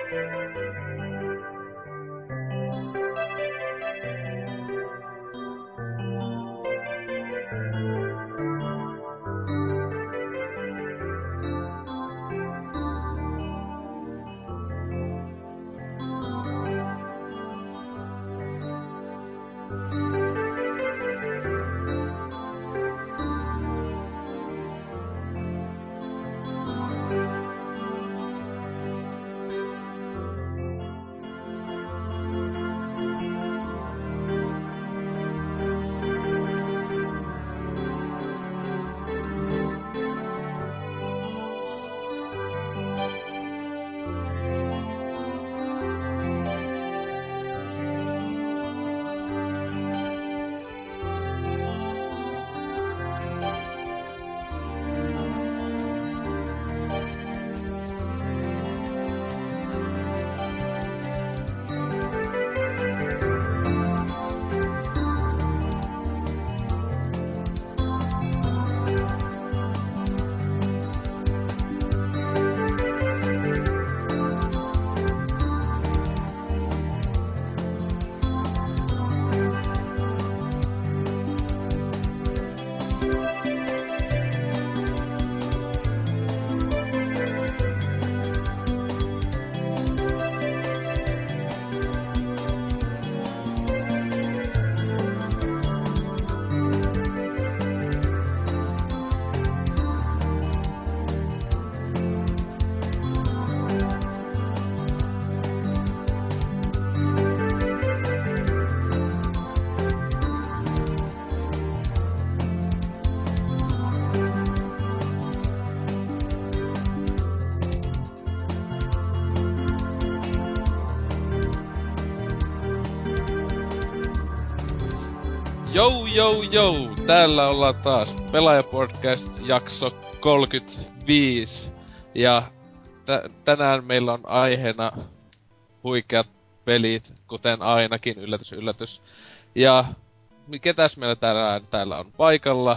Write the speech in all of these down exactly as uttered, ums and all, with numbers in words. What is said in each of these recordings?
Jou, jou, jou! Täällä ollaan taas Pelaajapodcast jakso kolmekymmentäviisi. Ja t- tänään meillä on aiheena huikeat pelit, kuten ainakin, yllätys, yllätys. Ja ketäs meillä täällä, täällä on paikalla?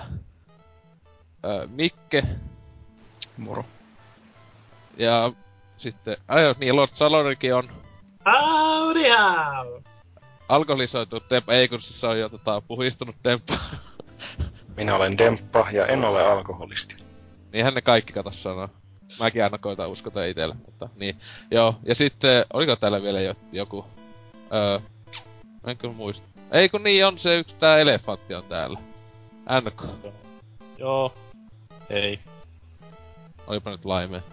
Öö, Mikke. Moro. Ja sitten, ajo, niin Lord Salorikin on. Howdy how! Alkoholisoitu Demppa, ei kun siis se on jo tota, puhistunut Demppa. Minä olen Demppa ja en ole alkoholisti. Niinhän ne kaikki kato sanoo. Mäkin aina koitan uskota itelle, mutta niin. Joo, ja sitten, oliko täällä vielä jo, joku... Öö... En kyllä muista. Ei kun niin on se yksi tää elefantti on täällä. N K. Joo. Ei. Olipa nyt laimea.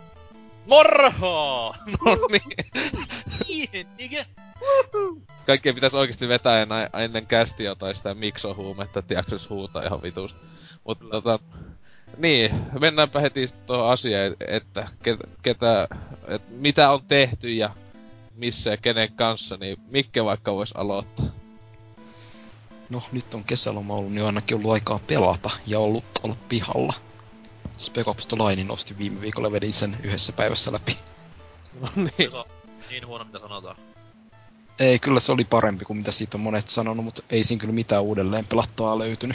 Morho! No niin. Kaikkien pitäis oikeesti vetää enää ennen kästi jotain sitä miksohuumetta, että jaksis huutaa ihan vitusti. Mut tota... Niin, mennäänpä heti tuohon asiaan, että ketä, ketä et mitä on tehty ja missä ja kenen kanssa, niin Mikke vaikka vois aloittaa. No, nyt on kesäloma ollut, niin on ainakin ollut aikaa pelata ja ollut olla pihalla. Spec Ops The Line nosti viime viikolla, vedin sen yhdessä päivässä läpi. No niin. Niin huono mitä sanotaan. Ei, kyllä se oli parempi kuin mitä siitä on monet sanonut, mutta ei siinä kyllä mitään uudelleen pelattavaa löytynyt.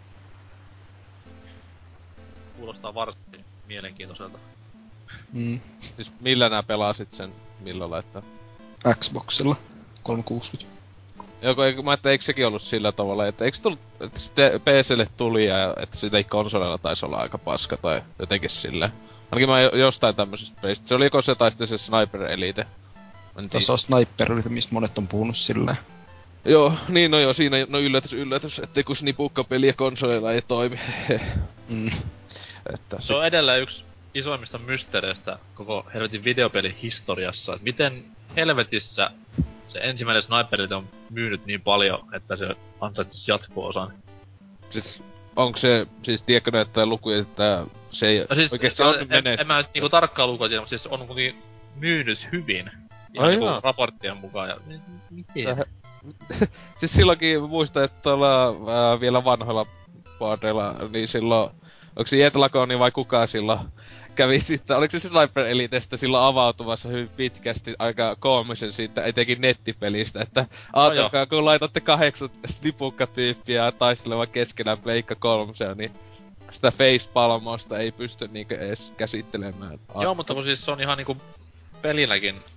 Kuulostaa varsin mielenkiintoiselta. Mm. Siis millä nää pelasit sen, millä laittaa? Xboxilla kolmesataakuusikymmentä. Joko, eikö, mä että eikö sekin ollut sillä tavalla, että eikö tullut, että sitten P C:lle tuli ja että sitä ei konsolilla taisi olla aika paska tai jotenkin silleen. Ainakin mä jostain tämmöisestä pelistä. Se oli joko se tai sitten se Sniper Elite. Tuossa on Sniper Elite, mistä monet on puhunut silleen. Joo, niin no joo, siinä no yllätys yllätys, ettei kun nipukkapeli ja konsoleilla ei toimi. mm. Että se on edelleen yksi isoimmista mysteereistä koko helvetin videopelin historiassa. Et miten helvetissä se ensimmäinen Sniper Elite on myynyt niin paljon, että se ansaitsisi jatko-osan. Siis onko se, siis tiedätkö näyttää lukuja, että se ei no siis, oikeesti on on menestynyt? menestynyt? En, en mä nyt niinku tarkkaa lukua tiedä, mutta siis on kuitenkin myynyt hyvin. Ihan Ai niinku jaa. raporttien mukaan ja... Miten? Tähän... siis silloinkin muistan, että tuolla äh, vielä vanhoilla boardeilla, niin silloin... Onko se Jetlakoni vai kuka silloin kävi sitten, oliko se se Sniper Elitestä silloin avautumassa hyvin pitkästi aika koomisen siitä, etenkin nettipelistä, että ajatelkaa, kun laitatte kahdeksan snipukkatyyppiä taistelemaan keskenään Pleikka kolmoseen, niin sitä facepalmosta ei pysty niinkö edes käsittelemään. Joo, mutta kun siis se on ihan niinku pelinäkin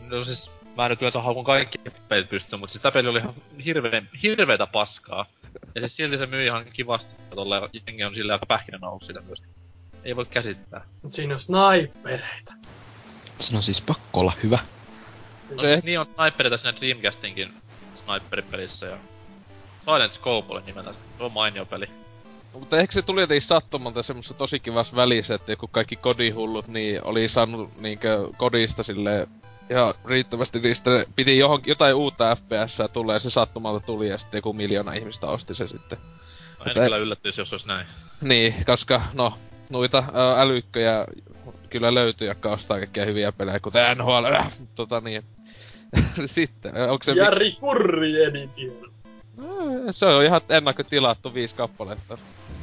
no siis, mä nyt yleensä haukun kaikki pelit pystyyn, mutta siis tää peli oli ihan hirveen, hirveetä paskaa. Ja siis silti se myi ihan kivasti, ja tolleen jengi on silleen aika pähkinänä ollut sitä myös. Ei voi käsittää. Mut siinä on snipereita. Siinä on siis pakko olla hyvä. No siis niin on snipereita siinä Dreamcastinkin sniperipelissä ja... Silent Scope oli nimeltä, se on mainio peli. No, mutta ehkä se tuli jotenkin sattumalta semmoista tosi kivassa välissä, että joku kaikki kodihullut niin oli saanut niinkö kodista silleen ihan riittävästi niistä piti johon, jotain uutta F P S:ää tulee ja se sattumalta tuli ja sitten joku miljoona ihmistä osti se sitten. No, en kyllä yllättyisi, jos olisi näin. Niin, koska no, noita ä, älykköjä kyllä löytyy, jotka ostaa kaikkia hyviä pelejä, kuten N H L, äh, tota niin. Sitten, onko se... Jari Kurri Edition. No, se on ihan ennakkotilattu viisi kappaletta.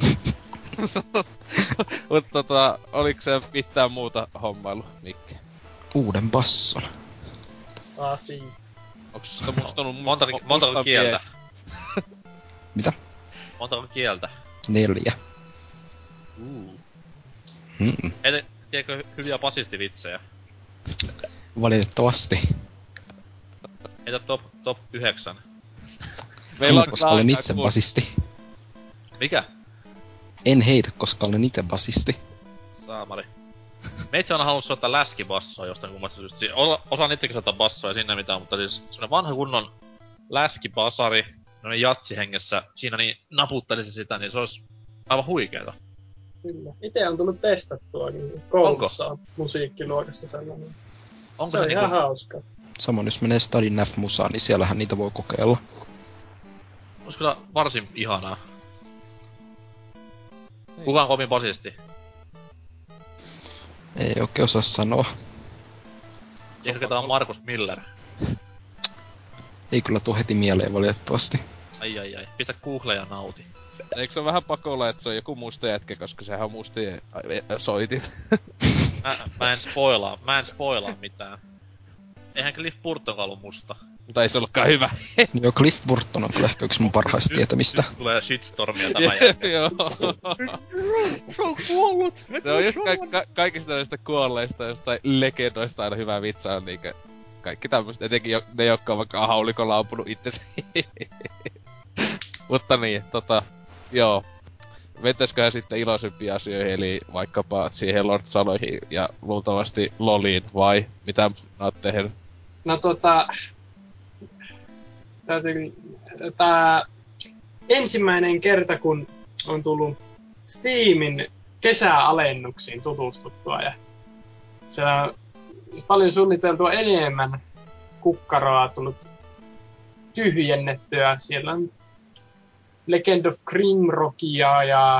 Mutta tota, oliko se mitään muuta hommailu, Mikke? Uuden basson. Asi. Onks sitä mustanut... Monta, mu- montako mustan kieltä? Mitä? Montako kieltä? Neljä. Uh. Hmm. Ei, tiedätkö hyviä basistivitsejä? Valitettavasti. Heitä top, top yhdeksän. Meillä on koska olen aika itse kun- basisti. Mikä? En heitä, koska olen itse basisti. Saamari. Meitsi on halunnut soittaa läskibassoa jostain kummasta syystä. Si- osa, osaan itsekin soittaa bassoa ja sinne mitään, mutta siis semmonen vanha kunnon läskibasari, semmonen jatsihengessä, siinä niin naputtelisi sitä, niin se olisi aivan huikeeta. Kyllä. Ite on tullut testattua, niin koulussa on musiikkiluokassa sellainen. Onko Se se, on niinku, ihan hauska. Samoin jos menee Stadin F Musaan, niin siellähän niitä voi kokeilla. olis kyllä varsin ihanaa. Kuka on kovin basisti? Ei oikein osaa sanoa. Tiedätkö ketä on Markus Miller? Ei kyllä tuo heti mieleen valitettavasti. Ai ai ai, pistä Google ja nauti. Eikö se ole vähän pakolla, että se on joku musta jätkä, koska sehän on mustien ai, soitin. Mä, mä en spoilaa, mä en spoilaa mitään. Eihän Cliff Burtonkaan ollut musta. Mutta ei se ollutkaan hyvä. Joo, Cliff Burton on kyllä ehkä yksi mun parhaista tietämistä. Nyt tulee shitstormia tämän jälkeen. Joo. Se on kuollut! Se on just ka- ka- kaikista näistä kuolleista jostain legendoista aina hyvä vitsa on niinkö... Kaikki tämmöset, etenkin jo, ne, jotka on vaikka haulikolla ampunut itsensä. Mutta niin, tota... Joo. Mentäisköhän sitten iloisempiin asioihin, eli vaikkapa siihen Lord Saloihin ja luultavasti Loliin, vai mitä nää oot tehnyt? No tota... Täytyy... Tää... Ensimmäinen kerta, kun on tullut Steamin kesäalennuksiin tutustuttua ja siellä on paljon suunniteltua enemmän kukkaroa tullut tyhjennettyä. Siellä on Legend of Grimrockia ja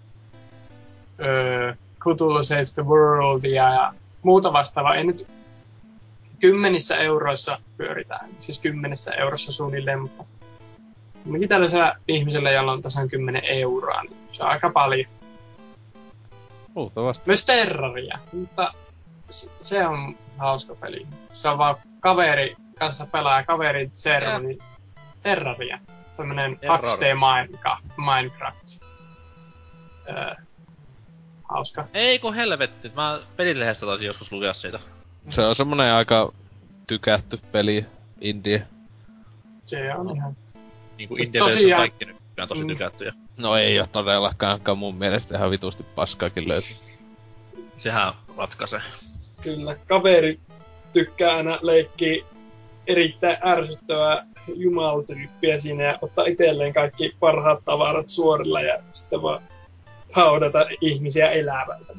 öö, Cthulhu Saves the Worldia ja muuta vastaavaa. Ei nyt kymmenissä euroissa pyöritään, siis kymmenessä eurossa suunnilleen, mutta ainakin tällaisella ihmisellä, jolla on tasan kymmenen euroa, niin se on aika paljon. Luultavasti. Myös Terraria, mutta se on hauska peli. Se on vaan kaveri kanssa pelaa kaveri Zero, niin Terraria. Tämmönen kaksi D Minecraft. Öö, hauska. Ei kun helvetti, mä pelilehdestä taisin joskus lukea siitä. Se on semmonen aika tykätty peli, indie. Se on ihan... Niinku Mut indie-pelit on tosiaan- kaikki nykyään tosi Mm. tykättyjä. No ei oo todellakaan, mun mielestä ihan vitusti paskaakin löytyy. Sehän ratkaisee. Kyllä, kaveri tykkää aina leikkiä erittäin ärsyttävää jumaltyyppiä siinä ja ottaa itselleen kaikki parhaat tavarat suorilla ja sitten vaan haudata ihmisiä elävältä.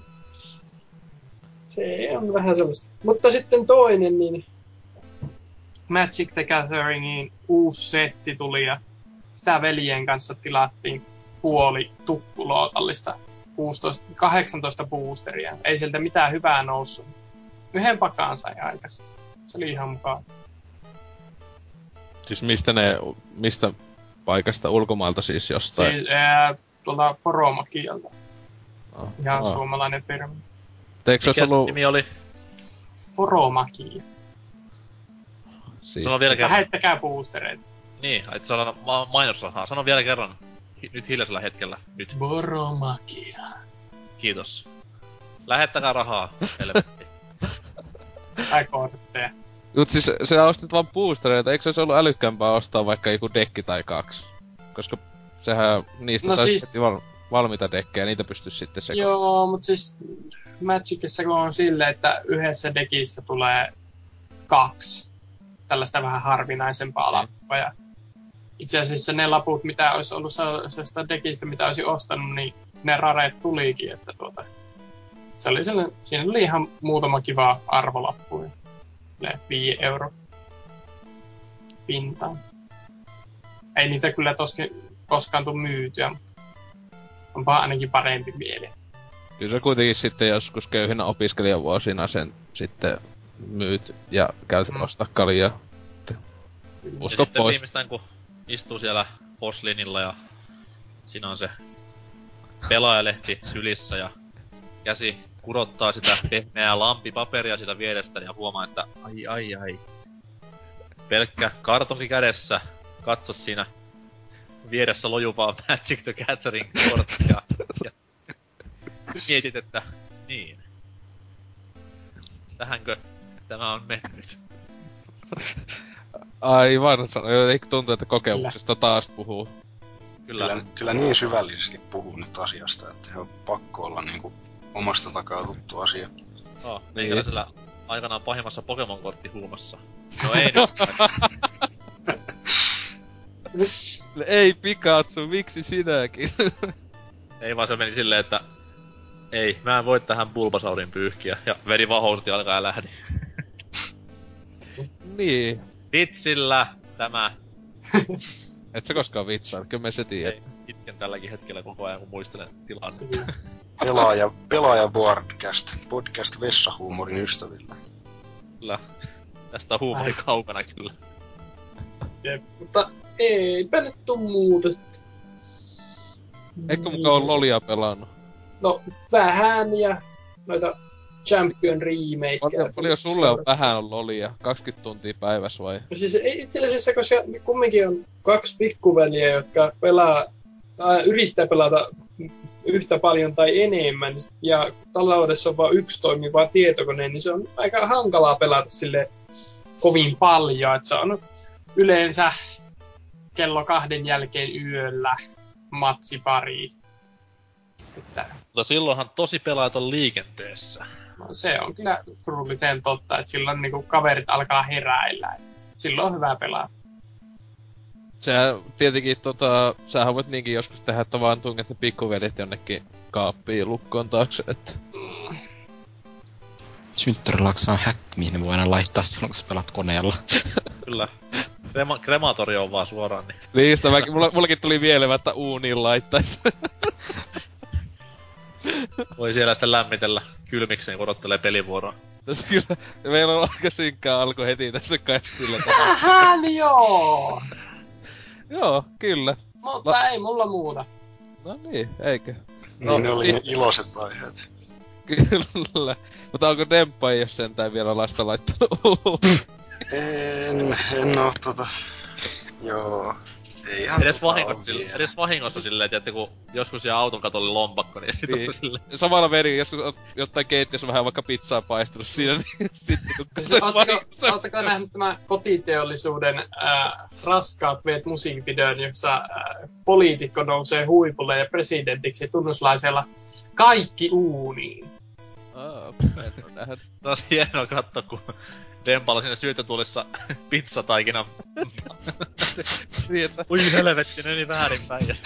Se on vähän sellaista. Mutta sitten toinen, niin Magic the Gatheringin uusi setti tuli ja sitä veljen kanssa tilattiin puoli tukkulootallista kuusitoista, kahdeksantoista boosteria. Ei sieltä mitään hyvää noussut. Yhden pakaan sai aikaisesti. Se oli ihan mukava. Siis mistä ne, mistä paikasta ulkomailta siis jostain? Siis, ää, tuolta Poromakialta. Oh, Ihan oh. suomalainen firma. Eikö se Mikä olisi ollut... nimi oli? Poromakia. Siis... Sano vielä kerran. Lähettäkää boostereita. Niin, et saada ma- mainosrahaa. Sano vielä kerran. Hi- nyt hiljaisella hetkellä. Nyt. Poromakia. Kiitos. Lähettäkää rahaa. Helvetti. Tai kortteja. Mut siis sä ostit vaan boostereita, eikö se olisi ollut älykkäämpää ostaa vaikka joku dekki tai kaksi? Koska sehän niistä No saisi siis- val- valmiita dekkejä, niitä pystyisi sitten sekoittamaan. Joo, mutta siis Magicissa kun on silleen, että yhdessä dekissä tulee kaksi tällaista vähän harvinaisempaa lappua. Ja itse asiassa ne laput, mitä olisi ollut sellaisesta dekistä, mitä olisi ostanut, niin ne rareet tulikin. Että tuota, se oli sellainen, siinä oli ihan muutama kiva arvolappu. Ne viisi euro pintaan. Ei niitä kyllä toski, koskaan tule myytyä, mutta onpa ainakin parempi mieli. Kyllä sä kuitenkin sitten joskus köyhinä opiskelijavuosina sen sitten myyt ja käyt Mm. ostaa kaljaa. Usko ja sitten pois. viimeistään kun istuu siellä bosslinilla ja siinä on se pelaajalehti sylissä ja käsi kudottaa sitä pehmeää lampipaperia sitä vierestä ja huomaa, että ai ai ai. Pelkkä kartonki kädessä, katso siinä vieressä lojuvaa Magic the Gathering korttia ja mietit, että niin. Tähänkö tämä on mennyt? Aivan, jotenkin tuntuu, että kokemuksesta taas puhuu. Kyllä. Kyllä, kyllä niin syvällisesti puhuu nyt asiasta, että on pakko olla niinku omasta takaa tuttu asia. No, meikäläisellä aikanaan pahimmassa Pokemon-korttihuumassa. No ei nyt. Ei Pikachu, miksi sinäkin? Ei vaan se meni silleen, että ei, mä en voi tähän Bulbasaurin pyyhkiä. Ja veri vahousut ja alkaa ja lähdi. Niin. Vitsillä tämä. Et sä koskaan vitsaa, kyllä me se tiedät. Ei, itken tälläkin hetkellä koko ajan, kun muistelen tilannetta. Pelaaja, pelaaja podcast, podcast vessahuumorin ystäville. Kyllä. Tästä on huumori kaukana kyllä. Jep, mutta eipä nyt tuu muuta sitten. Eikö mukaan ole Lolia pelannut? No, vähän ja noita Champion remakeja. Paljon, paljon sulle on vähän on Lolia? kaksikymmentä tuntia päivässä vai? Siis ei itse asiassa, koska kumminkin on kaksi pikkuveliä, jotka pelaa, tai yrittää pelata yhtä paljon tai enemmän, ja taloudessa on vain yksi toimiva tietokone, niin se on aika hankalaa pelata sille kovin paljon. Että se on yleensä kello kahden jälkeen yöllä matsi pari. Että Mutta silloinhan tosi pelaajat on liikenteessä. no, se on kyllä surullisen totta, että silloin niinku kaverit alkaa heräillä. Silloin on hyvä pelaa. Sehän tietenkin tota, sähän voit niinkin joskus tehdä, että vaan tunget ne pikkuvelit jonnekin kaappiin lukkoon taakse, että... Synttärilaksa on hack, mihin ne voi aina laittaa silloin, kun sä pelat koneella. Kyllä. Krema- krematori on vaan suoraan, niin Niin, sitä mäkin, mulla, mullakin tuli mieleen, että uuniin laittaisi. voi siellä sitten lämmitellä kylmikseen, kun odottelee pelivuoroa. Tässä kyllä, meillä on aika synkkää alku heti tässä kastilla. Tähän joo! Joo, kyllä. Mutta La- ei mulla muuta. No niin, eikö? No, niin ne oli ne iloiset aiheet. Kyllä. Mutta onko Demppa ei jos sentään vielä lasta laittanut? En, en oo tota... Joo. Eihän Edes tota vahingossa, oo sille, vielä. edes vahingossa silleen, että kun joskus jää auton katolle lompakko, niin sit Niin. on silleen... Samalla veri, joskus oot jotain keittiössä vähän vaikka pizzaa paistunut siinä, niin sitten kun Siis Ootteko, ootteko nähnyt tämän kotiteollisuuden äh, raskaat veet musiikkivideon, jossa äh, poliitikko nousee huipulle ja presidentiksi tunnuslaisella kaikki uuniin? Aa, en oo nähnyt. Taas hienoa katsoa, kun Dempalla siinä syötötuolissa pizzataikina. Niin, että... Ui helvetti, ne meni väärinpäin. Ja...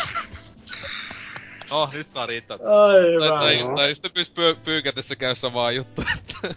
Oh, nyt saa riittää. Ai Tai, tai, Joo. tai sitten pyys pyy- pyykätessä käy samaa juttua, että...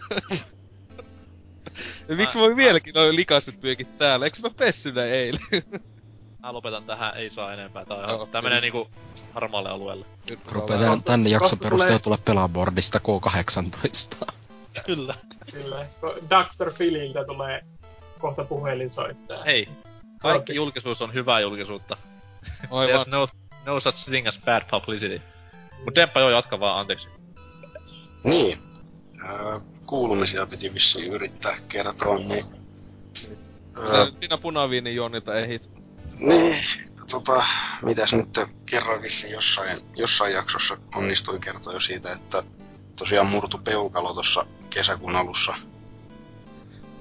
Ja miksi voi vieläkin noin likaiset pyykit täällä? Eiks mä pessy nää eilen? Mä lopetan tähän, ei saa enempää. Tää, on Joo, ihan, tää menee niinku harmaalle alueelle. Rupeaa tänne jakson Koska perusteella tulee- tulla pelaboardista K kahdeksantoista. Kyllä. Kyllä. doktor Phililtä tulee kohta puhelin soittaa. Hei, kaikki Okei. julkisuus on hyvää julkisuutta. Aivan. There's no, no such thing as bad publicity. Mut Demppa joo, jatka vaan, anteeksi. Niin. Öö, kuulumisia piti vissiin yrittää kertoa, niin... Öö, Sä siinä punaviinin juonnilta ehit. niin, tota, mitäs nyt kerroin vissiin jossain, jossain jaksossa onnistuin kertoa jo siitä, että tosiaan murtu peukalo tuossa kesäkuun alussa. Ja se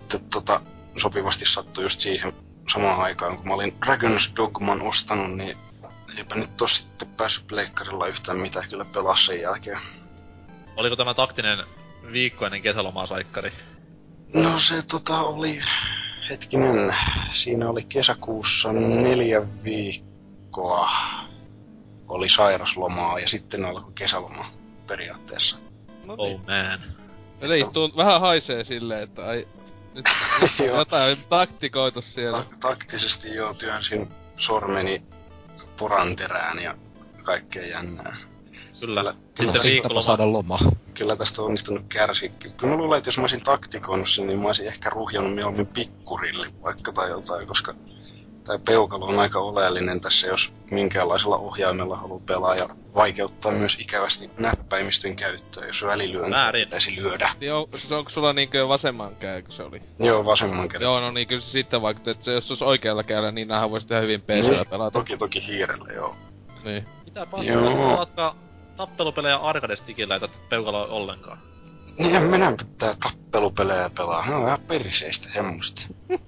sitten tota, sopivasti sattui just siihen samaan aikaan, kun mä olin Dragon's Dogman ostanut, niin eipä nyt tossa sitten päässyt pleikkarilla yhtään mitään kyllä pelaa sen jälkeen. Oliko tämä taktinen viikko ennen kesälomaa saikkari? No se tota oli, hetkinen, siinä oli kesäkuussa neljä viikkoa oli sairaslomaa ja sitten alkoi kesäloma periaatteessa. No Oh niin. man. Eli tunt, vähän haisee silleen, että ai... Nyt, nyt on Joo. jotain taktikoitu siellä. Ta- taktisesti joo, työnsin sormeni poranterään ja kaikkea jännää. Kyllä. Kyllä, Sitten kyllä, Tapa viikonloma. saada lomaa. kyllä tästä on onnistunut kärsiä. Kyllä mä luulen, että jos mä olisin taktikoinut sen, niin mä olisin ehkä ruhjannut mieluummin pikkurille vaikka tai jotain, koska tämä peukalo on aika oleellinen tässä, jos minkäänlaisella ohjaimella haluaa pelaa ja vaikeuttaa myös ikävästi näppäimistön käyttöä, jos välilyöntiä Väärin. pitäisi lyödä. Niin on, siis onko sulla niinkö vasemman käykö se oli? Joo, vasemman käden. Joo, no niin kyllä se sitten vaikuttaa, että se, jos se olisi oikealla kädellä, niin näähän voisi tehdä hyvin P C:llä pelata. Toki toki hiirellä, joo. Niin. Mitä Joo. paskaa, pelaatkaa tappelupelejä arcade-stikillä, ei tätä peukaloa ollenkaan. Niin en minä pitää tappelupelejä pelaa. Ne on ihan perseistä semmoista.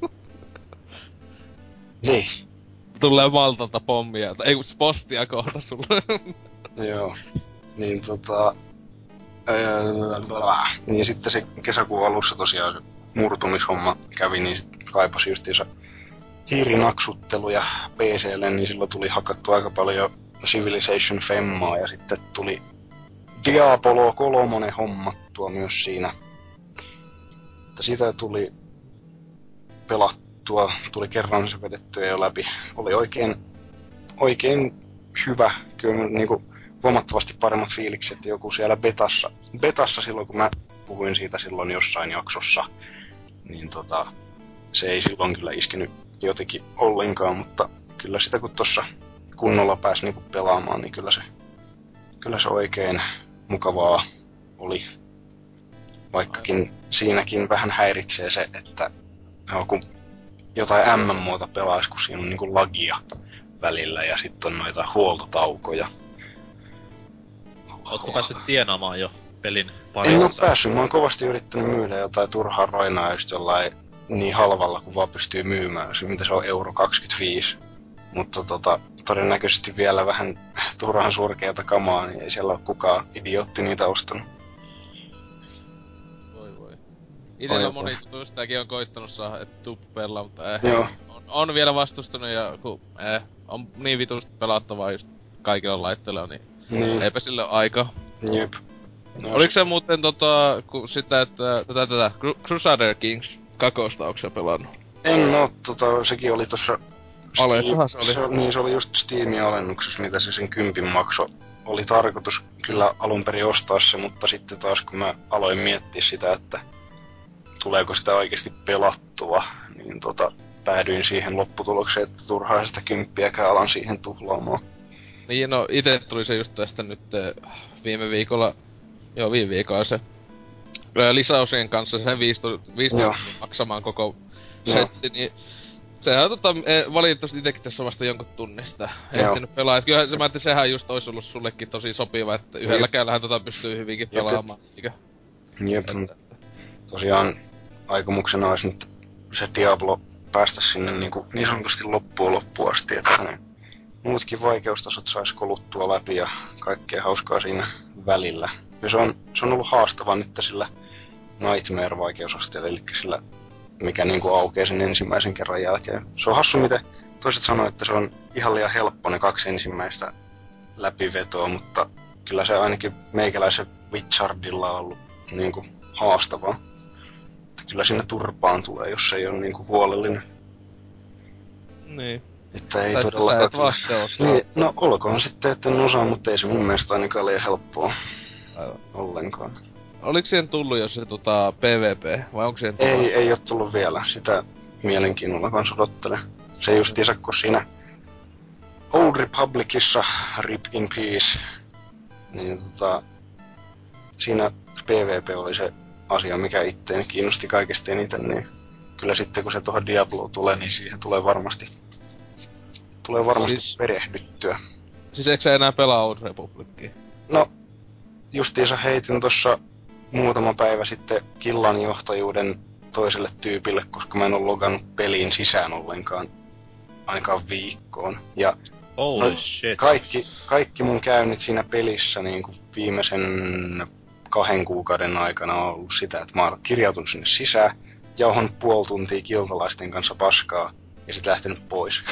Niin, Tulee Maltalta pommia, tai ei kun postia kohta sulle. joo. Niin tota... Öö, niin sitten se kesäkuun alussa tosiaan se murtumishomma kävi, niin sit kaipasi justiinsa hiirinaksutteluja P C:lle, niin silloin tuli hakattu aika paljon Civilization Femmaa ja sitten tuli Diablo kolme hommattua myös siinä. Että sitä tuli pelattua, tuli kerran se vedettyä jo läpi. Oli oikein, oikein hyvä. Kyllä niinku huomattavasti paremmat fiilikset joku siellä betassa. Betassa silloin, kun mä puhuin siitä silloin jossain jaksossa, niin tota, se ei silloin kyllä iskenyt jotenkin ollenkaan, mutta kyllä sitä kun tossa kunnolla pääsi niinku pelaamaan, niin kyllä se, kyllä se oikein mukavaa oli. Vaikkakin siinäkin vähän häiritsee se, että no, kun jotain M M O:ta pelaisi, kun siinä on niinku lagia välillä ja sitten on noita huoltotaukoja. Ootko päässyt tienaamaan jo pelin En oo parissa? päässyt, mä oon kovasti yrittänyt myydä jotain turhaa roinaa just jollain niin halvalla kuin vaan pystyy myymään. Se mitä se on euro kaksikymmentäviisi. Mutta tota, todennäköisesti vielä vähän turhan surkeata kamaa, niin ei siellä ole kukaan idiootti niitä ostanut. Voi voi. Itellä Oi, moni voi. tutustakin on koittanut saada, että tuu pelaa, mutta eh. Joo. On, on vielä vastustunut ja kun eh, on niin vitusti pelattavaa just kaikilla laitteilla, niin Niin, eipä sille ole aikaa. jep. No, Oliko se muuten tota, ku sitä, että tätä tätä Cru- Crusader Kings kakosta onko sä pelannut? En oo, tota, sekin oli tossa... Alessahan se oli. Se, niin, se oli just Steamin alennuksessa, mitä se sen kympin makso. Oli tarkoitus kyllä alun perin ostaa se, mutta sitten taas kun mä aloin miettiä sitä, että tuleeko sitä oikeasti pelattua, niin tota, päädyin siihen lopputulokseen, että turhaa sitä kymppiäkään alan siihen tuhlaamaan. Niin no ite tuli se just tästä nyt eh, viime viikolla, joo viime viikolla se eh, lisäosien kanssa sen viisitoista Joo. maksamaan koko Joo. setti, niin sehän tota, eh, valitettavasti itekin tässä vasta jonkun tunnista Joo. ehtinyt pelaa. Et kyllähän se mä ajattelin, sehän just ois ollut sullekin tosi sopiva, että yhdellä käyllähän tota pystyy hyvinkin Jep, jep. pelaamaan. Eikä? Jep, tosiaan aikomuksena olisi nyt se Diablo päästä sinne niin, kuin niin sanotusti loppuun loppuun asti, että ne muutkin vaikeustasot sais koluttua läpi ja kaikkea hauskaa siinä välillä. Ja se on, se on ollut haastava nyt sillä Nightmare-vaikeusasteella, eli sillä mikä niin kuin aukeaa sen ensimmäisen kerran jälkeen. Se on hassu, miten toiset sanoo, että se on ihan liian helppo ne kaksi ensimmäistä läpivetoa, mutta kyllä se ainakin meikäläisen Witchardilla on ollut niin kuin haastavaa. Että kyllä sinne turpaan tulee, jos ei ole niin kuin huolellinen. Niin. Että ei Tai sitten todellakaan sä et kyllä. vaan sitten osaa. Niin, no olkoon sitten, että en osaa, mutta ei se mun mielestä ainakaan liian helppoa Aivan. ollenkaan. Oliko siihen tullut jo se tota P V P, vai onko siihen tullut? Ei, ei ole tullut vielä. Sitä mielenkiinnolla kans odottelen. Se justiinsa, kun siinä Old Republicissa, Rip in Peace, niin tota, siinä P V P oli se asia, mikä itteen kiinnosti kaikesta eniten, niin kyllä sitten kun se tuohon Diabloon tulee, niin siihen tulee varmasti, tulee varmasti Siis- perehdyttyä. Siis eikö sä enää pelaa Old Republicia? No, justiinsa heitin tuossa muutama päivä sitten Killan johtajuuden toiselle tyypille, koska mä en oo logannut peliin sisään ollenkaan ainakaan viikkoon. Ja Holy no, shit. Kaikki, kaikki mun käynnit siinä pelissä niin kuin viimeisen kahden kuukauden aikana on ollut sitä, että mä oon kirjautunut sinne sisään, jauhannut puoli tuntia kiltalaisten kanssa paskaa ja sit lähtenyt pois.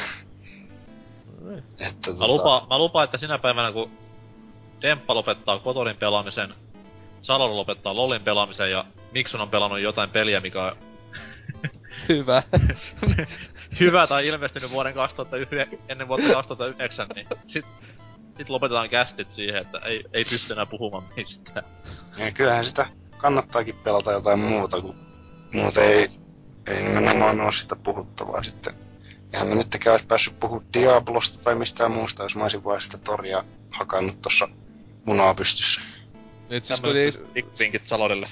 että, Mä, tota... lupaan, mä lupaan, että sinä päivänä kun Demppa lopettaa Kotorin pelaamisen, Salolla lopettaa LoLin pelaamisen ja Miksun on pelannut jotain peliä, mikä on Hyvä. hyvä tai ilmestynyt vuoden kaksituhattayhdeksän, ennen vuotta kaksituhattayhdeksän, niin sit, sit lopetetaan kästit siihen, että ei, ei pysty enää puhumaan mistään. Ja kyllähän sitä kannattaakin pelata jotain muuta, kun muuten ei, ei nimenomaan oo sitä puhuttavaa sitten. Eihän mä nyttekään ois päässyt puhua Diablosta tai mistään muusta, jos mä oisin vaan sitä Toria hakannut tossa munaa pystyssä. Nyt siis kun ei... Vinkit Salorille.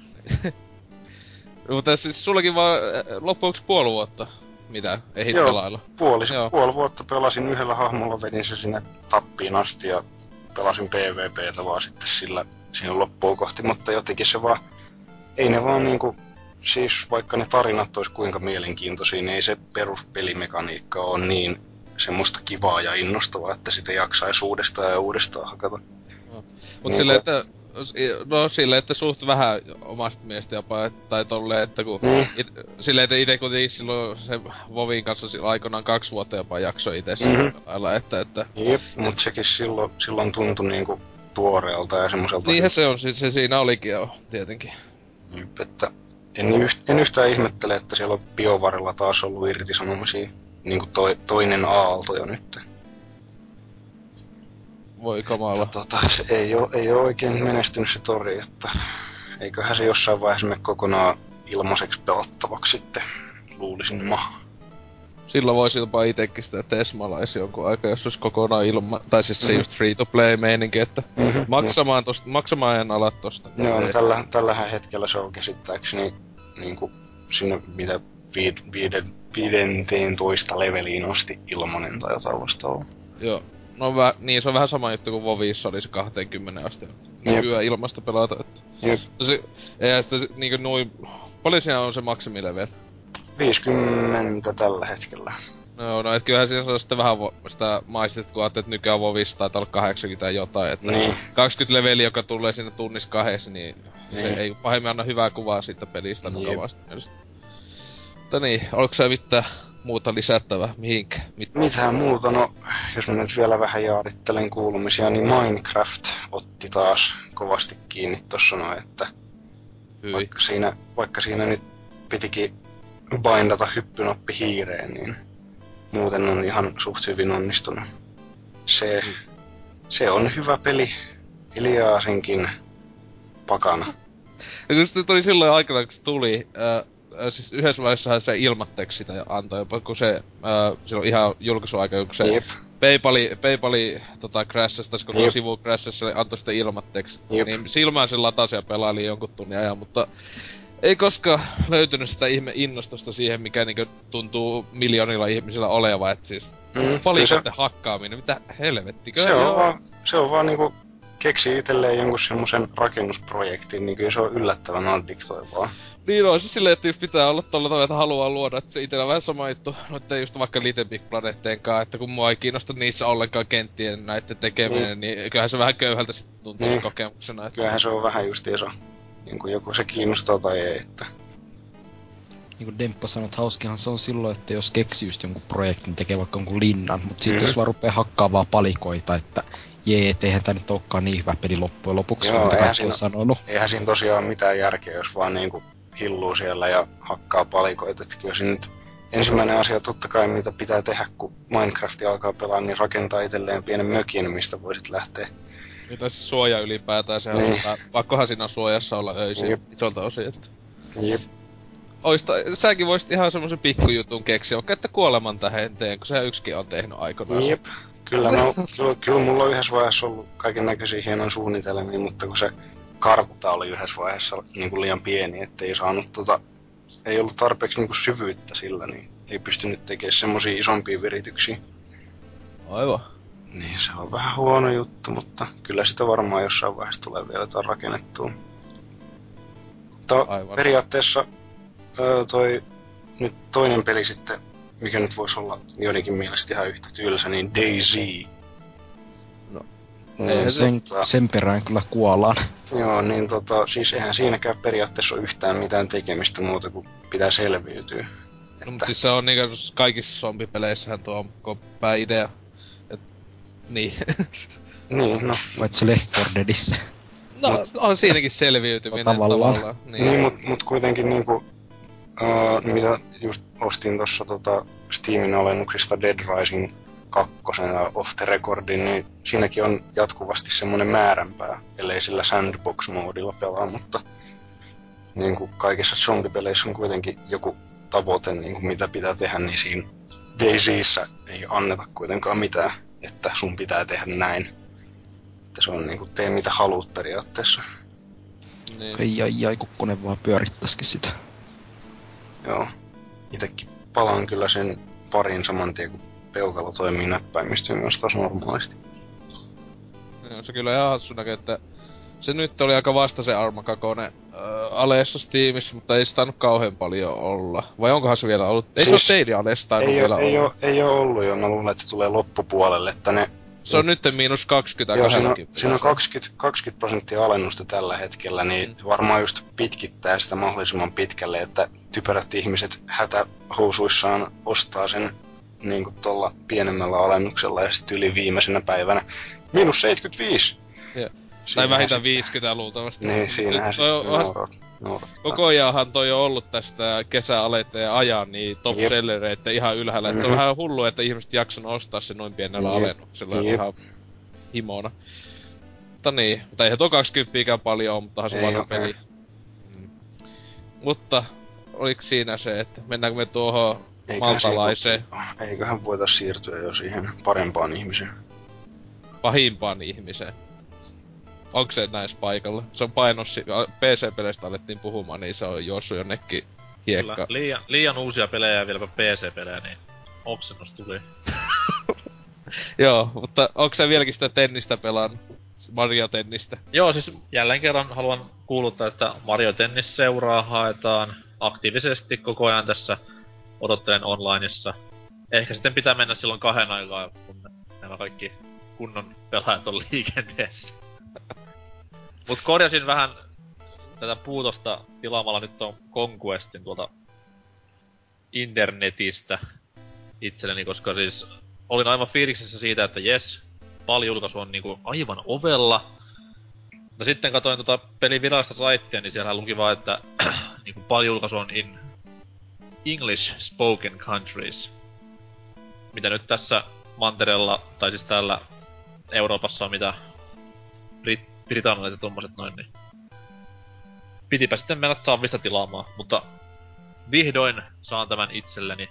Mutta siis sullakin vaan loppuksi puoli vuotta. Mitä? Ehdit Joo, pelailla? Puoli, puoli vuotta pelasin yhdellä hahmolla, vedin se sinne tappiin asti ja pelasin P V P:tä vaan sitten sillä siinä loppuun kohti, mutta jotenkin se vaan, ei ne vaan niinku, siis vaikka ne tarinat ois kuinka mielenkiintoisia, niin ei se peruspelimekaniikka oo niin semmoista kivaa ja innostavaa, että sitä jaksaisi uudestaan ja uudestaan hakata. No. Mut niin silleen, että no silleen, että suht vähän omasta mielestä jopa, tai tolleen, että kun... Mm. It, silleen, että ite kuitenkin silloin se Vovin kanssa silloin aikanaan kaksi vuotta jopa jaksoi ite Mm-hmm. sillä lailla, että... että... Jep, mut sekin silloin, silloin tuntui niinku tuoreelta ja semmoiselta... Niinhän se on, se, se siinä olikin jo, tietenkin. Jep, että en, yht, en yhtään ihmettele, että siellä on BioWarella taas ollut irtisanomisia, niinku toi, toinen aalto jo nyt. Voi kamala. Tota, se ei oo, ei oo oikein menestynyt se tori, että eiköhän se jossain vaiheessa mene kokonaan ilmaiseksi pelattavaksi sitten, luulisin mä. Silloin voisi jopa itekin sitä Tesmalaisi jonkun aikaa, jos olisi kokonaan ilma... Tai siis se just free-to-play-meininki, että Mm-hmm. maksamaan tosta, maksamaan en ala tosta. Joo, no tällä, tällähän hetkellä se on käsittääkseni niinku sinne mitä viid, viiden, viidenteentoista leveliin asti ilmanen tai jotain vastaavaa. Joo. No vä, niin, se on vähän sama juttu kuin WoWissa oli se kaksikymmentä asti. Nykyään ilmasta pelata, että... Jep. No se, eihän sitä se, niinku noin... Paljon siinä on se maksimilevel? viisikymmentä tällä hetkellä. No, no et kyllähän siinä on sitten vähän vo, sitä maistista, kun ajattelet, että nykyään WoWissa taitaa olla kahdeksankymmentä jotain, että... Niin. kaksikymmentä leveliä, joka tulee siinä tunnissa kahdessa, niin... Niin. Se ei pahemmin anna hyvää kuvaa siitä pelistä Jep. mukavasti mielestä. Mutta niin, oliko se mitään muuta lisättävää mihinkä? Mit... Mitään muuta, no jos mä nyt vielä vähän jaarittelen kuulumisia, niin Minecraft otti taas kovasti kiinni tossa noin, että Hyi. vaikka siinä, vaikka siinä nyt pitikin bindata hyppynoppi hiireen, niin muuten on ihan suht hyvin onnistunut. Se, se on hyvä peli, Iliaasinkin pakana. Ja kun sitten tuli silloin aikana, kun se tuli, ää, siis yhdessä vaiheessahan se ilmatteeksi sitä antoi jopa, kun se, ää, silloin ihan julkaisuaika, kun se Jep. Paypali, Paypali tota crashasi, tai koko Jep. sivu crashasi, se antoi sitä ilmatteeksi. Jep. Niin silmään sen latasi ja pelaili jonkun tunnin ajan, mutta ei koskaan löytynyt sitä ihme innostusta siihen, mikä niinku tuntuu miljoonilla ihmisillä oleva, et siis Mm, palikoiden hakkaaminen, mitä helvettikö? Se on vaan, se on vaan niinku keksi itselleen jonkun semmosen rakennusprojektin, niin kyllä se on yllättävän addiktoivaa. Niin on se silleen, että jos pitää olla tolla tavalla, että haluaa luoda, että se itellä on vähän sama juttu, noitten just vaikka Little Big Planettenkaan, että kun mua ei kiinnosta niissä ollenkaan kenttien näitten tekeminen, niin, niin kyllähän se vähän köyhältä sitten tuntuu Niin. kokemuksena. Että... Kyllähän se on vähän justiinsa, niin kuin joku se kiinnostaa tai ei, että... Niin kuin Demppa sanoi, että hauskihan se on silloin, että jos keksii just jonkun projektin, tekee vaikka jonkun linnan, mutta sitten Mm. jos vaan rupee hakkaamaan palikoita, että jee, et eihän tää nyt olekaan niin hyvä peli loppujen lopuksi, Joo, mitä eihän kaikki on siinä- sanonut. Eihän siinä tosiaan mitään järkeä, jos vaan niinku hilluu siellä ja hakkaa palikoita. Että kyllä se nyt ensimmäinen asia totta kai, mitä pitää tehdä, kun Minecraft alkaa pelaa, niin rakentaa itselleen pienen mökin, mistä voisit lähteä. Mitä siis suoja ylipäätään, se on Niin. hyvä. Pakkohan siinä suojassa olla öisin Jep. isolta osin, että... Jep. Oista, säkin voisit ihan semmosen pikkujutun keksiä, vaikka että kuoleman tähenteen, kun se yksikin on tehnyt aikanaan. Jep. Kyllä, no, kyllä, kyllä mulla on yhdessä vaiheessa ollut kaiken näköisiä hienoja suunnitelmia, mutta kun se kartta oli yhdessä vaiheessa niin kuin liian pieni, ettei saanut tota, ei ollut tarpeeksi niin kuin syvyyttä sillä, niin ei pystynyt tekemään semmosia isompia virityksiä. Aivan. Niin, se on vähän huono juttu, mutta kyllä sitä varmaan jossain vaiheessa tulee vielä jotain rakennettua. Mutta Aivan. periaatteessa öö, toi nyt toinen peli sitten, mikä nyt voisi olla joidenkin mielestä ihan yhtä tylsä, niin DayZ. No. Niin, sen, tota, sen perään kyllä kuollaan. joo, niin tota, siis eihän siinäkään periaatteessa ole yhtään mitään tekemistä muuta kuin pitää selviytyä. No, mutta siis se on niinku kaikissa zombipeleissähän tuo on koko pääidea. Et, niin. Niin, no. Paitsi Left four Deadissä. No, Mut- on siinäkin selviytyminen No, tavallaan. tavallaan. Niin, niin mut, mut kuitenkin niinku, uh, mitä just ostin tossa tota Steamin alennuksista Dead Rising kakkosen ja Off the Recordin, niin siinäkin on jatkuvasti semmonen määränpää, ellei sillä sandbox-moodilla pelaa, mutta niinku kaikissa zombipeleissä on kuitenkin joku tavoite, niinku mitä pitää tehdä, niin siinä DayZissä ei anneta kuitenkaan mitään, että sun pitää tehdä näin. Että se on niinku tee mitä haluut periaatteessa. Niin. Ei ai ai, kukkonen vaan pyörittäisikin sitä. Joo. Itekin palaan kyllä sen parin saman tien, kun peukalo toimii näppäimistöön myös taas normaalisti. Joo, se kyllä ihan hassu näkö, että se nyt oli aika vasta se Arma kaksi äh, aleessa Steamissa, mutta ei se tainnut kauhean paljon olla. Vai onkohan se vielä ollut? Ei Siis se ole Daily aleessa tainnut Ei, vielä oo, ei, olla. oo, ei oo ollut jo, mä luulen, että se tulee loppupuolelle, että ne... Se on nyt miinus kaksikymmentä Joo, siinä on, kaksikymmentä. siinä on kaksikymmentä, kaksikymmentä prosenttia alennusta tällä hetkellä, niin mm. varmaan just pitkittää sitä mahdollisimman pitkälle, että typerät ihmiset hätähousuissaan ostaa sen niin kuin tuolla pienemmällä alennuksella ja sitten yli viimeisenä päivänä miinus seitsemänkymmentäviisi. Yeah. Tai vähintään viisikymmentä luultavasti. Niin, siinähän se, sitten naurat, naurattaa. Koko ajanhan toi on ollut tästä kesäaleiden ajan niin top Jep. sellereiden ihan ylhäällä. Mm-hmm. Se on vähän hullu, että ihmiset jaksanut ostaa sen noin pienellä Jep. alennuksella Jep. ihan himona. Mutta niin, mutta eihän tuo kaksikymmentä paljon ole, mutta se on vanha peli. Mm. Mutta oliko siinä se, että mennäänkö me tuohon Eiköhän maltalaiseen siinä- Eiköhän voida siirtyä jo siihen parempaan ihmiseen. pahimpaan ihmiseen? Onko se näis paikalla? Se on painossi, P C-peleistä alettiin puhumaan, niin se on juossut jonnekin hiekka. Kyllä, liian, liian uusia pelejä ja vieläpä P C-pelejä, niin oksennus tuli. Joo, mutta onko se vieläkin sitä tennistä pelannut? Mario-tennistä? Joo, siis jälleen kerran haluan kuuluttaa, että Mario Tennis seuraa haetaan aktiivisesti koko ajan tässä. Odottelen onlineissa. Ehkä sitten pitää mennä silloin kahden aikaa, kun nämä kaikki kunnon pelaajat on liikenteessä. Mut korjasin vähän tätä puutosta tilaamalla nyt ton Conquestin tuolta internetistä itselleni, koska siis olin aivan fiiliksissä siitä, että jes, paljon julkaisu on niinku aivan ovella. Mutta sitten katsoin tota pelin virallista saittia, niin siellä luki vaan, että niinku paljon julkaisu on in English spoken countries. Mitä nyt tässä mantereella, tai siis täällä Euroopassa on mitä Brit- Britanniat ja tommoset noin, niin pitipä sitten mennä Savvista tilaamaan, mutta vihdoin saan tämän itselleni.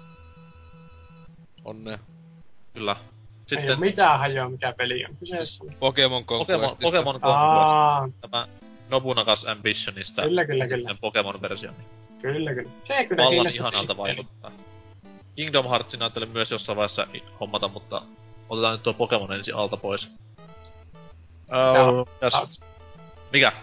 Onnea. Kyllä. Ei oo Sitten mitään hajoa, mikä peli on kyseessä. Pokemon Pokemon, Conquestista. Pokemon Conquest, Aa, tämä Nobunagas Ambitionista. Kyllä, kyllä, kyllä. Sitten Pokemon-versio. Niin kyllä, kyllä. Se kyllä vallan kiinnostaa ihanalta siitä. vaikuttaa. Kingdom Heartsin ajattelin myös jossain vaiheessa hommata, mutta otetaan nyt tuo Pokemon ensin alta pois. Joo. Öö, mikä?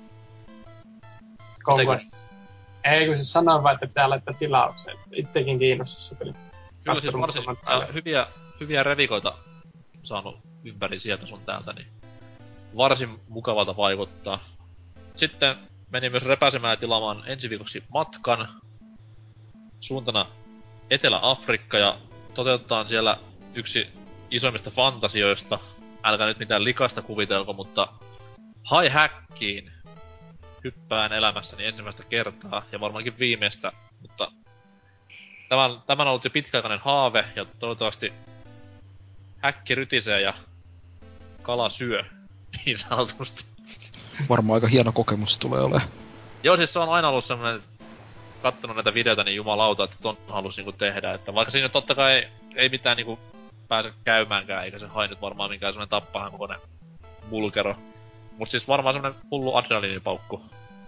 Conquest. Ei, kun se sanoo vaan, että pitää laittaa tilaukseen. Itsekin kiinnostaa se peli. Kyllä siis Kattonut varsin muutaman äh, päivän. hyviä, hyviä revikoita saanut ympäri sieltä sun täältä, niin varsin mukavalta vaikuttaa. Sitten menin myös repäsemään ja tilaamaan ensi viikoksi matkan suuntana Etelä-Afrikka ja toteutetaan siellä yksi isoimmista fantasioista. Älkää nyt mitään likasta kuvitelko, mutta Hai Häkkiin hyppään elämässäni ensimmäistä kertaa ja varmaankin viimeistä, mutta tämän, tämän on ollut jo pitkäaikainen haave ja toivottavasti häkki rytisee ja kala syö, niin sanotusti. Varmaan aika hieno kokemus tulee olemaan. Joo, siis se on aina ollut semmonen, kattonut näitä videoita, niin jumalauta, että ton halus niinku tehdä. Että vaikka siinä totta kai ei, ei mitään niinku pääse käymäänkään, eikä se hai nyt varmaan minkään semmonen tappahan kokoinen mulkero. Mut siis varmaan semmonen hullu adrenaliinipaukku.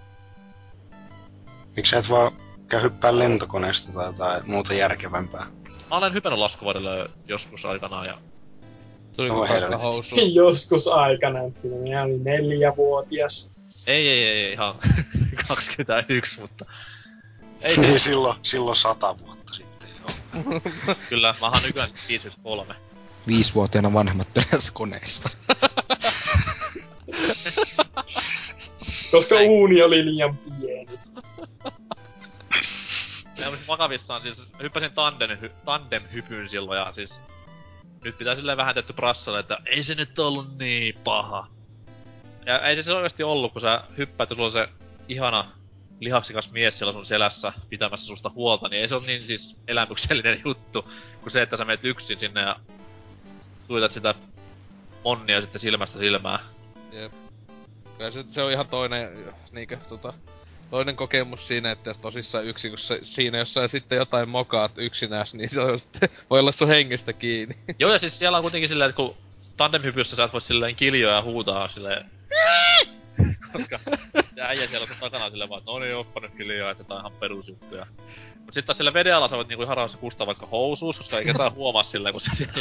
Miksi sä et vaan käy hyppää lentokoneesta tai jotain muuta järkevämpää? Mä olen hypännyt laskuvarjolla joskus aikanaan ja Tuli No, kun helvetti. housu. Joskus aikana, että minä olin neljävuotias. ei ei ei ihan kaksikymmentäyksi, mutta Ei niin silloin, silloin sata vuotta sitten, joo. Kyllä, mä oon nykyään viisikymmentäkolme. Viisivuotiaana vanhemmat perässä koneista. Koska uuni oli liian pieni. Ja mutta vakavissaan siis hyppäsin tandem, hy, tandem-hypyn silloin ja siis... Nyt pitää silleen vähän tehty brassalle, että ei se nyt ollut niin paha. Ja ei se se oikeesti ollut, kun sä hyppäät ja sulla on se ihana lihaksikas mies siellä sun selässä pitämässä susta huolta, niin ei se ole niin siis elämyksellinen juttu, kuin se, että sä menet yksin sinne ja tuitat sitä monnia sitten silmästä silmään. Jep. Kyllä se, se on ihan toinen, niinkö, tota, toinen kokemus siinä, että jos tosissaan yksin, kun se, siinä jos sä sitten jotain mokaat yksinäs, niin se on sitten, voi olla sun hengestä kiinni. Joo, ja siis siellä on kuitenkin silleen, että kun tandemhypyssä sä et voi silleen kiljoa ja huutaa silleen... Koska se äijä siellä on takana silleen vaan, että no niin, oppa nyt hiljaa, että tää on ihan perusjuttuja. Mut sit taas siellä veden alla sä voit niinku ihan rauhassa kustaa vaikka housuus, koska ei ketään huomaa silleen, kun se siellä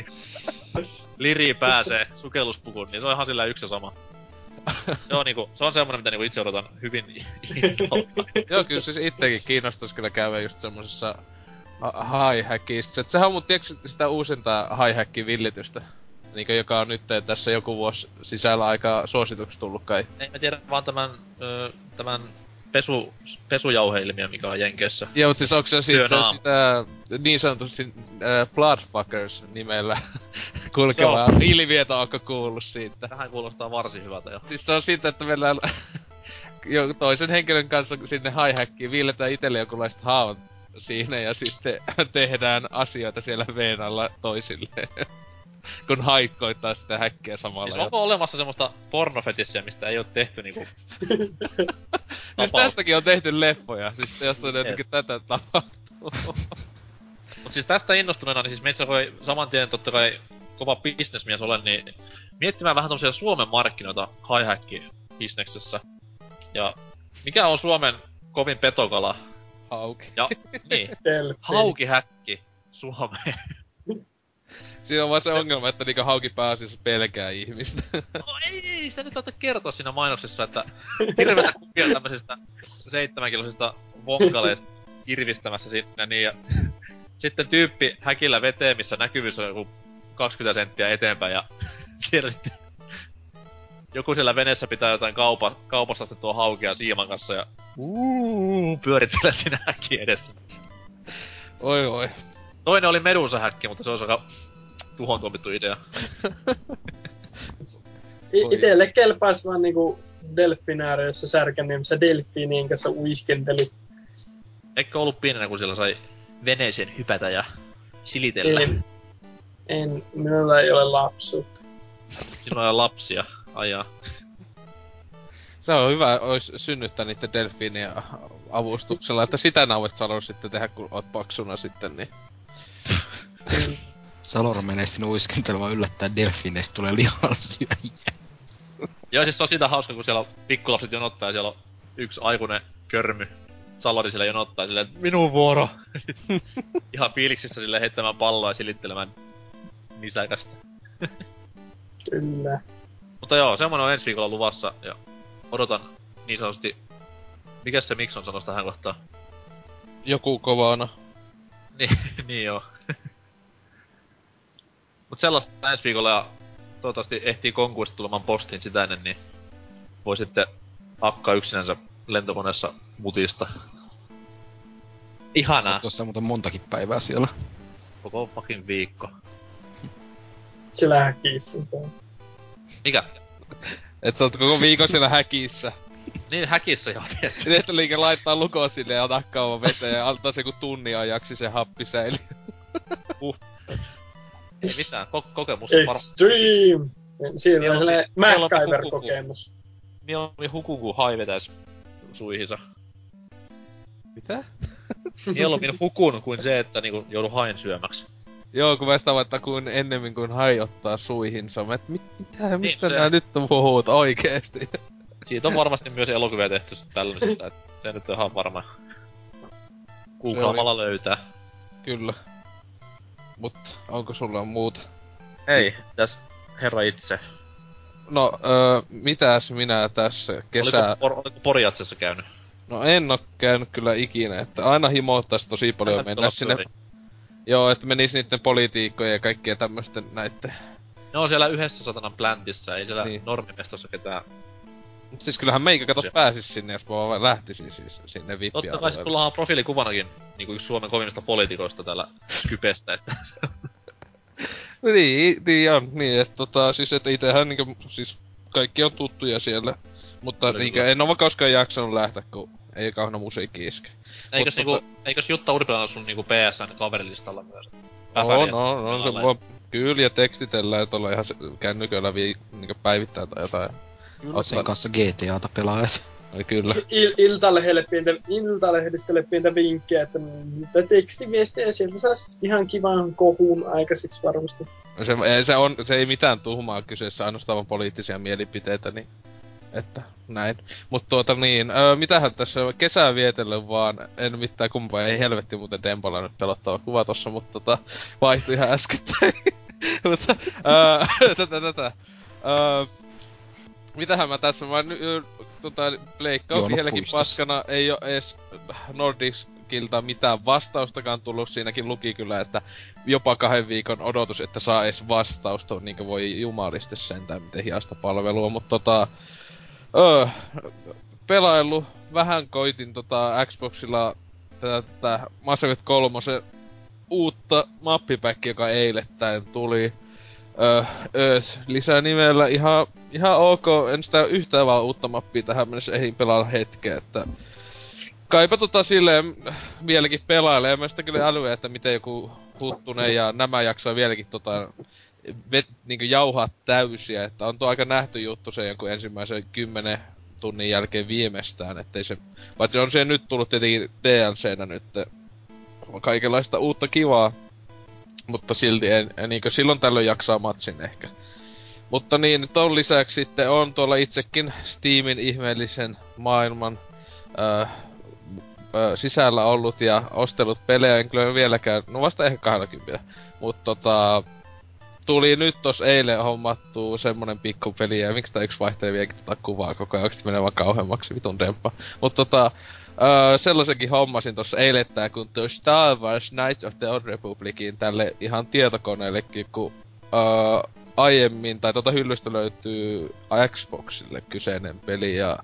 lirii pääsee sukelluspukun, niin se on ihan silleen yksi ja sama. Se on niinku, se on semmonen, mitä niinku itse odotan hyvin innolla. Joo, kyllä siis ittekin kiinnostais kyllä käydä just semmosessa hi-hackissa. Et sehän on mun, tiiäks, sitä uusinta hi-hackin villitystä? Niinkö, joka on nyt tässä joku vuosi sisällä aika suosituksi tullut kai. Ei mä tiedä vaan tämän, ö, tämän pesu, pesujauheilmiö, mikä on Jenkeissä. Joo, mut siis onks se sitten Työnaamu. sitä niin sanotusti äh, Bloodfuckers nimellä kulkevaa ilmiötä, onko kuullut siitä? Tähän kuulostaa varsin hyvältä jo. Siis se on siitä, että mennään jo toisen henkilön kanssa sinne hi-hackiin, viilletään itelle jokunlaiset haavat siinä ja sitten tehdään asioita siellä veen alla toisilleen. Kun haikkoittaa sitä häkkiä samalla. Siis onko olemassa semmoista pornofetissiä, mistä ei oo tehty niinku... Siis tästäkin on tehty leffoja, siis jos on jotenkin tätä tapahtuu. Mut siis tästä innostuneena, niin siis meitä voi saman tien totta kai kova bisnesmies olen, niin miettimään vähän tommosia Suomen markkinoita hi-hack-bisneksessä. Ja mikä on Suomen kovin petokala? Hauki. Ja, niin. Delfini. Haukihäkki Suomeen. Siinä on vaan se ongelma, että niinku hauki pääasiassa pelkää ihmistä. No ei, ei, sitä nyt saata kertoa siinä mainoksessa, että hirveetä kuvia tämmöisistä seitsemänkiloisista vonkaleista kirvistämässä sinne, niin ja sitten tyyppi häkillä veteen, missä näkyvyys on joku kaksikymmentä senttiä eteenpäin, ja siellä sitten joku siellä veneessä pitää jotain kaupa, kaupasta astettua haukia siiman kanssa, ja uuu, pyörittelee siinä häkki edessä. Oi oi. Toinen oli Medusa-häkki, mutta se olisi aika tuhon tuomittu idea. I- itelle kelpaisi vaan niinku delfinääri, jossa Särkänniemessä delfiinien kanssa uiskenteli. Eikö ollut pienenä, kun siellä sai veneeseen hypätä ja silitellä? En, en, minulla ei ole lapsuutta. Sinulla ei ole lapsia ajaa. Se on hyvä, ois synnyttää niitten delfiinien avustuksella, että sitä nää voit sanoa sitten tehdä, kun oot paksuna sitten, niin... Salora menee sinne uiskentelemaan yllättää delfiineistä tulee lihansyöjiä. Joo, siis se on siitä hauska, kun siellä on pikkulapset jonottaa ja siellä on yksi aikuinen körmy. Salori siellä jonottaa silleen, että minun vuoro! Ihan fiiliksissä silleen heittämään palloa ja silittelemään nisäkästä. Kyllä. Mutta joo, semmonen on ensi viikolla luvassa ja odotan niin sanotusti... Mikäs se Mikson sanois tähän kohtaan? Joku kovana. niin, niin joo. Mut sellaista ensi viikolla ja toivottavasti ehtii konkurssi tulemaan postiin sitä ennen, niin voi sitten akka yksinänsä lentokoneessa mutista. Ihanaa. Tuossa on muuten montakin päivää siellä. Koko fucking viikko. Sillä häkissä. Mikä? Et sä oot koko viikon siellä häkissä. Niin häkissä joo tietysti. Et liike laittaa lukon sille ja ottaa kauan veteen ja antaa se kun tunnin ajaksi se happisäily. Uh. Ei mitään, Ko- kokemus Extreme! Siinä on Mieluummin- sellainen mieluummin MacGyver-kokemus. Mieluummin huku kun hai vetäis suihinsa. Mitä? Mieluummin hukun kuin se, että niinku joudu hain syömäksi. Joo, kun mä sitä vaikka kuin ennemmin kuin hai ottaa suihinsa. Mä et mit, mitä, mistä Niin, se- nää nyt puhut oikeesti? Siitä on varmasti myös elokuvia tehty tällaisesta, et se nyt on ihan varma. Googlaamalla löytää. Kyllä. Mut onko sulla muuta? Ei, tässä herra itse. No, öö, mitäs minä tässä kesä... Oliko, por, oliko Poriatsessa käynyt? No en oo käynyt kyllä ikinä, että aina himouttais tosi paljon Kannattaa mennä olla sinne... pyöri. Joo, että menis niitten politiikkojen ja kaikkien tämmösten näitten... Ne on siellä yhdessä satanan pläntissä, ei siellä Niin. niin. normimestassa ketään. Mut siis kyllähän meikä kato Se- pääsis sinne, jos mä vaan lähtisin siis sinne vippialueelle. Totta kai sit sulla on profiilikuvanakin niinku yksi Suomen kovimmista poliitikoista täällä Skypestä, että... Niin, niin on, niin, että tota, siis et itehän niinkö, siis kaikki on tuttuja siellä. Mutta Kyllä, niinkö kyllä. en oo vaan koskaan jaksanut lähteä, kun ei kauheena musiikki iske. Eikös Mut niinku, eikös Jutta Urpilainen ole sun niinku P S N kaverilistalla myös? On, on, on se mua, kyllä, ja tekstitellään tuolla ihan se, kännyköllä vii, niinkö päivittää tai jotain. Kyllä sen kanssa G T A:ta pelaajat. Ai kyllä. Il- Iltalehdelle pientä, Iltalehdistölle pientä vinkkiä, että mitä tekstiviestejä sieltä saisi ihan kivan kohun aikaiseksi varmasti. No se, ei, se, on, se ei mitään tuhmaa kyseessä, ainoastaan vaan poliittisia mielipiteitä, niin... Että näin. Mut tuota niin, öö, mitähän tässä kesää vietellen vaan, en mitään kumpaa, ei helvetti muuten Dempalla nyt pelottava kuva tossa, mutta tota, vaihtui ihan äskettäin. mutta, öö, tätä, tätä. Öö, mitähän mä tässä, mä ny, tota, Pleikka Joo, on no vieläkin puistossa. paskana, ei oo ees Nordiskilta mitään vastaustakaan tullut, siinäkin luki kyllä, että jopa kahden viikon odotus, että saa ees vastausta, niinkö voi jumaliste sentään, miten hiasta palvelua, mut tota... Öö, pelailu. Vähän koitin tota Xboxilla tätä Mass Effect kolme uutta mappipäkkiä, joka eilettäin tuli. Öö, öö, lisää nimellä ihan, ihan ok. En sitä yhtään vaan uutta mappia tähän mennessä ehdin pelailla hetkeä, että... Kaipa tota silleen vieläkin pelailee. Mä sitä kyllä älyä, että miten joku Huttunen ja nämä jaksaa vieläkin tota... Vet, niinku jauhaa täysiä, että on tuo aika nähty juttu se joku ensimmäisen kymmenen tunnin jälkeen viimeistään, ettei se... Paitsi on se nyt tullut tietenkin D L C:nä nyt kaikenlaista uutta kivaa, mutta silti en, en niinkö silloin tällöin jaksaa matsin ehkä. Mutta niin, ton lisäksi sitten on tuolla itsekin Steamin ihmeellisen maailman öö, öö, sisällä ollut ja ostellut pelejä, en kyllä vieläkään, no vasta ehkä kaksikymmentä, mutta tota... Tuli nyt tos eilen hommattuu semmonen pikkupeli, ja miksi tää yksi vaihtelee vieläkin tota kuvaa koko ajan, oikeesti menee vaan kauheammaksi, vitun demppa. Mut tota, öö, sellaisenkin hommasin tossa eilettään, kun tuo Star Wars Knights of the Old Republicin tälle ihan tietokoneellekin, kun öö, aiemmin, tai tota hyllystä löytyy Xboxille kyseinen peli, ja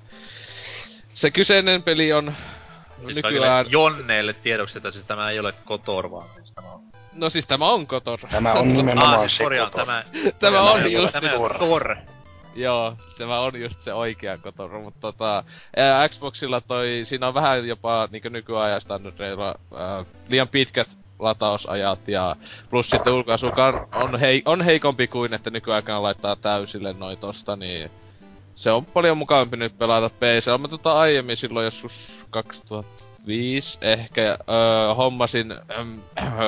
se kyseinen peli on Siis nykyään... Jonneille tiedoksi, että siis tämä ei ole Kotor, vaan siis tämä on... No siis tämä on Kotor. Tämä on nimenomaan ah, se korjaan, Kotor. tämä, Tämä korjaan, on tämä just Tämä se. on Tor. Joo, tämä on just se oikea Kotor, mutta tota... Ää, Xboxilla toi, siinä on vähän jopa niinku nykyajan standardeilla ää, liian pitkät latausajat ja plus sitten ulkoasukaan on, hei, on heikompi kuin että nykyaikana laittaa täysille noin tosta, niin... Se on paljon mukavampi nyt pelata P C:llä. Mä tota aiemmin silloin joskus kaksituhattaviisi ehkä öö, hommasin öö,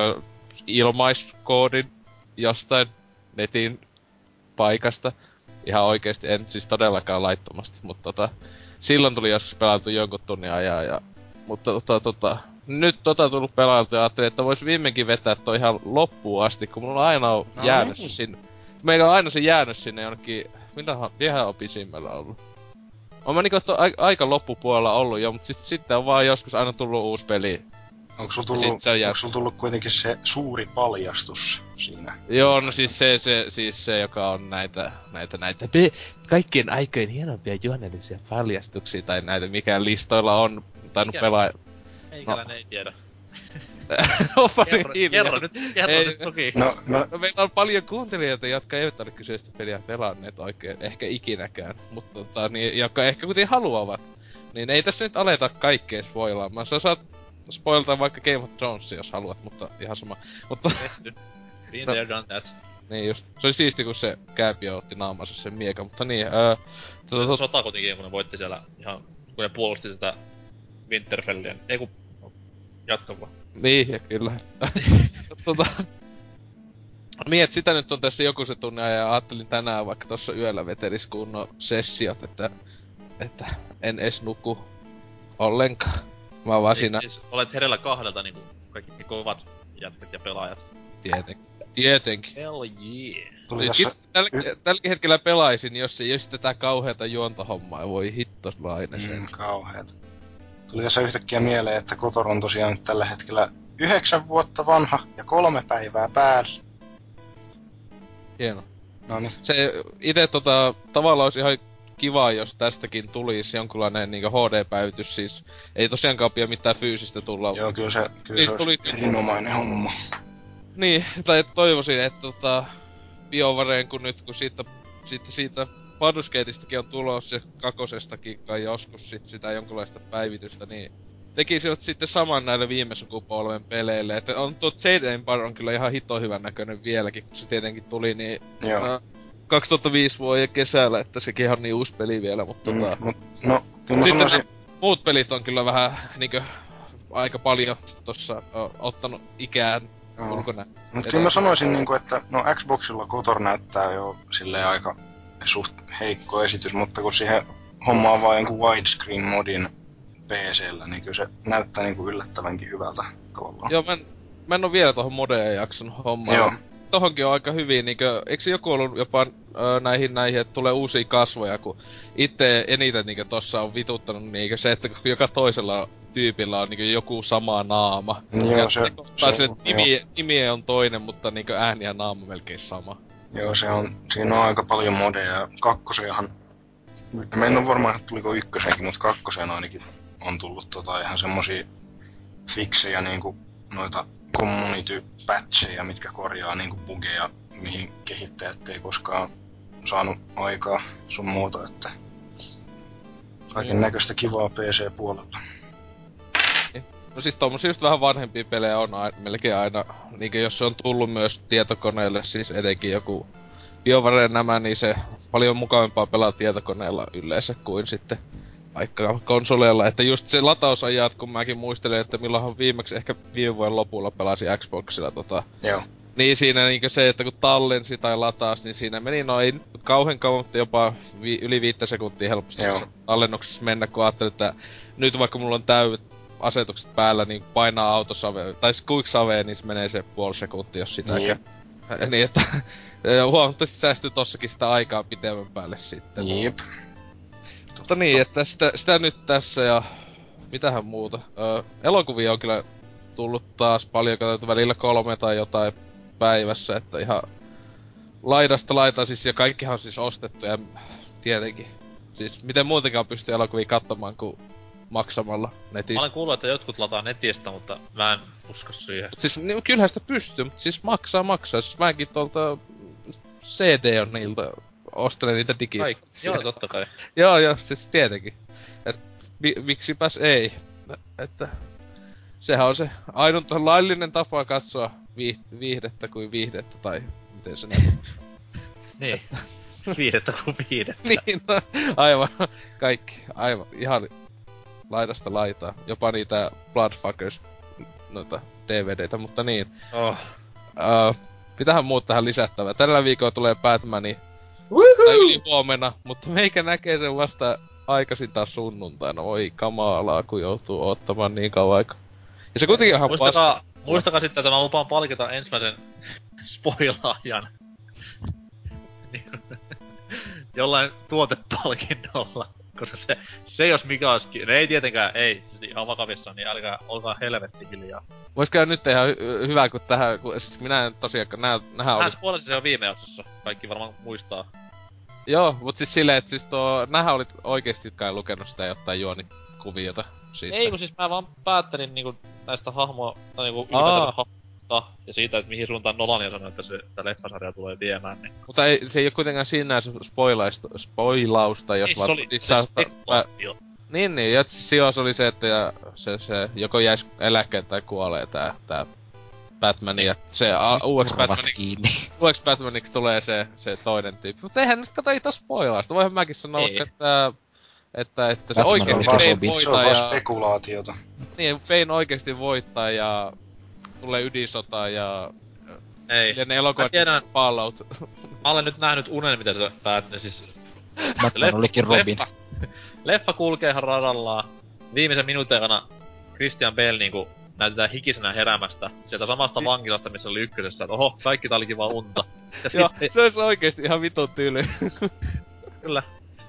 ilmaiskoodin jostain netin paikasta. Ihan oikeesti, en siis todellakaan laittomasti, mutta tota... Silloin tuli joskus pelattu jonkun tunnin ajan ja... Mutta tota, tota... Nyt tota tullut pelailtu ja ajattelin, että vois viimeinkin vetää toi ihan loppuun asti, kun mulla aina on No jäänyt niin. se sinne... Meillä on aina se jäänyt sinne jonnekin... Millähän ihan on pisimmällä ollut? On mä niinku to, a, aika loppupuolella ollut jo, mut sit, sitten on vaan joskus aina tullut uusi peli. Onko sulla Sit tullut, se on jää- onko sul tullut kuitenkin se suuri paljastus siinä? Joo, no siis se, se, siis se joka on näitä, näitä, näitä pe- kaikkien aikojen hienompia juonellisia paljastuksia, tai näitä mikä listoilla on tainnut Mikä? pelaa. Meikäläinen ei tiedä. Onpa niin Kerro, hiljaa. kerro nyt, kerro Ei. nyt toki. No, no, No, meillä on paljon kuuntelijoita, jotka eivät ole kyseistä peliä pelanneet oikein, ehkä ikinäkään, mutta tota, niin, jotka ehkä kuitenkin haluavat. Niin ei tässä nyt aleta kaikkea spoilaamaan. Sä saat spoilata vaikka Game of Thrones, jos haluat, mutta ihan sama. Mutta Tehty. Been No. there, done that. niin just. Se oli siisti, kun se Kääpiö otti naamansa sen miekan, mutta niin, öö... Tota, tot, Sota kuitenkin, kun ne voitti siellä ihan, kun ne puolusti sitä Winterfellia. Ei kun, jatka vaan. niin, ja kyllä. tota... Miet, sitä nyt on tässä joku se tunne ja ajattelin tänään vaikka tossa yöllä vetelis kunnon sessiot, että... Että en edes nuku ollenkaan. Mä vaan siinä... Siis, olet herellä kahdelta niinku kaikki ne kovat jätkät ja pelaajat. Tieten, tietenkin. Hell yeah. tuli Siis tässä... tällä, tälläkin hetkellä pelaisin, jos ei jos tätä kauheata juontohommaa. Voi hittolainen. Mm, kauheet. tuli tässä yhtäkkiä mieleen, että Kotor on tosiaan nyt tällä hetkellä yhdeksän vuotta vanha ja kolme päivää päällä. Hieno. Noniin. Se ite tota, tavallaan olisi ihan kiva, jos tästäkin tulisi jonkunlainen niinku H D-päivitys, siis ei tosiaankaan pidä mitään fyysistä tulla. Joo, kyllä se, kyllä Siis se olisi tuli- erinomainen homma. Niin, tai toivoisin, että tota, BioWareen kun nyt kun siitä, siitä, siitä Baldur's Gateistakin on tulossa ja kakosestakin kai joskus sit sitä jonkunlaista päivitystä, niin tekisivät sitten saman näille viime sukupolven peleille. Että on tuo Jade Empire on kyllä ihan hito hyvän näköinen vieläkin, kun se tietenkin tuli niin Joo. ää, kaksituhattaviisi vuoden kesällä, että sekin on niin uusi peli vielä, mutta Mm, tota... mut, no, kyllä mä Sitten sanoisin... muut pelit on kyllä vähän niinkö aika paljon tossa o, ottanut ikään Joo. ulkona. Mut kyllä mä sanoisin niinku, että no Xboxilla Kotor näyttää jo silleen aika suht heikko esitys, mutta kun siihen hommaa vaan jonkun widescreen modin P C:llä, niin kyllä se näyttää niinku yllättävänkin hyvältä tavallaan. Joo, mä en, mä en oo vielä tohon modeen jaksanut hommaa. Joo. Tohonkin on aika hyvin niinkö, eikö se joku ollut jopa ö, näihin näihin, että tulee uusia kasvoja, kun itse eniten niinkö tossa on vituttanut niinkö se, että kun joka toisella tyypillä on niinkö joku sama naama. Joo, ja se- Tai se- sille, että nimi, nimi on toinen, mutta niinkö ääni ja naama melkein sama. Joo, se on, siinä on aika paljon modeja ja kakkosenhan, mä en oo varma, että tuliko ykkösenkin, mutta kakkosen ainakin on tullut tota ihan semmosia fiksejä niinku noita community-patcheja, mitkä korjaa niinku bugeja, mihin kehittäjät ei koskaan saanut aikaa sun muuta, että kaiken näköistä kivaa P C-puolella. No siis tommosia just vähän vanhempia pelejä on a- melkein aina, niinkö jos se on tullut myös tietokoneelle, siis etenkin joku BioWare nämä, niin se paljon mukavampaa pelaa tietokoneella yleensä kuin sitten vaikka konsoleilla. Että just se latausajat, kun mäkin muistelen, että milloinhan viimeksi ehkä viime vuoden lopulla pelasin Xboxilla tota. Joo. Niin siinä niinkö se, että kun tallensi tai lataas, niin siinä meni no ei nyt kauhean kauan, mutta jopa vi- yli viittä sekuntia helposti Joo. tallennuksessa mennä, kun ajattelin, että nyt vaikka mulla on täydet asetukset päällä, niin painaa autosave, tai siis quick save, niin se menee se puoli sekuntia, jos sitäkään. Jep. Niin että huomattavasti säästyy tossakin sitä aikaa pitemmän päälle sitten. Jep. Mutta niin, että sitä, sitä nyt tässä ja mitähän muuta. Öö, elokuvia on kyllä tullut taas paljon, katsottu välillä kolme tai jotain päivässä, että ihan laidasta laitaan siis, ja kaikkihan on siis ostettu ja tietenkin. Siis miten muutenkaan pystyy elokuvia katsomaan kuin maksamalla Mä netistä. olen kuullut, että jotkut lataa netistä, mutta mä en usko siihen. Siis niin, kyllähän sitä pystyy, mutta siis maksaa maksaa. Siis mäkin tuolta C D on niiltä ostelen niitä digi. Kaikki. Joo, totta kai. Joo, joo, siis tietenkin. Et mi, miksipäs ei. Että sehän on se ainut laillinen tapa katsoa viih- viihdettä kuin viihdettä, tai miten se nyt. Niin. Viidettä kuin viidettä. Niin, no, aivan. Kaikki, aivan. Ihan laidasta laitaa. Jopa niitä Bloodfuckers noita D V D:tä, mutta niin. Oh. Uh, mitähän muut tähän lisättävää? Tällä viikolla tulee Batmani. Tai yli huomenna, mutta meikä näkee sen vasta aikaisin taas sunnuntaina. Oi kamalaa, kun joutuu ottamaan niin kauan aikaa. Ja se kuitenkin ihan Muistakaa, passa. muistakaa sitten, että mä lupaan palkita ensimmäisen spoilaajan. Niin, jollain tuotepalkinnolla. Koska se, se jos mikä olisikin, no ei tietenkään, ei, siis ihan vakavissaan, niin älkää, olkaa helvetti hiljaa. Voisiko nyt ihan hy- hyvä, kun tähän, kun siis minä en tosiaankaan, nää, nähän Mä oli... spoilasin se jo viime jaksossa, kaikki varmaan muistaa. Joo, mut siis silleen, että siis tuo, nähän olit oikeesti kai lukenut sitä jotain juonikuviota siitä. Ei, kun siis mä vaan päättelin niinku näistä hahmoa, tai niinku Aa. ylipäätään hahmoista, ja siitä, että mihin suuntaan Nolania sanoi, että se, sitä leffasarjaa tulee viemään, niin... Mutta ei, se ei oo kuitenkaan sinänsä spoilausta, spoilausta jos Ei, se vaan... oli siis se sä- spekulaatio. Niin, niin, ja siis sijois oli se, että ja se, se joko jäis eläkkeelle tai kuolee tää, tää Batman, ja se a, uudeksi Turvat Batmaniksi, kiinni. uudeksi Batmaniksi tulee se, se toinen tyyppi. Mutta eihän nyt kato, ei taas spoilausta. Voihan mäkin sanoa, Ei. että, että, että se Batman oikeesti oli Bane Robin. Se on voittaa vaan ja... spekulaatiota. Niin, Bane oikeesti voittaa ja tulee ydinsota ja... Ei. Ja ne elokuvat Mä tiedän. Fallout. Mä olen nyt nähnyt unen, mitä se päättyy, siis... Batman olikin Robin. Leffa, leffa kulkee ihan radallaan. Viimeisen minuutin aikana Christian Bale niinku näytetään hikisenä heräämästä sieltä samasta vankilasta, missä oli ykkösessä, että oho, kaikki tää olikin vaan unta. Ja Joo, sitten, se olisi oikeesti ihan vitun tyyli. kyllä.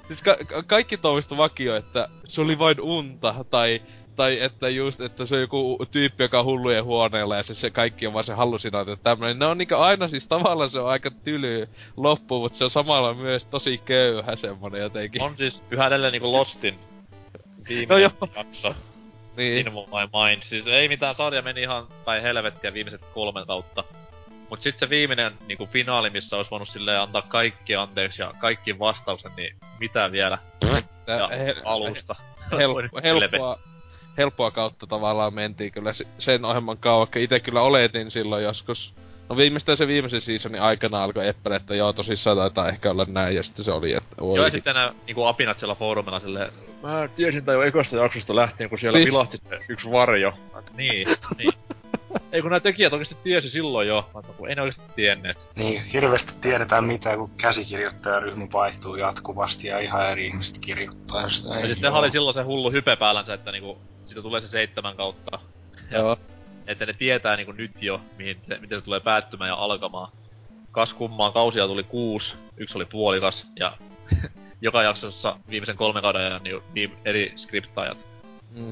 Siis ka- ka- kaikki tuomista vakio, että se oli vain unta, tai, tai että just, että se on joku tyyppi, joka on hullujen huoneella, ja se, se kaikki on vaan se hallusinaatio, että tämmönen. Ne on niinku aina siis tavallaan se on aika tyly loppu, mutta se on samalla myös tosi köyhä semmonen jotenkin. On siis yhä edelleen niinku Lostin viimeinen No joo. jakso. Niin. In my mind. Siis ei mitään, sarja meni ihan päin helvettiä viimeiset kolme kautta. Mut sit se viimeinen niinku finaali, missä olisi voinut silleen antaa kaikki anteeksi ja kaikki vastaukset, niin mitä vielä? Ja he- alusta. Help- helppoa, helppoa kautta tavallaan mentiin kyllä se- sen ohjelman kauakka. Ite kyllä oletin silloin joskus. No viimeistään se viimeisen seasonin aikana alkoi eppele, että joo tosissaan taitaa ehkä olla näin, ja sitten se oli, että oi. Joo, ja sitten nää niinku apinat siellä foorumilla silleen, mä tiesin tää jo ekosta jaksosta lähtien, kun siellä Niin. vilahti se yksi varjo. Mä et, niin, niin. Ei kun nää tekijät oikeesti tiesi silloin jo, mä et, kun ei ne oikeesti tienneet. Niin, hirveästi tiedetään mitään, kun käsikirjoittajaryhmä vaihtuu jatkuvasti ja ihan eri ihmiset kirjoittaa. Ja sitä Ja ei siis sehän oli silloin se hullu hype päällänsä, että niinku, siitä tulee se seitsemän kautta. Joo. Että ne tietää niinku nyt jo, mihin se, miten se tulee päättymään ja alkamaan. Kas kummaa kausia tuli kuusi, yksi oli puolikas, ja joka jaksossa viimeisen kolmen kauden ajan niin viime, eri skriptaajat. Mm.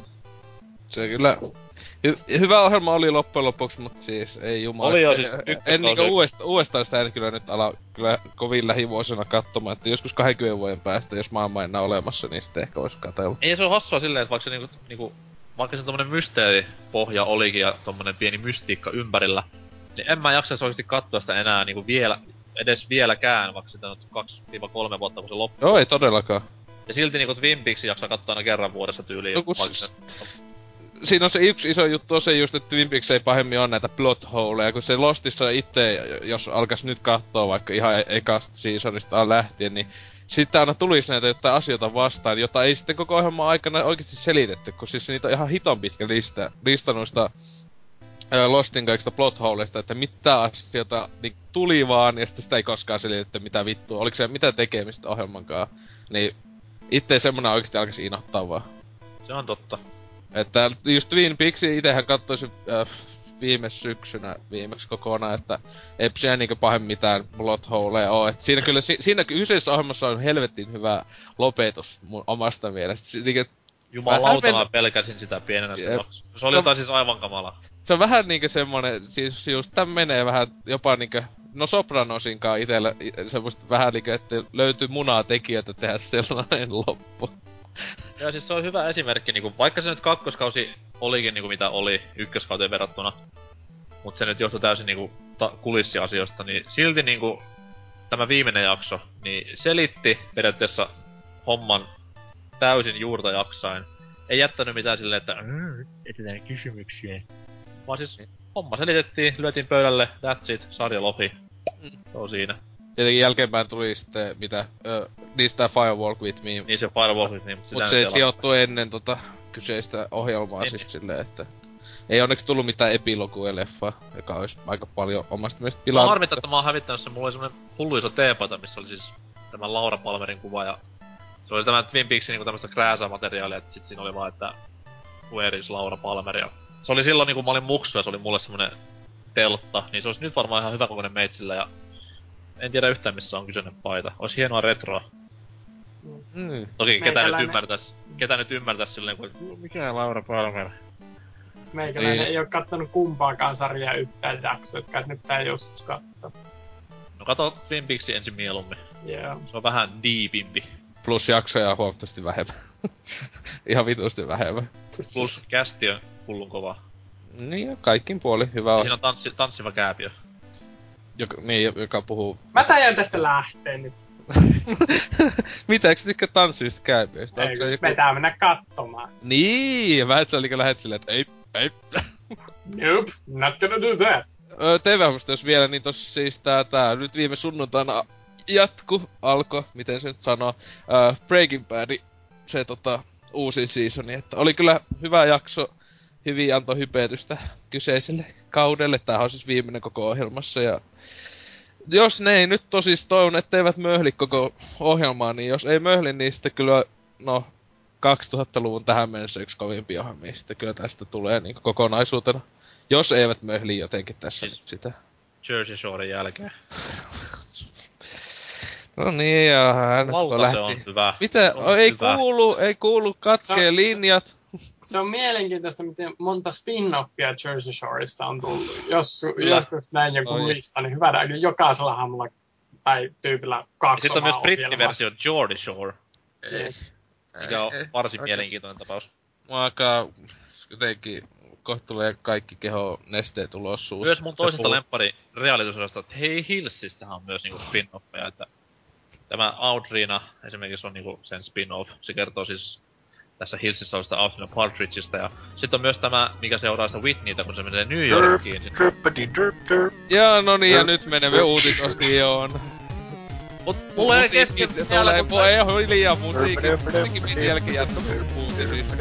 Se kyllä... Hy- hyvä ohjelma oli loppujen lopuksi, mut siis ei jumala. Oli jo siis En ykköskausi. niinku uudesta, uudestaan sitä en kyllä nyt ala kyllä kovin lähivuosina katsomaan, että joskus kaksikymmentä vuoden päästä, jos maailma enää olemassa, niin sitten ehkä vois katella. Ei se on hassua silleen, että vaikka se niinku, niinku vaikka se tommonen mysteeripohja olikin ja tommonen pieni mystiikka ympärillä, niin en mä jaksaisi oikeesti katsoa sitä enää niinku vielä, edes vieläkään, vaikka sitä on kaksi kolme vuotta kun se loppuu. Joo, ei todellakaan. Ja silti niinku Twin Peaksin jaksaa katsoa aina kerran vuodessa tyyliin. No, kun vaikka s- se- Siinä on se yksi iso juttu on se just, että Twin Peaks ei pahemmin ole näitä plot holeja, kun se Lostissa itse, jos alkas nyt kattoo vaikka ihan e- ekasta seasonista lähtien, niin sitten aina tulisi näitä jotain asioita vastaan, jota ei sitten koko ohjelman aikana oikeasti selitetty, kun siis niitä on ihan hiton pitkä lista, lista noista ää, Lostin kaikista plot holeista, että mitä asioita niin tuli vaan, ja sitten sitä ei koskaan selitetty mitä vittua, oliko se mitä tekemistä ohjelmankaan, niin itse semmonen oikeesti alkaisi inottaa vaan. Se on totta. Että just Twin Peaksia itehän kattoisin äh, viime syksynä viimeksi kokonaan, että ei siellä niinkö pahemmin mitään plot holeja oo. Et siinä kyllä, si- siinä kyseisessä ohjelmassa on helvetin hyvä lopetus mun omasta mielestä. Si- niinkö, Jumalauta, Vähän mä pelkäsin sitä pienenä sitä Jep. jaksoa. Se oli Se- jotain siis aivan kamala. se on vähän niinkö semmonen, siis just tän menee vähän jopa niinkö, no Sopranosinkaan itellä i- semmoista vähän niinkö, että löytyy munaa tekijöitä tehdä sellainen loppu. Ja siis se on hyvä esimerkki, niinku, vaikka se nyt kakkoskausi olikin niinku mitä oli ykköskauteen verrattuna, mut se nyt johtui täysin niinku ta- kulissiasioista, niin silti niinku tämä viimeinen jakso, niin selitti periaatteessa homman täysin juurta jaksain. Ei jättänyt mitään silleen, että "Mm, nyt etsitään kysymyksiä. Vaan siis homma selitettiin, lyötiin pöydälle, that's it, sarja lohi. Se on siinä. Tietenkin jälkeenpäin tuli sitten, mitä, ö, niistä Firewalk With Me. Niin se Firewalk With Me, mut sitä Mut nyt se ei sijoittui ennen tota kyseistä ohjelmaa Niin. siis silleen, että ei onneksi tullut mitään epiloguja leffa, joka olisi aika paljon omasta mielestä Mä pilannut. harmittaa, että mä oon hävittänyt sen. Mulla oli semmonen hullu iso teepaita, missä oli siis tämä Laura Palmerin kuva ja se oli tämä Twin Peaksin niinku tämmöstä krääsämateriaalia, että sit siinä oli vaan, että where is Laura Palmer ja se oli silloin niinku mä olin muksu ja se oli mulle semmonen teltta, niin se olisi nyt varmaan ihan hyvä kokoinen meitsillä ja en tiedä yhtään missä on kyseinen paita. Ois hienoa retroa. Mm. Toki ketä nyt Meikäläinen- ymmärtäis, ketä nyt ymmärtäis silleen kun mikä Laura Palmer? Meikäläinen Niin. ei oo kattonut kumpaakaan sarjaa yhtään jaksoa, jotka nyt pitää joskus katsoa. No kato Twin Peaksin ensin mieluummin. Joo. Se on vähän diipimpi. Plus jaksoja on huomattavasti vähemmän. Ihan vitusti vähemmän. Plus kästi on hullun kova. Niin, ja kaikkin puoli hyvä Ja on. siinä on tanssi, tanssiva kääpiö. Joka, niin, joka puhuu... Mä tajan tästä lähteä nyt. Mitä, eikö tykkää tanssista käypiöistä? Ei, kun pitää mennä katsomaan. Niin, mä et sä olikin lähet silleen, että ei, ei. Nope, not gonna do that. Ö, T V-ohjelmasta jos vielä, niin tossa siis tää, tää nyt viime sunnuntaina jatku, alko, miten se nyt sanoo, ö, Breaking Bad, se tota, uusi seasoni, että oli kyllä hyvä jakso, hyvin antoi hypetystä kyseiselle kaudelle, tämähän on siis viimeinen koko ohjelmassa, ja jos ne ei nyt tosis toivon, etteivät möhli koko ohjelmaa, niin jos ei möhli, niin sitten kyllä, no, kaksituhattaluvun tähän mennessä yksi kovimpia ohjelmia, sitten kyllä tästä tulee niin kokonaisuutena. Jos eivät möhli jotenkin tässä Siis- nyt sitä. Jersey Shoren jälkeen. No niin, ja hän Lauta lähti. se on hyvä. Mitä? Se on Ei hyvä. kuulu, ei kuulu, katkee Se- linjat. Se on mielenkiintoista, miten monta spin-offia Jersey Shoresta on tullut. Jos, Kyllä. joskus näin joku Oi. lista, niin hyvä, kyllä jokaisella hahmolla tai tyypillä kaksi Sitten on myös omaa ohjelmaa. brittiversio Geordie Shore, Ei. mikä on Ei, varsin ei. mielenkiintoinen tapaus. Mua alkaa jotenkin kohta tulee kaikki keho nesteet ulos suusta. Myös mun toisesta Puhuu. lemppari realitysosiosta, että Hei Hillsistähän on myös niinku spin-offeja, että tämä Audrina esimerkiksi on niinku sen spin-off. Se kertoo siis tässä Hillsissä olevasta Austin Partridgeista ja sitten on myös tämä, mikä seuraa sitä Whitneytä, kun se menee New Yorkiin. Sit... Dröppadi dröp dröp. Ja no niin, ja nyt menemme uutisosioon. Mut mulla ei Musiikki- kesken Tulee, vielä, mutta... ei ole hiljaa musiikki. Musiikin piti jälkeen jatkaa uutisista.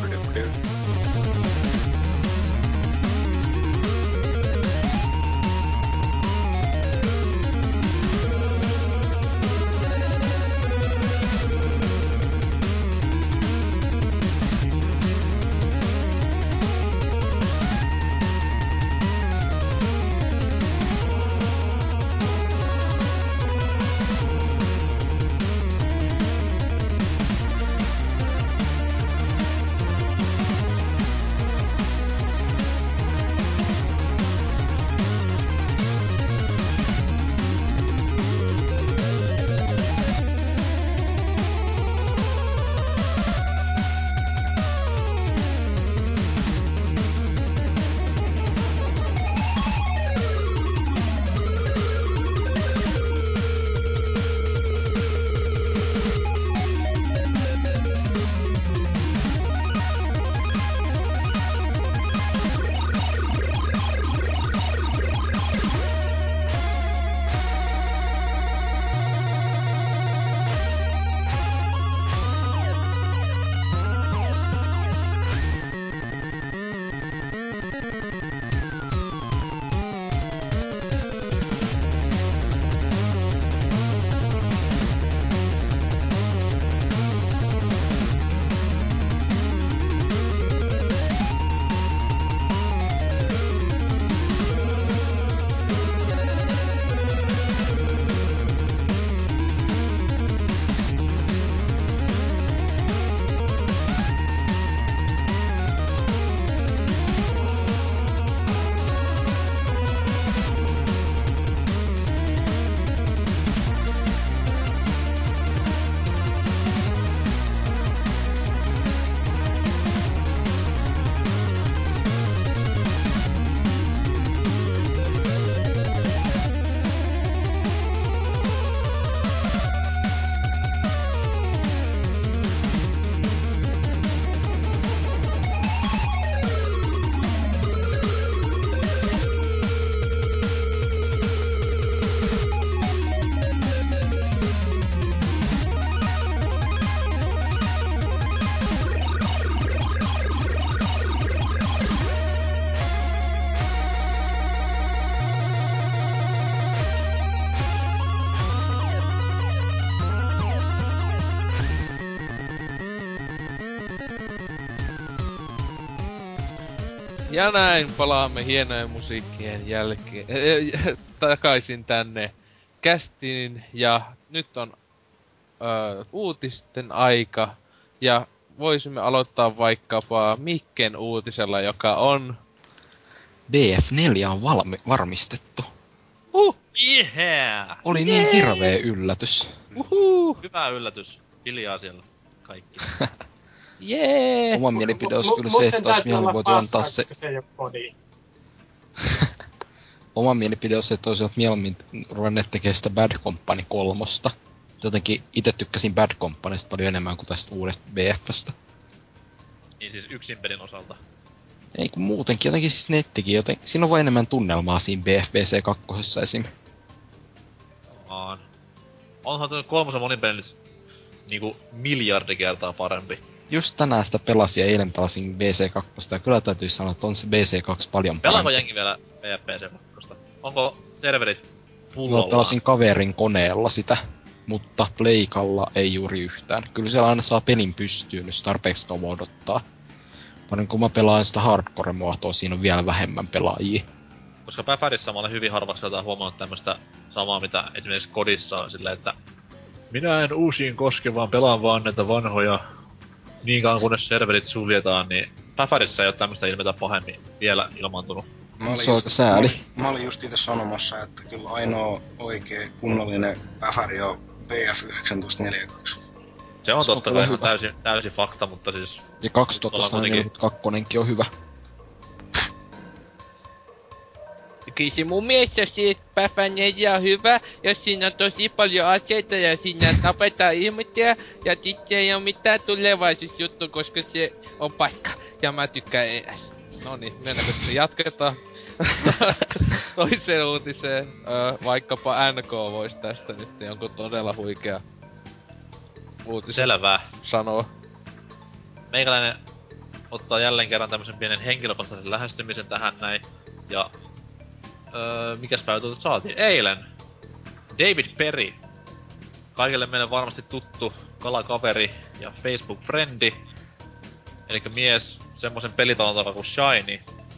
Ja näin palaamme hienojen musiikkien jälkeen äh, takaisin tänne kästiin ja nyt on äh, uutisten aika ja voisimme aloittaa vaikkapa Mikken uutisella, joka on... B F neljä on valmi- varmistettu. Uh, Yeah! Oli niin hirveä yllätys. uhu, Hyvä yllätys. Hiljaa siellä kaikki. jee! Oma mielipide olisi Mut- kyllä mut se, sen että olisi täytyy mieluummin olla voitu paskaa, antaa se... koska se ei oo kodi. Oma mielipide on se, että olisivat mieluummin ruvenneet tekemään sitä Bad Company kolmosta. Jotenkin itse tykkäsin Bad Companysta paljon enemmän kuin tästä uudesta B F:stä. Niin siis yksin pelin osalta. Ei kun muutenkin, jotenkin siis nettikin, joten siinä on vain enemmän tunnelmaa siinä B F B C kaksi esim. Aan. Onhan tuo kolmosen monipeli nyt niinku miljardi kertaa parempi. Just tänään sitä pelasin ja eilen pelasin B C kaksi, ja kyllä täytyy sanoa, että on se B C kaksi paljon Pelaako parempi. jengi vielä B F P C kaksi? Onko serverit Joo, pullollaan? pelasin kaverin koneella sitä, mutta Pleikalla ei juuri yhtään. Kyllä siellä aina saa pelin pystyyn, jos tarpeeksi kauan odottaa. Vaan kun mä pelaan sitä hardcore-muotoa, siinä on vielä vähemmän pelaajia. Koska Päfärissä mä olen hyvin harvakseltaan huomannut tämmöstä samaa, mitä esimerkiksi kodissa on silleen, että minä en uusiin koske, vaan pelaan vaan näitä vanhoja. Niin kauan kunnes serverit suljetaan, niin Päfärissä ei oo tämmöstä ilmetä pahemmin vielä ilmaantunut. Mä olin, Se on just, aika sääli. mä, olin, mä olin just itse sanomassa, että kyllä ainoa oikea kunnollinen päfäri on B F yhdeksäntoista neljäkymmentäkaksi. Se on Se on totta kyllä kai ihan hyvä. täysin, täysin fakta, mutta siis... Ja kaksituhattaneljäkymmentäkaksi on hyvä. Kyllä se mun mielestä siis Päfä neljä on hyvä, jos siinä on tosi paljon aseita ja siinä tapetaan ihmisiä ja sit se ei oo mitään tulevaisuusjuttu, koska se on paska ja mä tykkään E S. Noniin, mennäänkö sitten jatketaan toiseen uutiseen. Öö, vaikkapa N K vois tästä nyt jonkun todella huikea uutisen Selvää. sanoa. Meikäläinen ottaa jälleen kerran tämmösen pienen henkilökohtaisen lähestymisen tähän näin. Ja... Öö, mikäs päivä tuota saatiin? Eilen! David Perry. Kaikille meille varmasti tuttu kalakaveri ja Facebook-frendi. Elikkä mies semmosen pelitalon takaa kuin Shiny.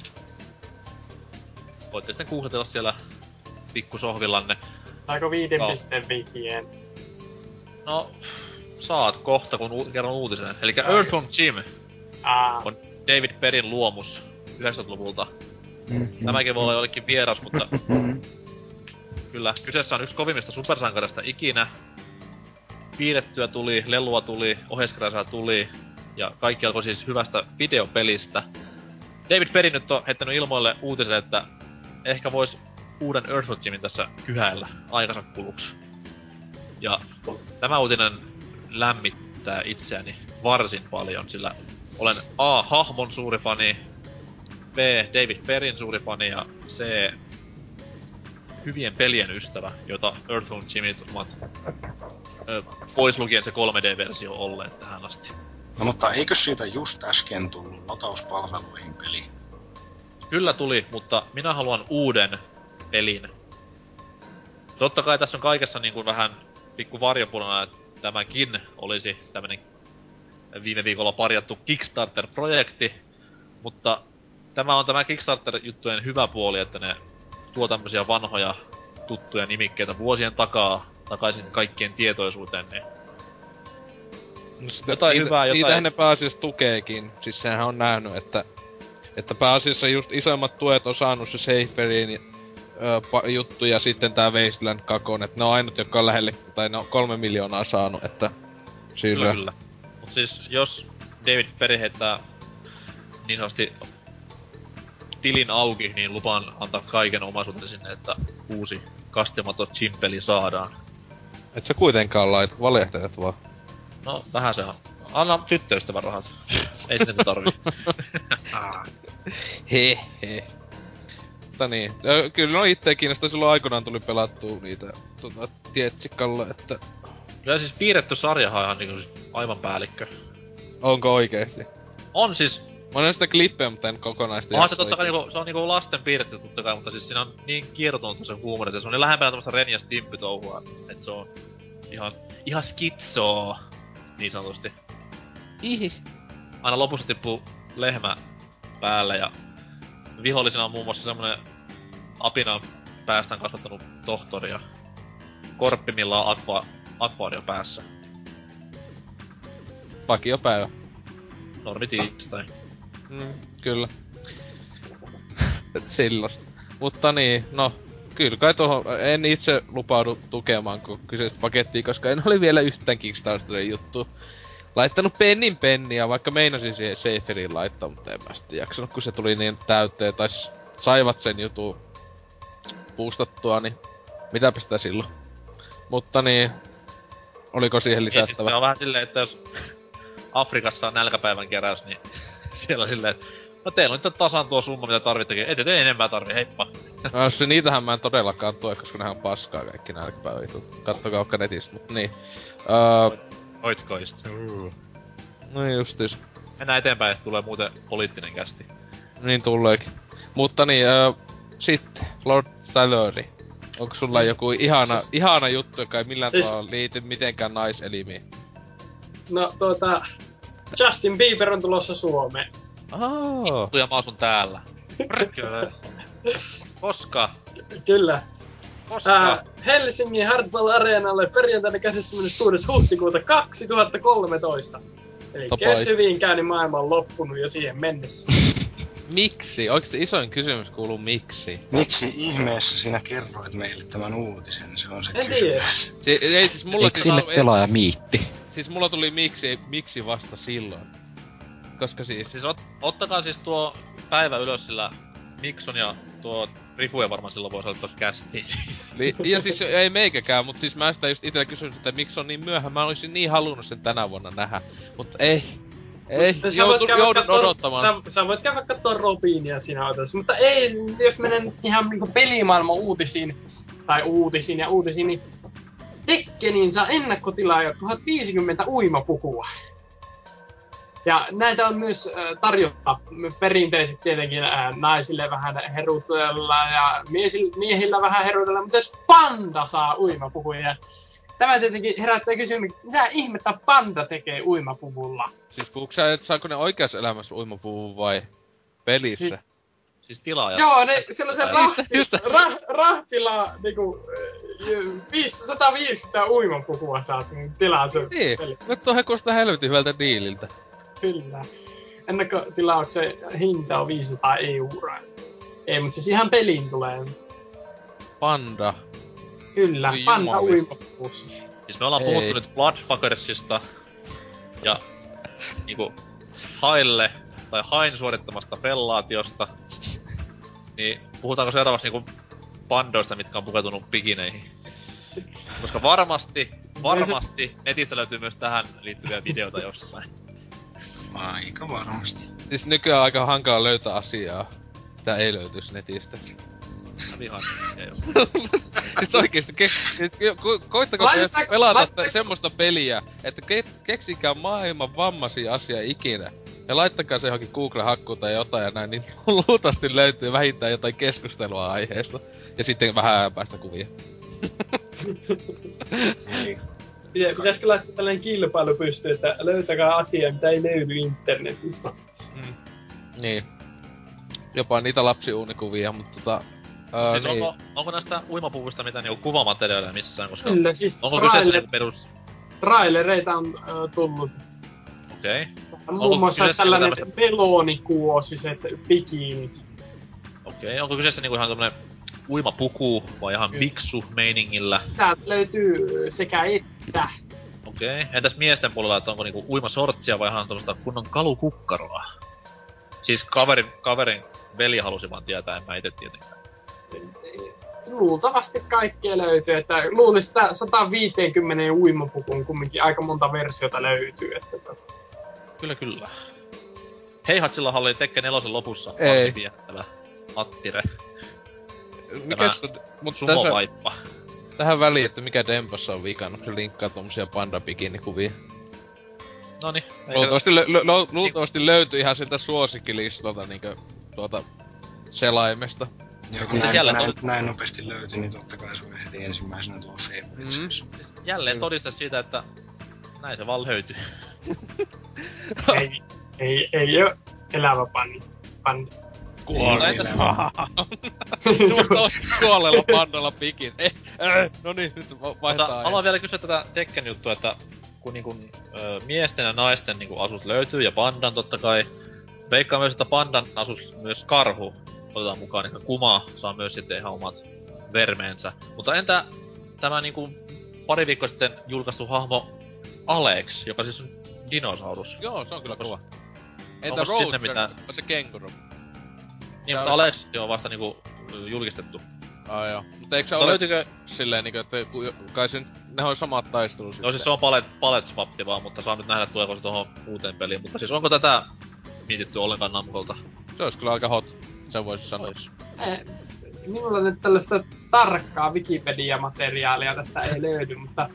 Voitte sitten googletella siellä pikkusohvillanne. Saako viiden Joo. pisteen vihjeen? No, saat kohta kun u- kerron uutisen. Elikkä Earthworm Jim Aa, on David Perryn luomus yhdeksänkymmentäluvulta. Mm-hmm. Tämäkin voi olla jollekin vieras, mutta kyllä, kyseessä on yksi kovimmista supersankarista ikinä. Piirrettyä tuli, lelua tuli, oheiskräsää tuli, ja kaikki alkoi siis hyvästä videopelistä. David Perry nyt on heittänyt ilmoille uutisen, että ehkä vois uuden Earthworm Jimin tässä kyhäillä aikansa kuluksi. Ja tämä uutinen lämmittää itseäni varsin paljon, sillä olen A. hahmon suuri fani, B. David Perryn suuri fani ja C. hyvien pelien ystävä, jota Earthworm Jimit ovat ö, pois lukien se kolme D-versio olleet tähän asti. No mutta eikö siitä just äsken tullut latauspalveluihin peli? Kyllä tuli, mutta minä haluan uuden pelin. Totta kai tässä on kaikessa niin kuin vähän pikku varjopulana, että tämäkin olisi tämmönen viime viikolla parjattu Kickstarter-projekti, mutta tämä on tämä Kickstarter-juttujen hyvä puoli, että ne tuo tämmösiä vanhoja tuttuja nimikkeitä vuosien takaa takaisin kaikkien tietoisuuteen, niin No sitä, Jotain niitä, hyvää, jotain- niitähän ne pääasiassa tukeekin. Siis sehän on nähnyt, että, että pääasiassa just isommat tuet on saanut se Saferin ö, pa, juttu ja sitten tää Wasteland kaksi, että ne on ainut, jotka on lähelle, tai ne on kolme miljoonaa saanut, että sillä. kyllä kyllä. Mut siis jos David Perry heittää niin sanotusti tilin auki, niin lupaan antaa kaiken omaisuuteni sinne, että uusi kastimaton Jim-peli saadaan. Et sä kuitenkaan lait, valehtelet vaan. No, vähän se on. Anna tyttöystävän rahat. Ei sinne tarvi. He he. Mutta niin, ö, kyllä no itse kiinnostaa, silloin aikoinaan tuli pelattua niitä tuota, Tietsikalla, että Kyllä siis piirretty sarjahan on ihan niinku aivan päällikkö. onko oikeesti? On siis, Mä oon sitä klippejä, mutta en kokonaista. onhan se jaksoa totta kai ikinä. niinku, se on niinku lasten piirretty totta kai, mutta siis siinä on niin kiertonut se huumori, että se on niin lähempänä tämmöstä Ren ja Stimpy touhua, että se on ihan, ihan skitsoo, niin sanotusti. Ihi. Aina lopussa tippuu lehmä päälle ja vihollisena on muun muassa semmonen apinan päästään kasvattanut tohtori ja korppi, millä on aqua, akvaario päässä. Vakiopäivä. Normi tiistai. Mm, kyllä. Et sillosta. Mutta niin, no, kyllä kai tohon, en itse lupaudu tukemaan kyseistä pakettia, koska en ole vielä yhtään Kickstarterin juttu laittanut pennin penniä, vaikka meinasin siihen Saferiin laittaa, mutta en mä sitten jaksanut, kun se tuli niin täyteen, tai s- saivat sen jutun boostattua, niin mitäpä sitä silloin. Mutta niin, oliko siihen Niin, siis se lisättävä? on vähän silleen, että jos Afrikassa on nälkäpäivän keräys, niin siellä on silleen, että no teillä on nyt tasan tuo summa, mitä tarvittekin. Ei te enempää tarvi, heippa. No se niitähän mä en todellakaan tue, koska nehän on paskaa kaikki nälkäpäivitut. Kattokaa vaikka netistä, mut niin. Öö, Oitkoist. no justis. Mennään eteenpäin, että tulee muuten poliittinen kästi. Niin tuleekin. Mutta niin, öö, sitten Lord Salary. Onko sulla joku ihana, ihana juttu, joka ei millään Siis- tavalla liity mitenkään naiselimiin? no tuota... Justin Bieber on tulossa Suomeen. Oh. Ja mä asun täällä. Perkele. Koska? Kyllä. Koska? Ää, Helsingin Hardball Areenalle perjantaina kahdeskymmeneskuudes huhtikuuta kaksituhattakolmetoista. Eli Topa kes is- hyvin niin maailma on loppunut jo siihen mennessä. Miksi? Oikeesti isoin kysymys kuuluu miksi? Miksi ihmeessä sinä kerroit meille tämän uutisen? Se on se En kysymys. Si- ei siis mulla Eikö siis... sinne al- ei- pelaaja miitti? Siis mulla tuli miksi, miksi vasta silloin. Koska siis... Siis ot, ottakaa siis tuo päivä ylös, sillä Mikson ja tuo Rifue varmaan silloin voisi ottaa kästiin. Li- ja siis ei meikäkään, mut siis mä sitä just itellä kysynyt, että miksi on niin myöhään. Mä olisin niin halunnut sen tänä vuonna nähdä. Mut ei. Ei, Mut sä voit joutu, käydä joudun kattoo- odottamaan. Sä, sä voit käydä kattoo Robinia siinä otessa, mutta ei, jos menen nyt ihan niinku pelimaailman uutisiin, tai uutisiin ja uutisiin, niin Tekkeniin saa ennakkotilaa jo tuhatviisikymmentä uimapukua. Ja näitä on myös äh, tarjota perinteisesti tietenkin äh, naisille vähän herutella ja miesillä, miehillä vähän herutella, mutta jos panda saa uimapukuja, tämä tietenkin herättää kysymyksen, mitä ihmettä panda tekee uimapuvulla? Siis puhuuko sä, et saako ne oikeassa elämässä uimapuvun vai pelissä? Siis, Siis tilaajat. joo, ne sellaisen Just- rahti, just- rah, rahtilla niinku äh, sata viisikymmentä uimapukua saat niin tilaa sen Niin, peli. nyt on kuulostaa helvetin hyvältä diililtä. Kyllä. Ennakkotilauksen hinta on viisisataa euroa. Ei, mutta siis ihan peliin tulee. Panda. Kyllä, Oi panda jumalista. uimapuvussa. Siis me ollaan Ei. puhuttu nyt Bloodfuckersista ja niinku Haille tai Hain suorittamasta fellaatiosta. Niin puhutaanko seuraavaksi niinku pandoista, mitkä on pukeutunut bikineihin? Koska varmasti, varmasti netistä löytyy myös tähän liittyviä videoita jossain. Aika varmasti. Siis nykyään on aika hankala löytää asiaa. Tää ei löytyis netistä. Mä vihaan nettiä jo. Siis oikeesti, ke, siis, ko, koittakaa Laitetaanko- pelata laitetaanko- semmoista peliä, että ke, keksikää maailman vammaisia asia ikinä. Ja laittakaa se johonkin Google-hakkuun tai jotain ja näin, niin luultavasti löytyy vähintään jotain keskustelua aiheesta. Ja sitten vähän ajan päästä kuvia. Eli Pitä- Pitäisikö laittaa tällainen kilpailu pystyyn, että löytäkää asiaa, mitä ei löydy internetistä. Mm. Niin. Jopa niitä lapsiuunikuvia, mutta tota... Ää, Siis niin. onko, onko näistä uimapuvuista mitään niinku kuvamateriaalia missään, koska... Kyllä, siis Onko kyseessä trailer, niinku perus... trailereita on äh, tullut. Okei. Okay. Muun muassa kyseessä tällainen tämmöset- melonikuosiset bikinit. Okei, okay. Onko kyseessä niinku ihan tämmönen uimapuku vai ihan Kyllä. biksu meiningillä? Täältä löytyy sekä että. Okei. Okay. Entäs miesten puolella, että onko niinku uimasortsia vai ihan tämmöstä kunnon kalukukkaroa? Siis kaverin, kaverin veli halusi vaan tietää, en mä ite tietenkään. Luultavasti kaikkea löytyy, että luulisin, että sata viisikymmentä uimapukuun kumminkin aika monta versiota löytyy. Että tota. Kyllä, kyllä. Heihatsillahan oli Tekken nelosen lopussa Ei. viehättävä Attire, Mikäs on... Mut tässä, sumovaippa. tähän väliin, että mikä Dempossa on vikannut, se linkkaa tommosia panda-bikinikuvia. Noniin. Luultavasti, lö- lö- lö- luultavasti löytyy ihan siltä suosikkilistalta niinkö tuota selaimesta. Joo, kun Siis näin, jälleen näin, on- näin nopeasti löytyi, niin totta kai se on heti ensimmäisenä tuo favorites. Mm. Siis jälleen todiste siitä, että näin se vaan löytyy. ei, ei, ei ole elävä pandi. pandi. Kuolee. Ei elämä. Susta on kuolleella pandalla pikin. Eh, eh, no niin, nyt va- Mutta vaihtaa. haluan vielä kysyä tätä Tekken juttua, että kun niinku, ö, miesten ja naisten niinku asus löytyy ja pandan totta kai. Veikkaan myös, että pandan asus myös karhu otetaan mukaan, niin Kuma saa myös sitten ihan omat vermeensä. Mutta entä tämä niinku pari viikkoa sitten julkaistu hahmo Alex, joka siis on dinosaurus? Joo, se on kyllä kova. Entä Onko sinne Roadster? mitään- On se kenguru. Niin, Se mutta on- Alex on vasta niinku ö, julkistettu. Ai joo. Mutta eikö se Mutta ole löytyykö... silleen niinkö, että ku, kai sen, ne on samat taistelut Joo, siis se on palet, palet swappi vaan, mutta saa nyt nähdä, tuleeko se tuohon uuteen peliin. Mutta siis onko tätä mietitty ollenkaan Namcolta? Se olisi kyllä aika hot, sen voisi sanoa. Ois. Eh, Minulla nyt tällaista tarkkaa Wikipedia-materiaalia tästä ei löydy, mutta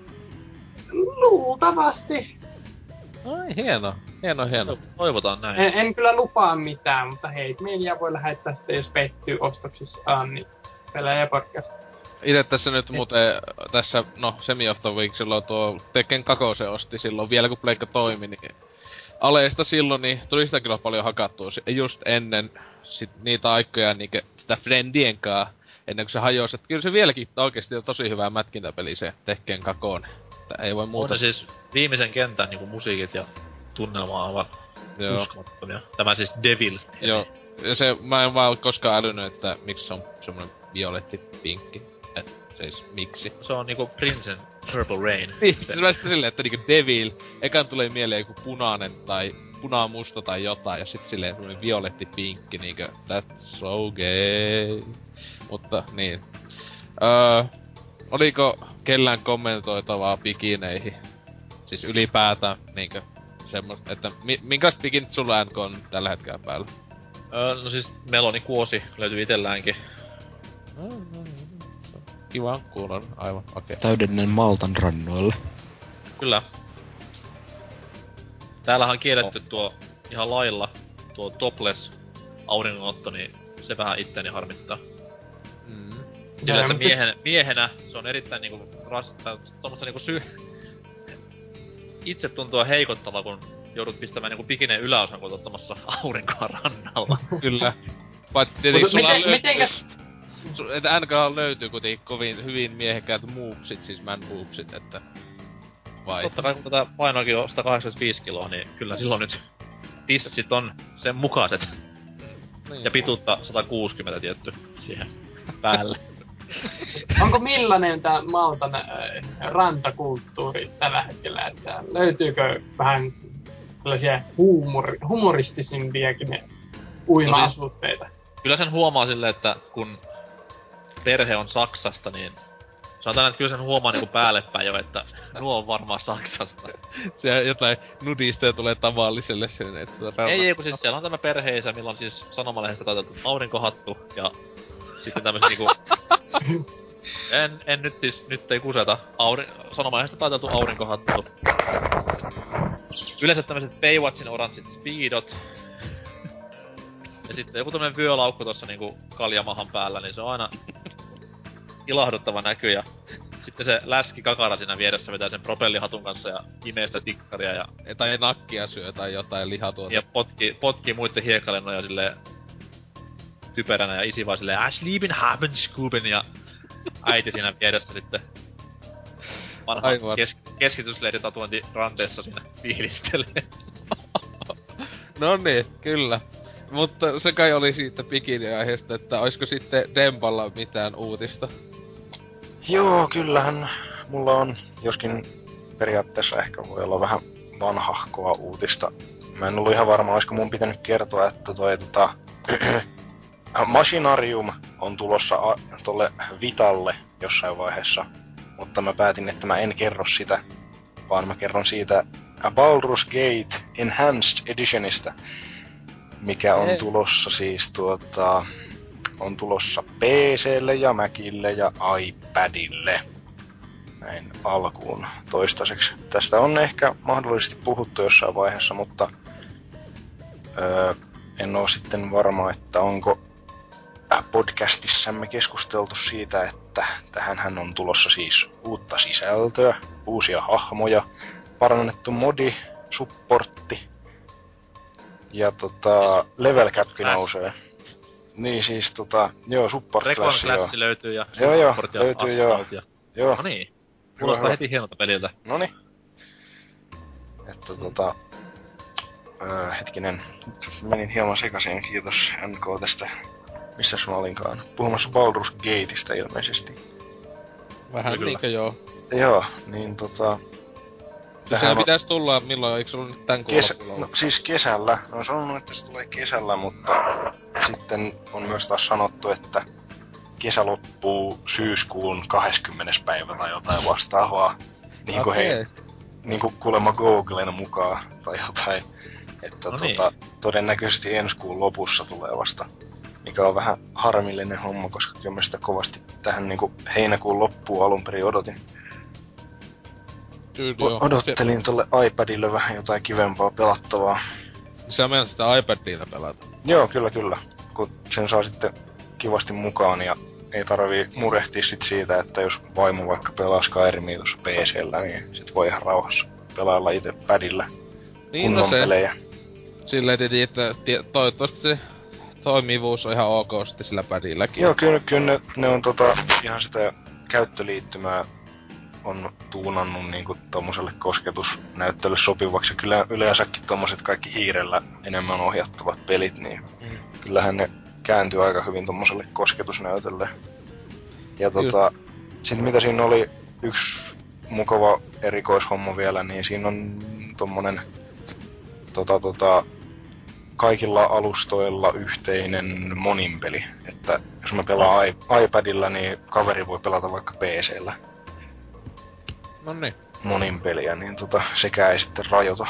luultavasti. Ai, hieno. Hieno, hieno. Toivotaan näin. En, en kyllä lupaa mitään, mutta hei, media voi lähettää sitten, jos pettyy ostoksissaan, niin pelejä podcast. Itse tässä nyt muuten, tässä, no, Semi of the Week silloin tuo Tekken kakose osti silloin, vielä kun pleikka toimi, niin Aleista silloin, niin tuli sitä kyllä paljon hakattua si- just ennen sit niitä aikoja niinkö sitä friendien kaa. ennen kuin se hajosi. Että kyllä se vieläkin oikeesti on tosi hyvä mätkintäpeli se Tekken kaksi. Että ei voi muuta. On siis viimeisen kentän niinku musiikit ja tunnelma on aivan Joo. uskomattomia. Tämä siis Devils. Joo. Ja se, mä en vaan koskaan älynyt, että miksi se on semmonen violetti pinkki. Et siis miksi. Se on niinku Prince'n Purple Rain. Niin, siis mä sitten silleen, että niinku Devil, ekan tulee mieleen joku punainen tai punamusta tai jotain, ja sit silleen semmonen violetti pinkki, niinkö, that's so gay. Mutta niin. Öö, oliko kellään kommentoitavaa bikineihin? Siis ylipäätään niinkö semmoista, että mi- minkälaiset bikinit sulla N K on tällä hetkellä päällä? Öö, no siis Meloni Kuosi löytyy itelläänkin. Kiva kuulla, aivan, okei. Okay. Täydellinen Maltan rannoille. Kyllä. Täällähän on kielletty tuo ihan lailla tuo topless auringonotto, niin se vähän itteeni harmittaa. Mm. Sillä, Joo, että mut siis- miehen, miehenä se on erittäin niinku ras... tai tommoista niinku sy... itse tuntuu heikottava, kun joudut pistämään niinku bikineen yläosan, kun oot ottamassa aurinkoa rannalla. Kyllä. Paitsi tietenkin Mut sulla miten, löytyy... mitenkäs... Su- että N K L löytyy kuitenkin kovin hyvin miehekkäät movesit, siis man boobsit, että... Vai? Totta kai kun tätä painoakin on sata kahdeksankymmentäviisi kiloa, niin kyllä silloin nyt tissit on sen mukaiset. Niin. Ja pituutta sata kuusikymmentä tietty siihen päälle. Onko millainen tää Maltan äh, rantakulttuuri tällä hetkellä? Että löytyykö vähän tällaisia huumori, humoristisimpiakin uima-asusteita? Kyllä sen huomaa silleen, että kun perhe on Saksasta, niin sanotaan, että kyllä sen huomaa niinku päälle päin jo, että nuo on varmaan Saksasta. Se jotain nudisteja tulee tavalliselle sen, että... Ei, ei, kun siis siellä on tämä perheisä, millä on siis sanomalehdestä taitettu aurinkohattu ja sitten tämmöset niinku... En, en nyt siis, nyt ei kuseta. Auri... Sanomalehdestä taiteltu aurinkohattu. Yleensä tämmöset Baywatchin oranssit speedot. Ja sitten joku tämmönen vyölaukku tossa niinku kaljamahan päällä, niin se on aina ilahduttava näky ja sitten se läski kakara siinä vieressä vetää sen propellihatun kanssa ja imee sitä tikkaria ja... Tai nakkia syö tai jotain lihatuota. Ja potki, potki muitten hiekkalennoja silleen typeränä ja isi vaan silleen "Ich lieben Habenskuben" ja äiti siinä vieressä sitten vanha kes, keskitysleiritatuointi ranteessa siinä fiilistelee. No niin, kyllä. Mutta se kai oli siitä bikini-aiheesta, että oisko sitten Dempalla mitään uutista? Joo, kyllähän mulla on, joskin periaatteessa ehkä voi olla vähän vanhahkoa uutista. Mä en ollut ihan varma, olisiko mun pitänyt kertoa, että toi tota... Machinarium on tulossa a- tolle Vitalle jossain vaiheessa, mutta mä päätin, että mä en kerro sitä, vaan mä kerron siitä Baldur's Gate Enhanced Editionista, mikä on Ei. tulossa siis tuota... on tulossa P C:lle ja Macille ja iPadille. Näin alkuun toistaiseksi. Tästä on ehkä mahdollisesti puhuttu jossain vaiheessa, mutta öö, en oo sitten varma, että onko podcastissamme keskusteltu siitä, että tähänhän on tulossa siis uutta sisältöä, uusia hahmoja, parannettu modi, supportti ja tota, level cap nousee. Niin siis tota, joo, support Recon class, joo. Class löytyy ja Joo, joo, support ja löytyy, joo. assault ja... Joo, No niin. hyvä, Kuulostaa hyvä. heti hienolta peliltä. Noniin. Että tota... Öö, hetkinen, nyt menin hieman sekaisin, kiitos N K tästä. Missäs mä olinkaan? Puhumassa Baldur's Gateista ilmeisesti. Vähän Kyllä. niinkö joo. Joo, niin tota... Siis sehän pitäis tulla milloin, eikö se ollut nyt tän kuun Kesä, lopulla no, ollut? siis kesällä. Ne on sanonut, että se tulee kesällä, mutta sitten on myös taas sanottu, että kesä loppuu syyskuun kahdeskymmenes päivä tai jotain vastaavaa. Niin kuin Okei. hei, niin kuin kuulemma Googlen mukaan tai jotain. Että No tota, todennäköisesti ensi kuun lopussa tulee vasta. Mikä on vähän harmillinen homma, koska kyllä mä sitä kovasti tähän niin kuin heinäkuun loppuun alun perin odotin. Tyyli O- joo. odottelin tolle iPadille vähän jotain kivempaa pelattavaa. Se, sä meinaat sitä iPadilla pelata. Joo, kyllä, kyllä. Kun sen saa sitten kivasti mukaan ja ei tarvii murehtia sit siitä, että jos vaimo vaikka pelaa Skyrimia tuossa P C:llä, niin sit voi ihan rauhassa pelailla itse padilla Niin kunnon no se. pelejä. Silleen tietenkin, että tie, toivottavasti se toimivuus on ihan ok sitten sillä padilläkin. Joo, kyllä, kyllä ne, ne on tota, ihan sitä käyttöliittymää on tuunannut niinku tommoselle kosketusnäyttelylle sopivaksi. Ja kyllä yleensäkin tommoset kaikki hiirellä enemmän ohjattavat pelit, niin mm. kyllähän ne kääntyy aika hyvin tommoselle kosketusnäytölle. Ja tota, sit mitä siinä oli yksi mukava erikoishomma vielä, niin siinä on tommonen tota tota kaikilla alustoilla yhteinen moninpeli. Että jos mä pelaan i- iPadilla, niin kaveri voi pelata vaikka P C:llä. Noniin. Monin peliä, niin tota, sekä ei sitten rajoita,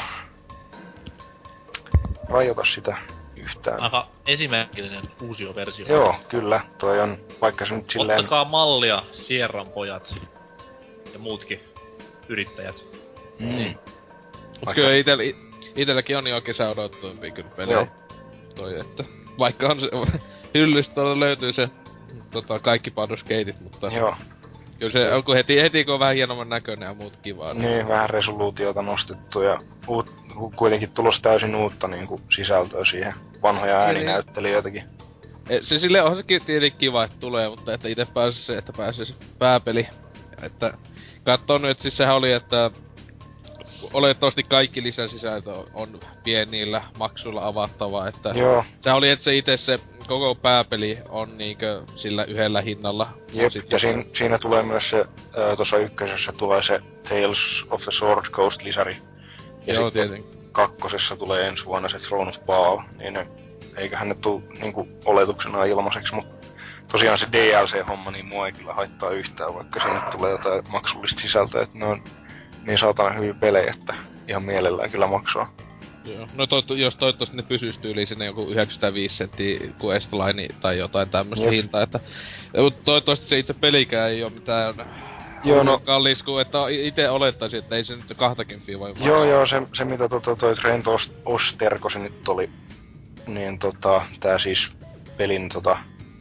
rajoita sitä yhtään. Aika esimerkillinen uusioversio. Joo, kyllä. Toi on, vaikka se nyt silleen... Ottakaa mallia, Sierran pojat. Ja muutkin yrittäjät. Mm. Mut kyllä itel, itelläkin on jo kesä odottavia kyllä pelejä. Joo. Toi, että vaikka on se, hyllystä löytyy se tota, kaikki Baldur's Gateit, mutta... Joo. Kyllä se on, kun heti, heti kun on vähän hienomman näköinen ja muut kivaa. Niin, vähän resoluutiota nostettu ja uut, kuitenkin tulos täysin uutta niin kuin sisältöä siihen. Vanhoja ääninäyttelijöitäkin. E, se silleen onhan sekin tietenkin kiva, että tulee, mutta että ite pääsee se, että pääsee se pääpeli. Että katsoo nyt, että siis sehän oli, että oletettavasti kaikki lisäsisältö on pienillä maksuilla avattavaa, että Joo. se oli, että se itse se koko pääpeli on niinkö sillä yhdellä hinnalla. Jep, ja siinä, siinä tulee myös se, ää, tuossa ykkösessä tulee se Tales of the Sword Coast -lisäri. Ja joo, sitten tietenkin. Kakkosessa tulee ensi vuonna se Throne of Baal, niin ne, eiköhän ne tuu niinku oletuksena ilmaiseksi, mutta tosiaan se D L C-homma, niin mua ei kyllä haittaa yhtään, vaikka sinne tulee jotain maksullista sisältöä, että ne on niin saatana hyviä pelejä, että ihan mielellään kyllä maksaa. Joo. No toittu, jos toivottavasti ne pysyis tyyliin sinne joku yhdeksänkymmentäviisi senttiä Questline tai jotain tämmöstä Jep. hintaa, että... Mutta toivottavasti se itse pelikään ei oo mitään... Joo, no... kallis, kun että ite olettaisin, että ei se nyt kaksikymmentä voi maksaa. Joo, joo, se, se mitä tota, toi Trent Osterko se nyt oli, niin tota, tää siis pelin tota,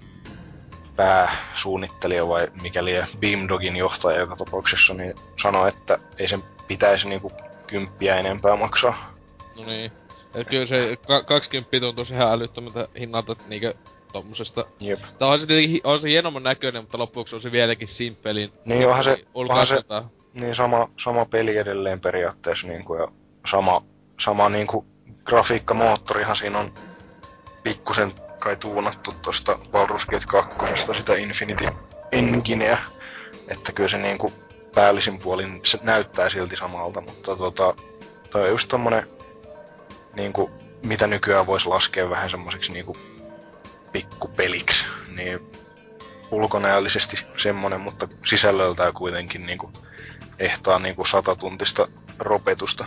pääsuunnittelija vai mikäli Beamdogin johtaja joka tapauksessa, niin sanoi, että ei sen pitäisi niinku kymppiä enempää maksaa. No niin. Et kyllä se ka- kaksikymmentä tuntuisi ihan älyttömältä hinnalta niinkö tommosesta. Jep. Tää on se tietenkin, on se hienomman näköinen, mutta loppuksi on se vieläkin simppelin. Niin onhan se, onhan se niin sama, sama peli edelleen periaatteessa niinku ja sama, sama niinku grafiikkamoottorihan siinä on pikkusen kai tuunattu tosta Baldur's Gate kakkosesta sitä Infinity Engineä. Että kyllä se niinku päällisin puolin se näyttää silti samalta, mutta tota toi on just tommonen niinku mitä nykyään voisi laskea vähän semmoiseksi niinku pikkupeliksi, niin ulkonäöllisesti semmonen, mutta sisällöltään kuitenkin niinku ehtaa niinku satatuntista ropetusta.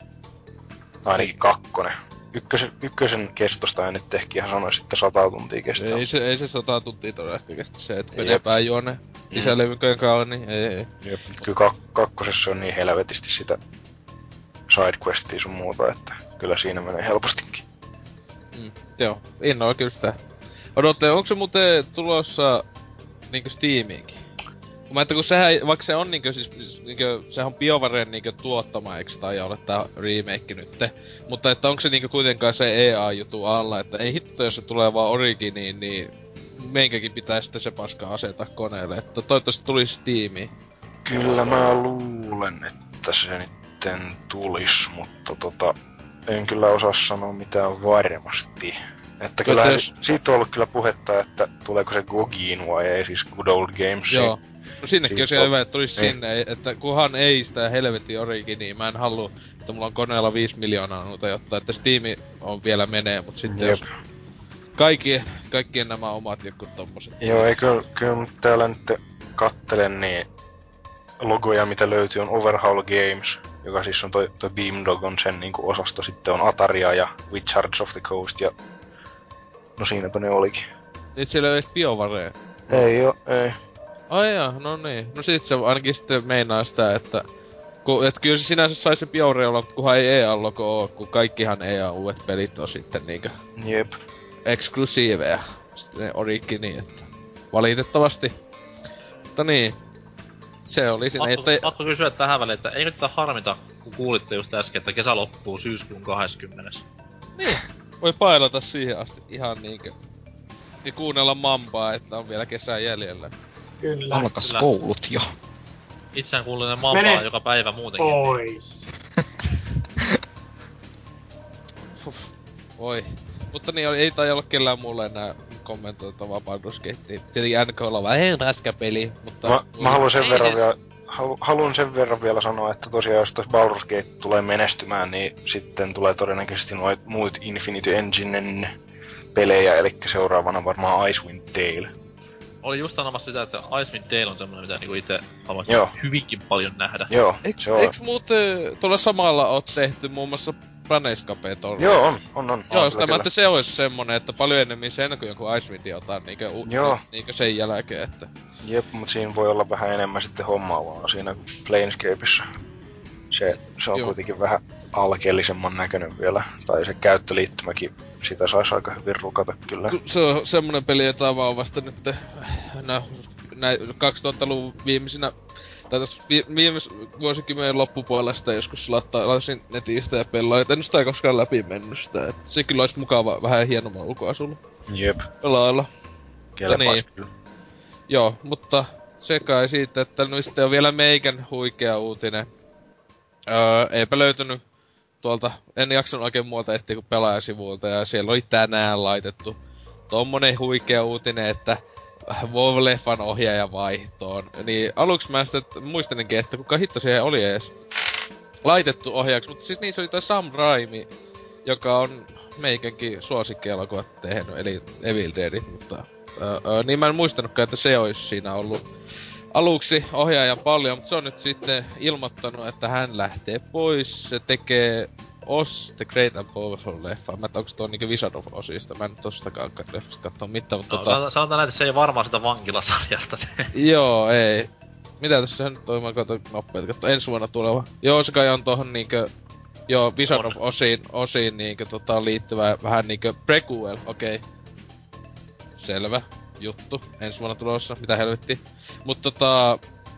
Ainakin kakkonen. Ykkösen, ykkösen kestosta en nyt ehkä ihan sanoisi, että sata tuntia kestää. Ei se, ei se sata tuntia todella ehkä kestä se, että menee pääjuone lisälevykön kaa, niin ei, ei. Jep. Kyllä kak- kakkosessa on niin helvetisti sitä sidequestia sun muuta, että kyllä siinä menee helpostikin. Mm, joo, innolla kyllä sitä. Odotte, onko se muuten tulossa niinkö Steamiinkin? Kun mä, että kun sehän, vaikka se on niinkö siis, niinkö, sehän on BioWaren niinkö tuottama, eiks tai ole tää remake nytte. Mutta että onko se niinkö kuitenkaan se E A-jutu alla, että ei hitto, jos se tulee vaan Originiin, niin meinkäkin pitää sitten se paska asentaa koneelle, että toivottavasti tulisi Steamiin. Kyllä mä luulen, että se nytten tulis, mutta tota, en kyllä osaa sanoa mitään varmasti. Että kyllä jos... siitä on ollut kyllä puhetta, että tuleeko se Gogiin vai ei, siis Good Old Games. Joo. No sinnekin siitä olisi on... hyvä, että tulisi niin. Sinne, että kunhan ei sitä helvetin Originiin, mä en halua, että mulla on koneella viisi miljoonaa noita jotta, että Steam on vielä menee, mut sitten Jep. jos kaikki, kaikkien nämä omat joku tommoset. Joo, ei kyllä, kyllä täällä nyt kattelen niin logoja, mitä löytyy, on Overhaul Games, joka siis on toi, toi Beamdog on sen niinku osasto, sitten on Ataria ja Wizards of the Coast ja no siinäpä ne olikin. Nyt siellä ei edes BioWarea. Ei oo, ei. Ai jaa, no niin. No sit se ainakin sitten meinaa sitä, että... Ku, et kyllä se sinänsä sais se BioWare olla, mutta kunhan ei E A-logo oo, kun kaikkihan E A-uudet pelit on sitten niinkö... Jep. Eksklusiiveja. Sitten ne Origini, että... Valitettavasti. Mutta niin. Se oli siinä, Pakko, että... pakko kysyä tähän väliin, että eikö tätä harmita, kun kuulitte just äsken, että kesä loppuu syyskuun kahdeskymmenes. Niin. Voi pailata siihen asti ihan niinkö... Ja kuunnella Mambaa, että on vielä kesää jäljellä. Kyllä. Alkas Kyllä. koulut jo. Itseään kuulunen Mamba Mene on joka päivä muutenkin. Pois. Voi. Mutta niin, ei tai olla kellään muulla enää kommentoitavaa Baldur's Gatea. Tietenkin N K L on vähän ei raska peli, mutta... Mä, mä haluan sen Ei verran se- vielä... Halu, haluan sen verran vielä sanoa, että tosiaan jos tuossa Baldur's Gate tulee menestymään, niin sitten tulee todennäköisesti noit muut Infinity Enginen pelejä, eli seuraavana varmaan Icewind Dale. Oli just sanomassa sitä, että Icewind Dale on semmonen, mitä niinku ite haluaisin Joo. hyvinkin paljon nähdä. Joo, Eiks, se on. eiks muuten tuolla samalla oo tehty muun muassa Planescape tuolla? Joo, on, on, on. Joo, on sitä mä kyllä. että se ois semmonen, että paljon enemmän sen kuin joku Icewindin otan niinkö, u- Joo. niinkö sen jälkeen, että... Jep, mut siinä voi olla vähän enemmän sitten hommaa vaan siinä Planescapeissa. Se, se on Joo. kuitenkin vähän alkeellisemman näköinen vielä. Tai se käyttöliittymäkin, sitä saisi aika hyvin rukata kyllä. Ku- Se on semmonen peli, jota mä oon vasta nyt, no, näin kaksituhattaluvun viimeisinä, tai tässä vi- viimeis vuosikymmenen loppupuolesta joskus laittaa, laisin netistä ja pelaa, et en oo sitä koskaan läpi mennyt sitä, et se kyllä ois mukava vähän hienomman ulkoasulla Jep, pelailla. kelpaas niin. kyllä. Joo, mutta se kai siitä, että no sitten on vielä meikän huikea uutinen. Öö, eipä löytynyt tuolta, en jaksanut oikein muuta etsiä kuin pelaajasivuilta, ja siellä oli tänään laitettu tommonen huikea uutinen, että WoW-leffan ohjaaja vaihtoon. Niin aluksi mä sitten muistelinkin, että kuka hitto siihen oli edes laitettu ohjaajaksi, mutta siis niin se oli toi Sam Raimi, joka on meikänkin suosikkielokuvat tehnyt, eli Evil Deadit, mutta öö, öö, niin mä en muistanutkaan, että se olisi siinä ollut aluksi ohjaajan paljon, mutta se on nyt sitten ilmoittanut, että hän lähtee pois, se tekee Oz, The Great and Powerful leffa. Mä en onko tuo niinku Wizard of Ozista, mä en tostakaan leffasta kattoo mitään, mutta No, tota... tota... Sanotaan näin, että se ei varmaan sitä vankilasarjasta. Joo, ei. Mitä tässä nyt toi, mä katson nopeet, katso ensi vuonna tuleva. Joo, se kai on tohon niinkö... Joo, Wizard of Osiin, Osiin niinkö tota liittyvä vähän niinkö prequel, okei. Okay. Selvä juttu. Ensi vuonna tulossa, mitä helvetti. Mut tota...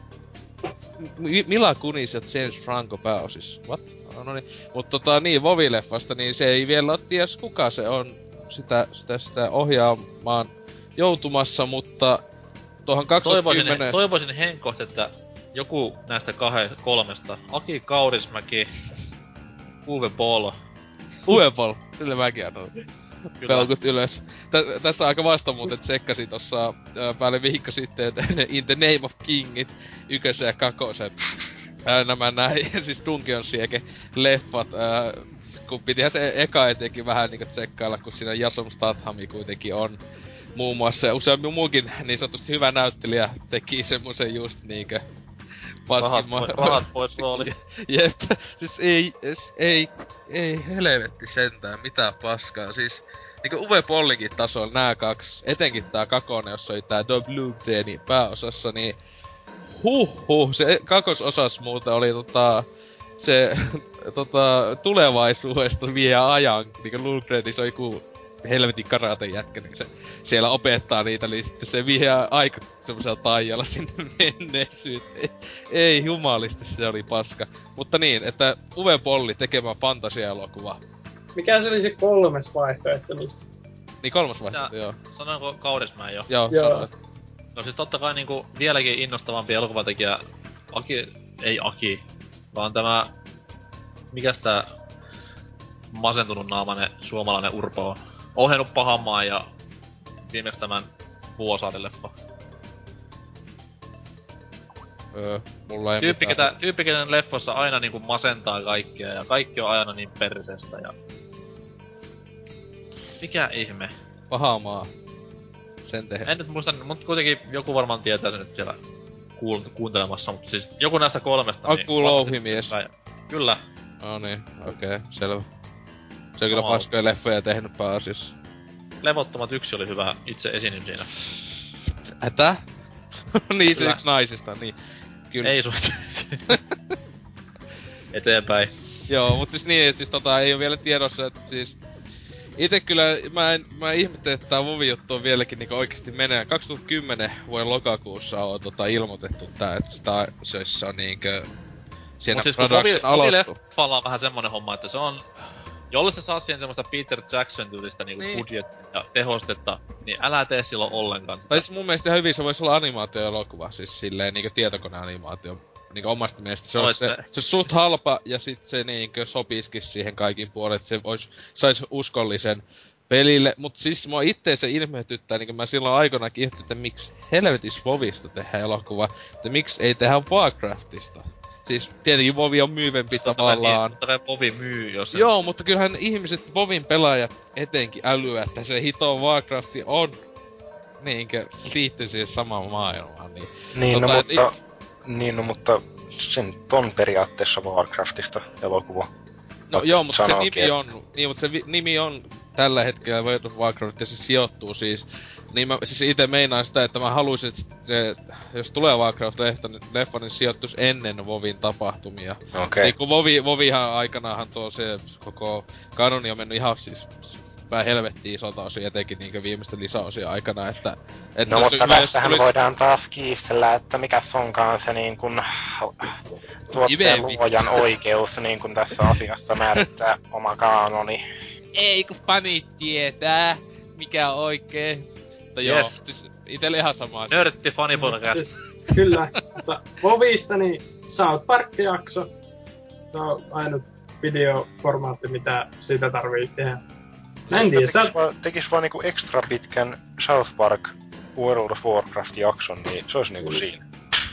M- Mila Kunis ja James Franco pääosissa. What? No niin. Mut tota niin, WoW-leffasta, niin se ei vielä oo ties kuka se on sitä, sitä, sitä ohjaamaan joutumassa, mutta tuohon Toivoisin, kaksituhattakymmenen... toivoisin henkoht, että joku näistä kahde, kolmesta, Aki Kaurismäki, Uwe Boll, Uepol, sille mäkin annoin kyllä. peukut ylös. Tä, tässä aika vasta muuten tsekkasin tossa ää, päälle viikko sitten, että In the Name of Kingit, ykkösen ja kakosen. Ää, nämä näin, siis Dungeon Siege leffat, ää, kun pitihän se eka etenkin vähän niinku tsekkailla, kun siinä Jason Stathami kuitenkin on. Muun muassa, ja useampi muukin niin sanotusti hyvä näyttelijä teki semmosen just niinkö Rahat, paskimma... pois- rahat pois rooli. Jep, siis ei, es, ei, ei helvetti sentään, mitä paskaa, siis niinku Uwe Pollinkin tasolla nää kaksi, etenkin tää kakonen, jossa oli tää Dob Lundgren pääosassa, niin huh huh, se kakososas muuta oli tota, se tota, tulevaisuudesta vie ajan, niinku Lundgren, se on joku helvetin karate jätkä, niin se siellä opettaa niitä, niin sitten se vie aika semmosella taijalla sinne menneisyyteen. Ei jumalisti, se oli paska. Mutta niin, että Uwe Polli tekemään fantasia-elokuva. Mikä se oli se kolmes vaihtoehto niistä? Niin kolmas vaihtoehto, Ja- joo. Sanoinko Kaurismäen jo? Joo, Joo. sanoit. No siis totta kai niinku vieläkin innostavampi elokuvatekijä Aki, ei Aki, vaan tämä, mikäs tää masentunut naamainen suomalainen Urpo on ohjannut Pahanmaan ja viimeksi tämän Vuosaari-leffa. Öö, mulla ei Tyyppi, mitään. ketä, tyyppi, kenen leffoissa aina niinku masentaa kaikkea ja kaikki on aina niin perseestä ja... Mikä ihme? Paha maa. Sen tehdä. En nyt muista, mutta kuitenkin joku varmaan tietää sen nyt siellä kuul- kuuntelemassa, mutta siis joku näistä kolmesta Aku varmasti- Louhimies. Kyllä. No niin, okei, okay, selvä. Se on kyllä Sama paskoja leffoja tehnyt pääasiassa. Levottomat yksi oli hyvä itse esiinny siinä. Ätä? niin, se Kyllä. yksi naisista, niin. Kyllä. Ei sun. Eteenpäin. Joo, mut siis niin, et siis tota ei oo vielä tiedossa, että siis... Ite kyllä, mä en, mä ihmettelen, että tää Vovi-juttu on vieläkin niinku oikeesti menee. kaksituhattakymmenen vuoden lokakuussa on tota ilmoitettu tää, että sitä, se on niinkö... Siinä Mut siis kun production Vovi- aloittu. Vovi-leffalla on vähän semmonen homma, että se on Jolle sä saat siihen semmoista Peter Jackson-tyylistä niinku Niin. budjettia ja tehostetta, niin älä tee silloin ollenkaan sitä. Tai siis mun mielestä ihan hyvin se voisi olla animaatioelokuva, siis silleen niinku tietokoneanimaatio. Niinku omasta mielestä se olisi se, Oitte. se suht halpa ja sit se niinkö sopiski siihen kaikin puolin, että se ois, sais uskollisen pelille. Mut siis mua itse se ilmehtyttää, niinku mä silloin aikoinakin ihmettelin, että miksi helvetis WoWista tehdään elokuva, että miksi ei tehdä Warcraftista. Siis tietenkin WoW on myyvempi tavallaan. Totta kai Vovi myy, jos sen... Joo, mutta kyllähän ihmiset, WoWin pelaajat etenkin älyä, että se hito Warcrafti on niinkö liittyy siihen samaan maailmaan. Niin, Niin, no, Tota, et mutta, niin no, mutta sen on periaatteessa Warcraftista elokuva. No Vaikka joo, mutta se sanookin, nimi että- on, niin, mutta se vi- nimi on tällä hetkellä World of Warcraft ja se sijoittuu siis, niin mä siis ite meinaan sitä, että mä haluaisin, että se, jos tulee Warcraft-leffa, niin, leffa, niin sijoittuisi ennen WoWin tapahtumia. Okei. Niin kun WoWi, WoWihan aikanaanhan tuo se koko kanoni on mennyt ihan siis pää helvettiin isolta osin, etenkin niinkö viimeisten lisäosien aikana, että... että No jos mutta hyvä, jos tässähän tulisi- voidaan taas kiistellä, että mikä onkaan se niin kuin tuotteen Ivemi. luojan oikeus niin kuin tässä asiassa määrittää oma kaanoni. Ei kun fanit tietää, mikä on oikein. Mutta joo, Yes. siis itelle ihan sama asia. Nörtti fanipodcast. Siis, kyllä, mutta WoWista niin South Park-jakso. Se on ainut videoformaatti, mitä siitä tarvii tehdä. Mä en tiedä, sä... tekis vaan, tekis vaan niinku ekstra pitkän South Park World of Warcraft jakson, niin se olisi niinku siinä.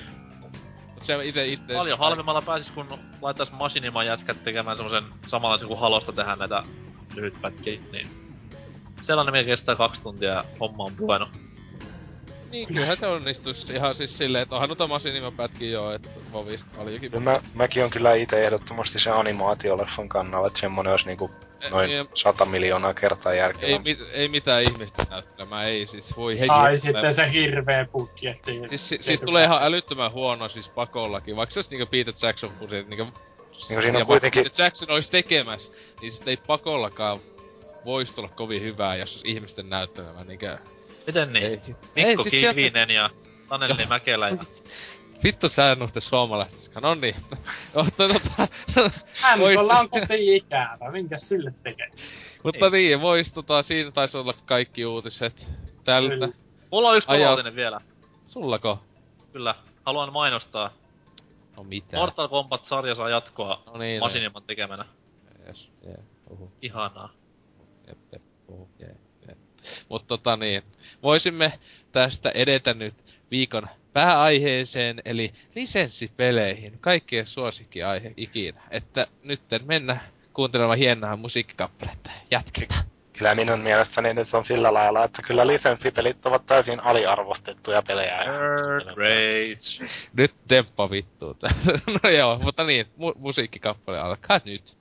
Mut se ite itse... Paljon halvemmalla pääsis, kun laitais Machinima jätkät tekemään semmosen samanlaisen kuin Halosta tehdään näitä lyhytpätkiä, niin... Sellainen mikä kestää kaksi tuntia ja homma on bueno. Niin, kyllähän se onnistus ihan siis silleen, että onhan noita Machinima-pätkiä joo, että WoWista paljonkin. No mä, mäkin on kyllä itse ehdottomasti sen animaatioleffan kannalla, että semmonen olisi niinku noin Ei- sata miljoonaa kertaa Ei, järkevää. mit, ei mitään ihmistä näyttelemään, ei siis voi hei. Ai sitten se hirveä budjetti. Siis si, siitä tulee ihan älyttömän huono siis pakollakin, vaikka se olisi niinku Peter Jackson pusi, että niinku... Niinku siinä on ja kuitenkin- vaikka Peter Jackson olisi tekemässä, niin sit ei pakollakaan vois tulla kovin hyvää, jos olisi ihmisten näyttelemään, niinkö... Miten niin? Ei, Mikko ei, siis sieltä- Kivinen ja Taneli Mäkelä ja... Vittu sä nuhte suomalaistiskaan, no niin. Mutta tota... Hämikolla on kotiin ikävä, minkä sille tekee? Mutta niin, vois tota, siinä taisi olla kaikki uutiset tältä. Kyllä. Mulla on yksi Aja- kova uutinen vielä. Sullako? Kyllä. Haluan mainostaa. No mitä? Mortal Kombat-sarja saa jatkoa No niin, Machiniman tekemänä. Yes, yeah, uhu, Ihanaa. jep, jep, uhu, yeah, yeah. Mut tota niin, voisimme tästä edetä nyt viikon pääaiheeseen, eli lisenssipeleihin, kaikkien suosikkiaihe ikinä. Että nytten mennään kuuntelemaan hienoa musiikkikappaletta. Jatketaan. Kyllä minun mielestäni nyt on sillä lailla, että kyllä lisenssipelit ovat täysin aliarvostettuja pelejä. Third Rage. Nyt demppa vittuu. No joo, mutta niin, mu- musiikkikappale alkaa nyt.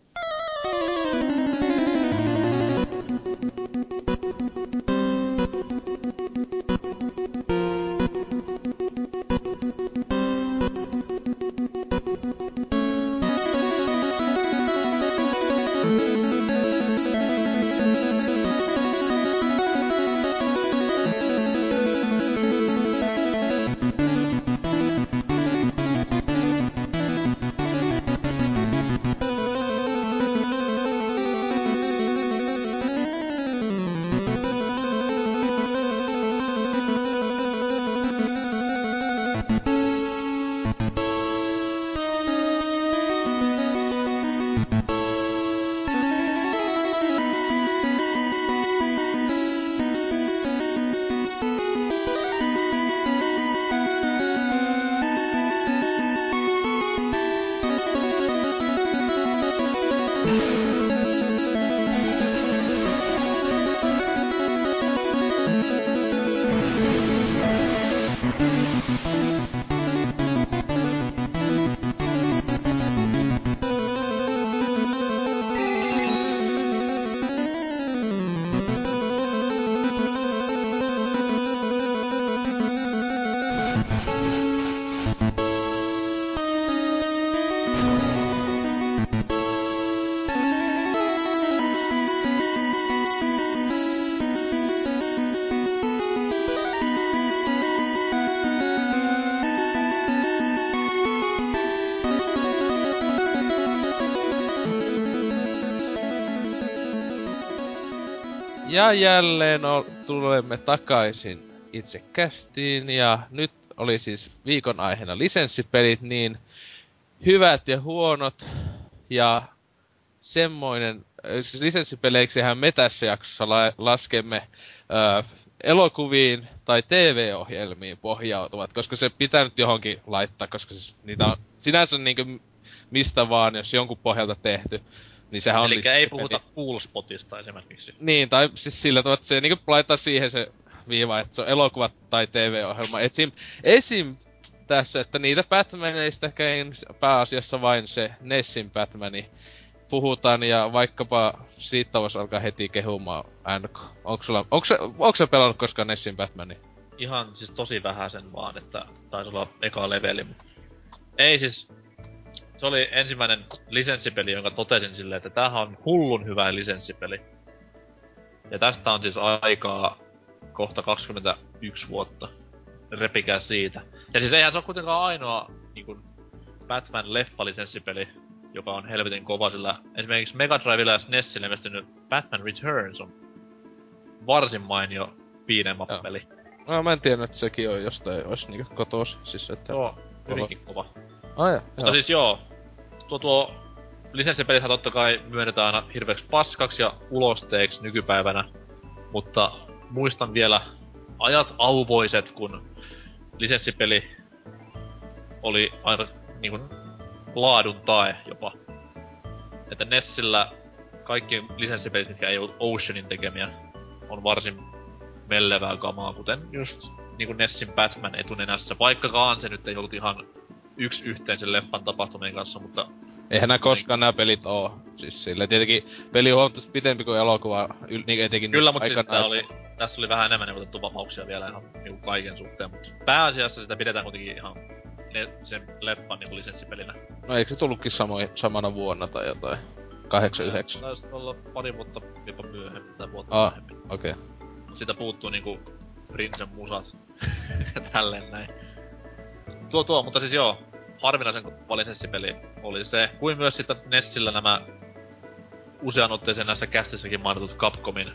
Ja jälleen o- tulemme takaisin itse kästiin, ja nyt oli siis viikon aiheena lisenssipelit, niin hyvät ja huonot, ja semmoinen, siis lisenssipeleiksihän me tässä jaksossa la- laskemme ö, elokuviin tai T V-ohjelmiin pohjautuvat, koska se pitää nyt johonkin laittaa, koska siis niitä on sinänsä niinku mistä vaan, jos jonkun pohjalta tehty. Niin sehän on Elikkä ei puhuta Coolspotista esimerkiksi. Niin, tai siis sillä tavalla, että se niinku laittaa siihen se viiva, että se on elokuva tai T V-ohjelma. Esim, esim tässä, että niitä Batmaneista pääasiassa vain se Nessin Batmani puhutaan, ja vaikkapa siitä voisi alkaa heti kehumaan N K. Onko sulla, onko se, onko se pelannut koskaan Nessin Batmani? Ihan siis tosi vähäsen vaan, että taisi olla eka leveli. Ei siis, se oli ensimmäinen lisenssipeli, jonka totesin silleen, että tämähän on hullun hyvä lisenssipeli. Ja tästä on siis aikaa kohta kaksikymmentäyksi vuotta. Repikää siitä. Ja siis eihän se ole kuitenkaan ainoa niin kuin Batman-leffa-lisenssipeli, joka on helvetin kova, sillä esimerkiksi Mega Drivella ja S N E Sille ilmestynyt Batman Returns on varsin mainio beat'em up-peli. No mä en tiedä, että sekin on jostain, ois niinku kotos, siis että... Joo, hyvinkin kova. Ai ja, Mutta siis joo, tuo tuo lisenssipelithän totta kai myönnetään aina hirveäksi paskaksi ja ulosteeksi nykypäivänä. Mutta muistan vielä ajat auvoiset, kun lisenssipeli oli aika niinku laadun tae jopa. Että Nessillä kaikki lisenssipelit, mitkä ei ollut Oceanin tekemiä, on varsin mellevää kamaa, kuten just niinku Nessin Batman etunenässä. Vaikkakaan se nyt ei ollut ihan yksi yhteen sen leffan tapahtumien kanssa, mutta... Eihän nää koskaan nää pelit oo. Siis sille tietenkin peli on huomattavasti pitempi kuin elokuva, yl, niin etenkin Kyllä, mutta siis aikana, oli, tässä oli vähän enemmän otettu vapauksia vielä ihan niinku kaiken suhteen, mutta pääasiassa sitä pidetään kuitenkin ihan ne, sen leffan niinku lisenssipelinä. No eikö se tullutkin samoi, samana vuonna tai jotain? kahdeksankymmentäyhdeksän. Taisi olla pari vuotta jopa myöhemmin tai vuotta Aa, myöhemmin. okei. Okay. Siitä puuttuu niinku Prinsen musat ja tälleen näin. Tuo tuo, mutta siis joo, harvinaisen kova lisenssipeli oli se, kuin myös sitten Nessillä nämä usean otteeseen näissä kästissäkin mainitut Capcomin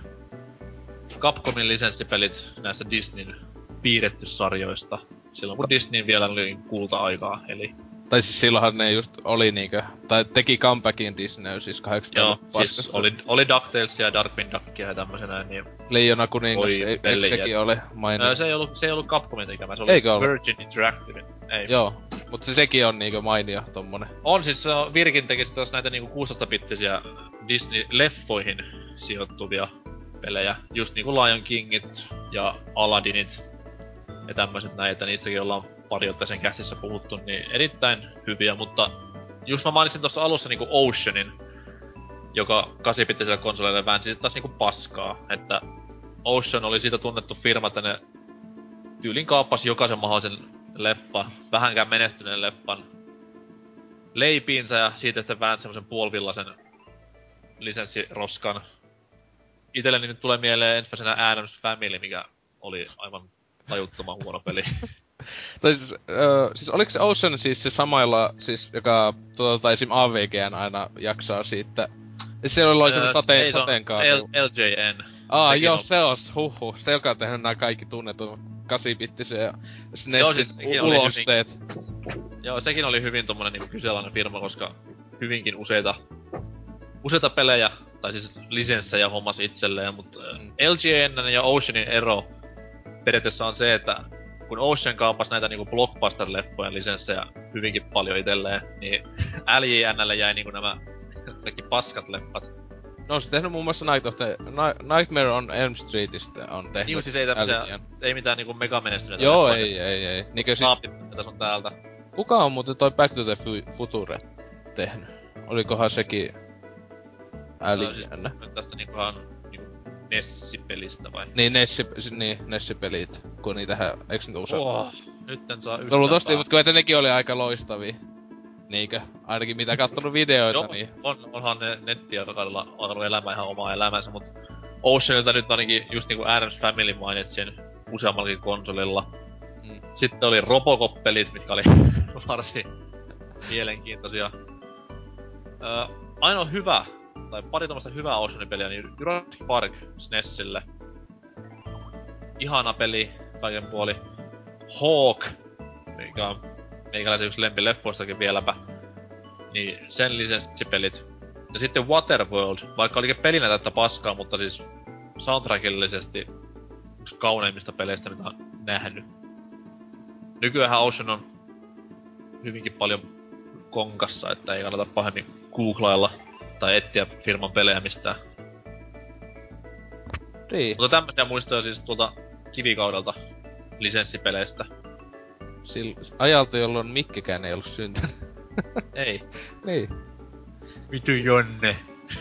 Capcomin lisenssipelit näistä Disneyn piirrettysarjoista. Silloin kun Disney vielä oli kulta-aikaa, eli... Tai siis silloinhan ne just oli niinkö, tai teki comebackin Disney siis kahdeksankymmentä Joo, siis oli, oli DuckTalesia ja Darkwing Duckia ja tämmösenä, niin... Leijona kuningas, Oi, ei, eikö sekin ole mainittu? Öö, se ei ollut, se ei ollut Capcomin tekemä, se oli Eikö ollut? Virgin Interactive. Ei. Joo, mutta se sekin on niinkö mainio tommonen. On siis, se on, Virgin teki taas näitä niinku kuusitoista-bittisiä Disney-leffoihin sijoittuvia pelejä. Just niinku Lion Kingit ja Aladdinit ja tämmöset näitä, niistäkin ollaan pari otteeseen käsissä puhuttu, niin erittäin hyviä, mutta just mä mainitsin tuossa alussa niinku Oceanin, joka kahdeksan-bittisellä konsoleilla väänsi sit taas niinku paskaa, että Ocean oli siitä tunnettu firma, että ne tyylin kaappasi jokaisen mahdollisen leffa, vähänkään menestyneen leffan leipiinsä ja siitä sitten väänsi semmosen puolivillaisen lisenssiroskan. Itelleni nyt tulee mieleen ensimmäisenä Addams Family, mikä oli aivan tajuttoman huono peli. Tai siis, äh, siis oliko se Ocean siis se samailla, siis joka tuota esim. A V G N aina jaksaa siitä. Ja se oli semmonen sateen, sateenkaari. L J N. Aa, Sekin joo, on... se on, huhhuh. Se, joka on tehnyt nää kaikki tunnetut kahdeksan-bittisen ja S N E Sin siis sekin ulosteet. Hyvin... Joo, sekin oli hyvin tommonen niinku kyseenalainen firma, koska hyvinkin useita, useita pelejä, tai siis lisenssejä hommas itselleen, mutta mm. L J N ja Oceanin ero periaatteessa on se, että kun Ocean kaupasi näitä niinku blockbuster-leffojen lisenssejä hyvinkin paljon itselleen, niin L J N:lle jäi niinku nämä kaikki paskat leffat. No on se tehnyt muun muassa Night of the, Ni- Nightmare on Elm Streetistä on tehnyt. Niin, siis ei tämmösiä, ei mitään niinku megamenestyneitä. Joo, ei, ei, ei. Niinkö siis... Naapit, mitä on täältä. Kuka on muuten toi Back to the Future tehnyt? Olikohan sekin L J N? No, siis, nyt tästä niinkuhan niinku Nessi-pelistä vai? Niin, Nessi, niin, Nessi-pelit, kun niitähän, eiks niitä usein? Oh, nyt en saa yhtään Luultavasti, mut kun että nekin oli aika loistavia. Niinkö? Ainakin mitä kattonut videoita, Joo, niin... on, onhan ne nettiaikakaudella alkanut elämään ihan omaa elämänsä, mut Oceanilta nyt ainakin just niinku Addams Family mainitsin useammallakin konsolilla. Mm. Sitten oli Robocop-pelit, mitkä oli varsin mielenkiintoisia. Öö, ainoa hyvä tai pari tommoista hyvää Oceanin-peliä, niin Jurassic Park SNESille. Ihana peli, kaiken puoli. Hawk, mikä on meikäläisen yksi lempileffoistakin vieläpä. Niin sen lisenssipelit. Ja sitten Waterworld, vaikka olikin pelinä tätä paskaa, mutta siis soundtrackillisesti yksi kauneimmista peleistä, mitä on nähnyt. Nykyäänhän Ocean on hyvinkin paljon konkassa, että ei kannata pahemmin googlailla tai etsiä firman pelejä mistään. Niin. Mutta tämmösiä muistoja siis tuolta kivikaudelta lisenssipeleistä. Sil- ajalta, jolloin Mikkikään ei ollut syntynyt. Ei. Niin. Vitu Jonne.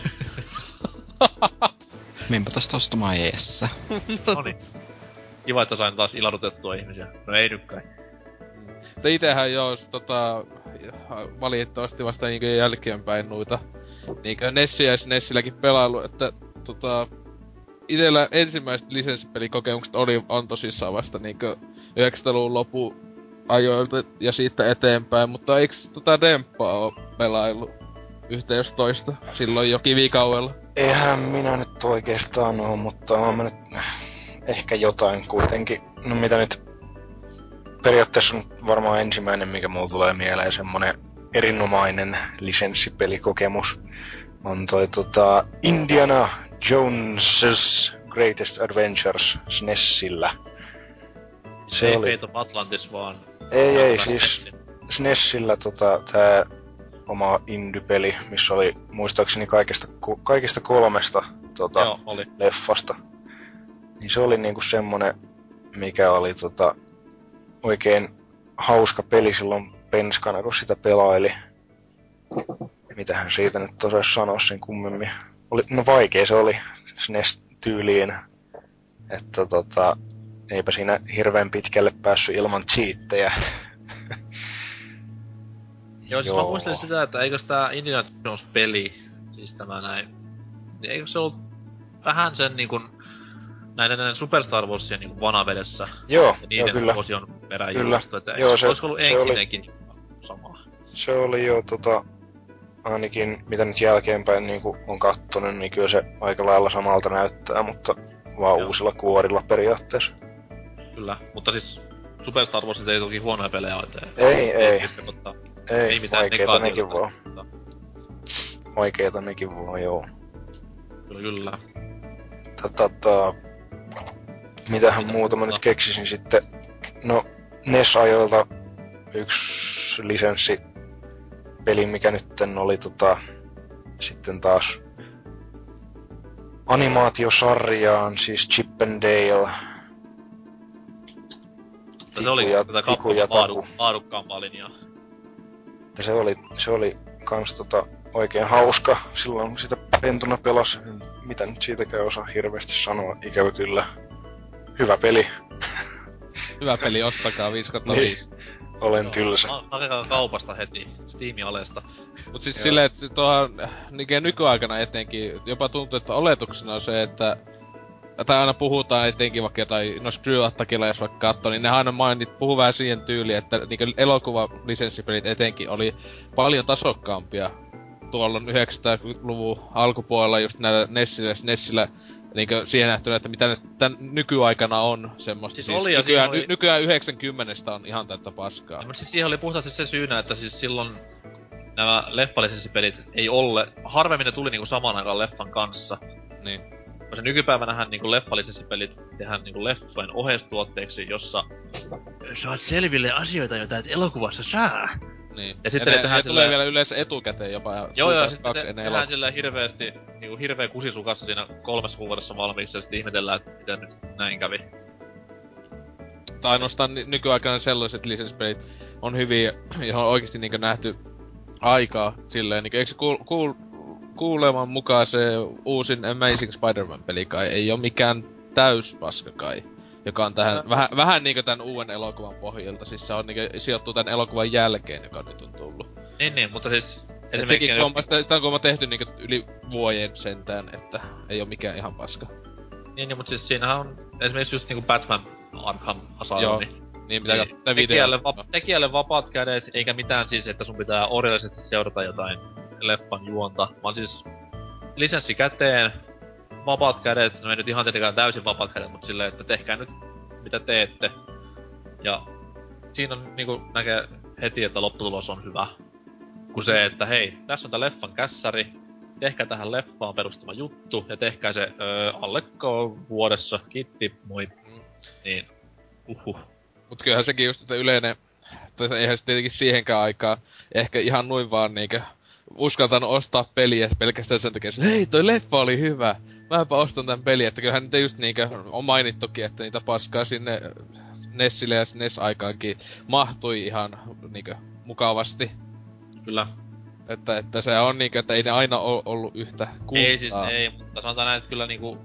Menpä tosta ostamaan eessä. Noniin. Kiva, että sain taas ilahdutettua ihmisiä. No ei nyt kai. Mutta itehän joo, tota, valitettavasti vasta niinkö jälkeenpäin noita niinkö Nessiä ja Nessilläkin pelailu, että tota, itellä ensimmäiset lisenssipelikokemukset oli, on tosissaan vasta niinkö yhdeksänkymmentäluvun lopun ajoilta ja siitä eteenpäin, mutta eiks tota Demppaa oo pelailu yhtä jos toista silloin jo kivikauella? Eihän minä nyt oikeastaan oo, mutta oon mä nyt ehkä jotain kuitenkin. No mitä nyt periaatteessa on varmaan ensimmäinen, mikä mulla tulee mieleen, semmonen erinomainen lisenssipelikokemus on toi tota Indiana Jones's Greatest Adventures SNESillä. Se ei oli... Fate of Atlantis vaan... Ei, ei, siis SNESillä tota, tää oma Indy-peli, missä oli muistaakseni kaikista, kaikista kolmesta tota, Joo, oli. leffasta. Niin se oli niinku semmonen, mikä oli tota, oikein hauska peli silloin penskana, kun sitä pelaili. Mitähän siitä nyt osais sanoa sen kummemmin. Oli, no vaikea se oli S N E S-tyyliin. Että tota, eipä siinä hirveän pitkälle päässyt ilman cheattejä. Joo, siis mä muistelin sitä, että eikös tää Indiana Jones-peli, siis tämä näin, niin eikö se ollut vähän sen niinkun näiden, näiden Super Star Warsien niinku vanavedessä? Joo, ja niiden joo, kyllä. osion perään Kyllä. julkaistu, että Joo, se, olisiko ollut se enkinenkin oli, samaa? Se oli jo tota, ainakin mitä nyt jälkeenpäin niinku on kattonut, niin kyllä se aika lailla samalta näyttää, mutta vaan Joo. uusilla kuorilla periaatteessa. Kyllä, mutta siis Super Star Warsit ei toki huonoja pelejä ole. Ei, ei. Mutta Ei, ei mitään vaikeeta nekin negatiivista. vaan. Vaikeeta nekin vaan, joo. Kyllä, kyllä. Tota, mitähän Mitä muuta mä muuta? nyt keksisin sitten. No, N E S-ajoilta yksi lisenssi peli, mikä nytten oli tota, sitten taas animaatiosarjaan, siis Chip and Dale. Se oli ja, tätä Tiku ja Capcomin Taku. laadu, laadukkaampaa linjaa. Ja se oli, se oli kans tota oikein hauska silloin, kun sitä pentuna pelasi. Mitä nyt siitäkään osaa hirveästi sanoa, ikävä kyllä. Hyvä peli. Hyvä peli, ostakaa viisi kautta viisi. Olen tylsä. Hakekaa kaupasta heti, Steam-alesta. Mut siis Joo. silleen, että tuohon niinkö nykyaikana etenkin jopa tuntuu, että oletuksena on se, että tai aina puhutaan etenkin vaikka jotain, no Screw-Attackilla jos vaikka katsoo, niin ne aina mainit, puhuu vähän siihen tyyliin, että niinkö elokuva-lisenssipelit etenkin oli paljon tasokkaampia tuolla yhdeksänkymmentäluvun alkupuolella just näillä Nessillä, Nessillä niinkö siihen nähtynä, että mitä nyt tän nykyaikana on semmoista. Siis Siis, oli ja nykyään, siinä oli- ny, nykyään yhdeksänkymmentä on ihan täyttä paskaa. Ja, mutta siis siihen oli puhtaasti se syynä, että siis silloin nämä leffalisenssipelit ei olle, harvemmin ne tuli niinku samaan aikaan leffan kanssa. Niin. Koska nykypäivänähän niinku leffalisenssipelit tehdään niinku leffojen oheistuotteeksi, jossa saat selville asioita, joita et elokuvassa saa. Niin. Ja sitten ne ne, tehdään ne tulee sillä- vielä yleensä etukäteen jopa. Joo, joo, kuukausi sitten kaksi te, ennen tehdään elokuvaa. sillä hirveesti, niinku hirveä kusisukassa siinä kolmessa kuukaudessa valmiiksi ja sitten ihmetellään, että miten nyt näin kävi. Tai ainoastaan ny- nykyaikana sellaiset lisenssipelit on hyviä, johon on oikeesti niinkö nähty aikaa silleen, niinkö eikö se kuul, kuul, kuuleman mukaan se uusin Amazing Spider-Man-peli kai ei oo mikään täyspaska kai, joka on tähän, Ää. vähän, vähän niinkö tän uuden elokuvan pohjalta, siis se on niinkö sijoittuu tän elokuvan jälkeen, joka nyt on tullut. Niin, niin, mutta siis... Et sekin kun on, sitä, sitä on kuulemma tehty niinkö yli vuoden sentään, että ei oo mikään ihan paska. Niin, niin, mutta siis siinähän on esimerkiksi just niinku Batman Arkham Asylum, Joo. niin Niin pitää Niin, katsoa sitä tekijälle, videota. va- tekijälle vapaat kädet, eikä mitään siis, että sun pitää orjallisesti seurata jotain leffan juonta, vaan siis lisenssi käteen, vapaat kädet, no ei nyt ihan tietenkään täysin vapaat kädet, mutta silleen, että tehkää nyt mitä teette. Ja siinä on niinku näkee heti, että lopputulos on hyvä. Kun se, että hei, tässä on tää leffan kässäri, tehkää tähän leffaan perustuva juttu, ja tehkää se öö, alle vuodessa, kiitti, moi. Niin, uhuh. Mut kyllähän sekin just, että yleinen, tai eihän se tietenkin siihenkään aikaa, ehkä ihan noin vaan niinkö uskaltanut ostaa peliä pelkästään sen takia, että hei, toi leffa oli hyvä, mäpä ostan tän peliä, että kyllähän niitä just niinkö on mainittukin, että niitä paskaa sinne Nessille ja N E S-aikaankin mahtui ihan niinkö mukavasti. Kyllä. Että, että se on niinkö, että ei ne aina oo ollut yhtä kultaa. Ei siis ei, mutta sanotaan näin, että kyllä niinku...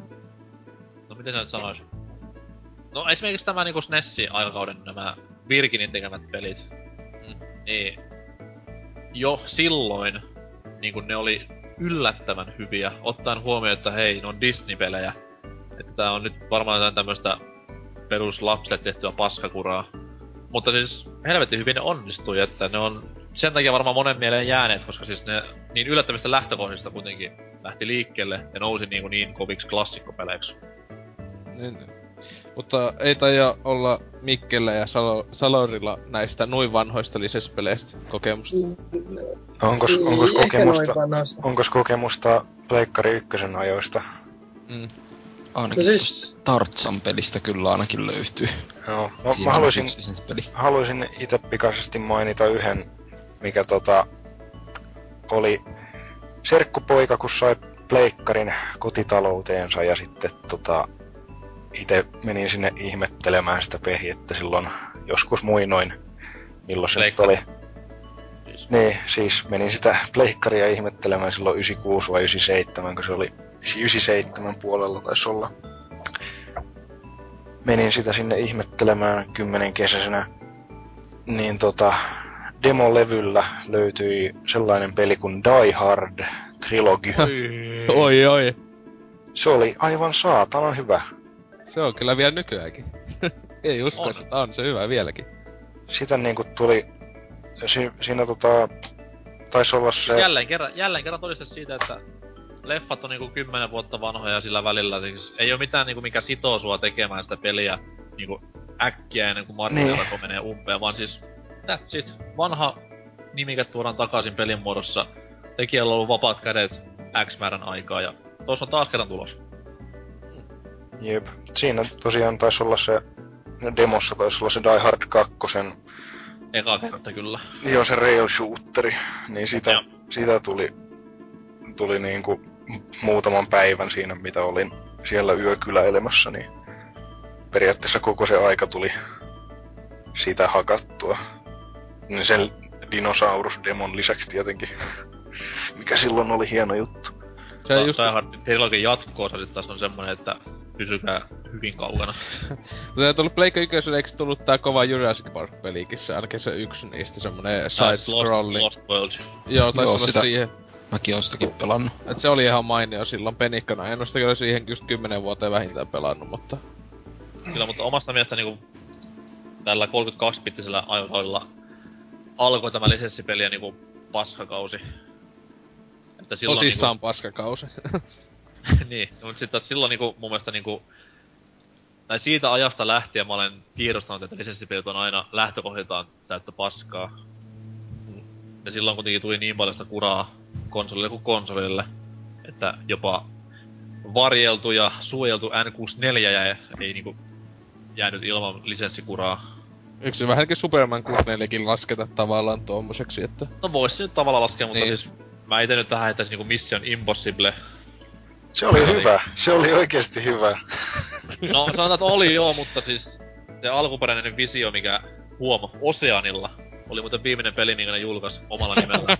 No miten sä nyt sanois? No esimerkiksi tämä niinku S N E Sin aikakauden nämä Virkinin tekemät pelit. Mm. Niin... Jo silloin niinku ne oli yllättävän hyviä, ottaen huomioon, että hei, ne on Disney-pelejä. Että tää on nyt varmaan jotain tämmöstä peruslapsille tehtyä paskakuraa. Mutta siis helvetin hyvin ne onnistui, että ne on sen takia varmaan monen mieleen jääneet, koska siis ne niin yllättävistä lähtökohdista kuitenkin lähti liikkeelle ja nousi niin, niin koviksi klassikkopeleiksi. Niin. Mutta ei taida olla Mikkellä ja Salo- Salorilla näistä noin vanhoista lisenspeleistä kokemusta. Onkos, Ei, onkos, ehkä kokemusta, noin vanhoista. onkos kokemusta Pleikkari ykkösen ajoista? Mm. Ainakin No siis- Tartsan pelistä kyllä ainakin löytyy. Joo, no, Siinä mä on haluaisin, yksi lisenspeli. haluaisin itse pikaisesti mainita yhden, mikä tota oli serkkupoika, kun sai pleikkarin kotitalouteensa ja sitten tota itse menin sinne ihmettelemään sitä pehjettä silloin joskus muinoin, milloin se nyt oli. Siis. Niin, siis menin sitä pleikkaria ihmettelemään silloin yhdeksänkymmentäkuusi vai yhdeksänkymmentäseitsemän, kun se oli yhdeksänkymmentäseitsemän puolella taisi olla. Menin sitä sinne ihmettelemään kymmenen kesäisenä. Niin tota, demolevyllä löytyi sellainen peli kuin Die Hard Trilogy. Oi oi. Se oli aivan saatanan hyvä. Se on kyllä vielä nykyäänkin. Ei uskoisi, On. että on se hyvä vieläkin. Sitä niinku tuli... Si- siinä tota... Taisi olla se... Jälleen kerran, jälleen kerran todiste siitä, että leffat on niinku kymmenen vuotta vanhoja ja sillä välillä siis ei oo mitään niinku mikä sitoo sua tekemään sitä peliä niinku äkkiä ennen kuin markkinoilla Niin. menee umpeen, vaan siis that's it. Vanha nimike tuodaan takaisin pelin muodossa. Tekijällä on ollut vapaat kädet X määrän aikaa ja tuossa on taas kerran tulos. Jep. Siinä tosiaan taisi olla se... Demossa taisi olla se Die Hard kaksi. Eka kenttä kyllä. Joo, se rail shooteri. Niin sitä, Joo. sitä tuli... Tuli niinku muutaman päivän siinä, mitä olin siellä yökyläilemässä, niin... Periaatteessa koko se aika tuli sitä hakattua. Niin sen dinosaurusdemon lisäksi tietenkin. Mikä silloin oli hieno juttu. Se on just... Die Hard Trilogin jatko-osa sit taas on semmonen, että pysykää hyvin kaukana. Se on tullut Pleikka ykköselle, eikö tullut tää kova Jurassic Park-pelikin, se ainakin se yksi niistä semmonen side-scrolling. Lost, Lost World. Joo, taisi Joo, olla sitä- siihen. Mäkin oon sitäkin pelannut. Et se oli ihan mainio silloin penikkana. En oo sitä kyllä siihen just kymmenen vuoteen vähintään pelannut, mutta... Kyllä, mutta omasta mielestä niinku tällä kolmekymmentäkaksi-bittisellä aikakaudella alkoi tämä lisenssipeliä niinku paskakausi. Että silloin Tosissaan paskakausi. niinku... niin, mutta sit taas silloin niinku mun mielestä niinku... Tai siitä ajasta lähtien mä olen tiedostanut, että lisenssipelit on aina lähtökohdiltaan täyttä paskaa. Ja silloin kuitenkin tuli niin paljon sitä kuraa konsolille kuin konsolille, että jopa varjeltu ja suojeltu N kuusikymmentäneljä jäi, ei niinku jäänyt ilman lisenssikuraa. Yksi se vähänkin Superman kuusikymmentäneljäkin lasketa tavallaan tommoseksi, että... No vois se nyt tavallaan laskea, mutta Niin. siis mä ite nyt tähän heittäisin niinku Mission Impossible. Se oli Se oli- hyvä. Se oli oikeesti hyvä. No sanotaan, että oli joo, mutta siis se alkuperäinen visio, mikä huoma Oceanilla, oli muuten viimeinen peli, minkä ne julkaisi omalla nimellä.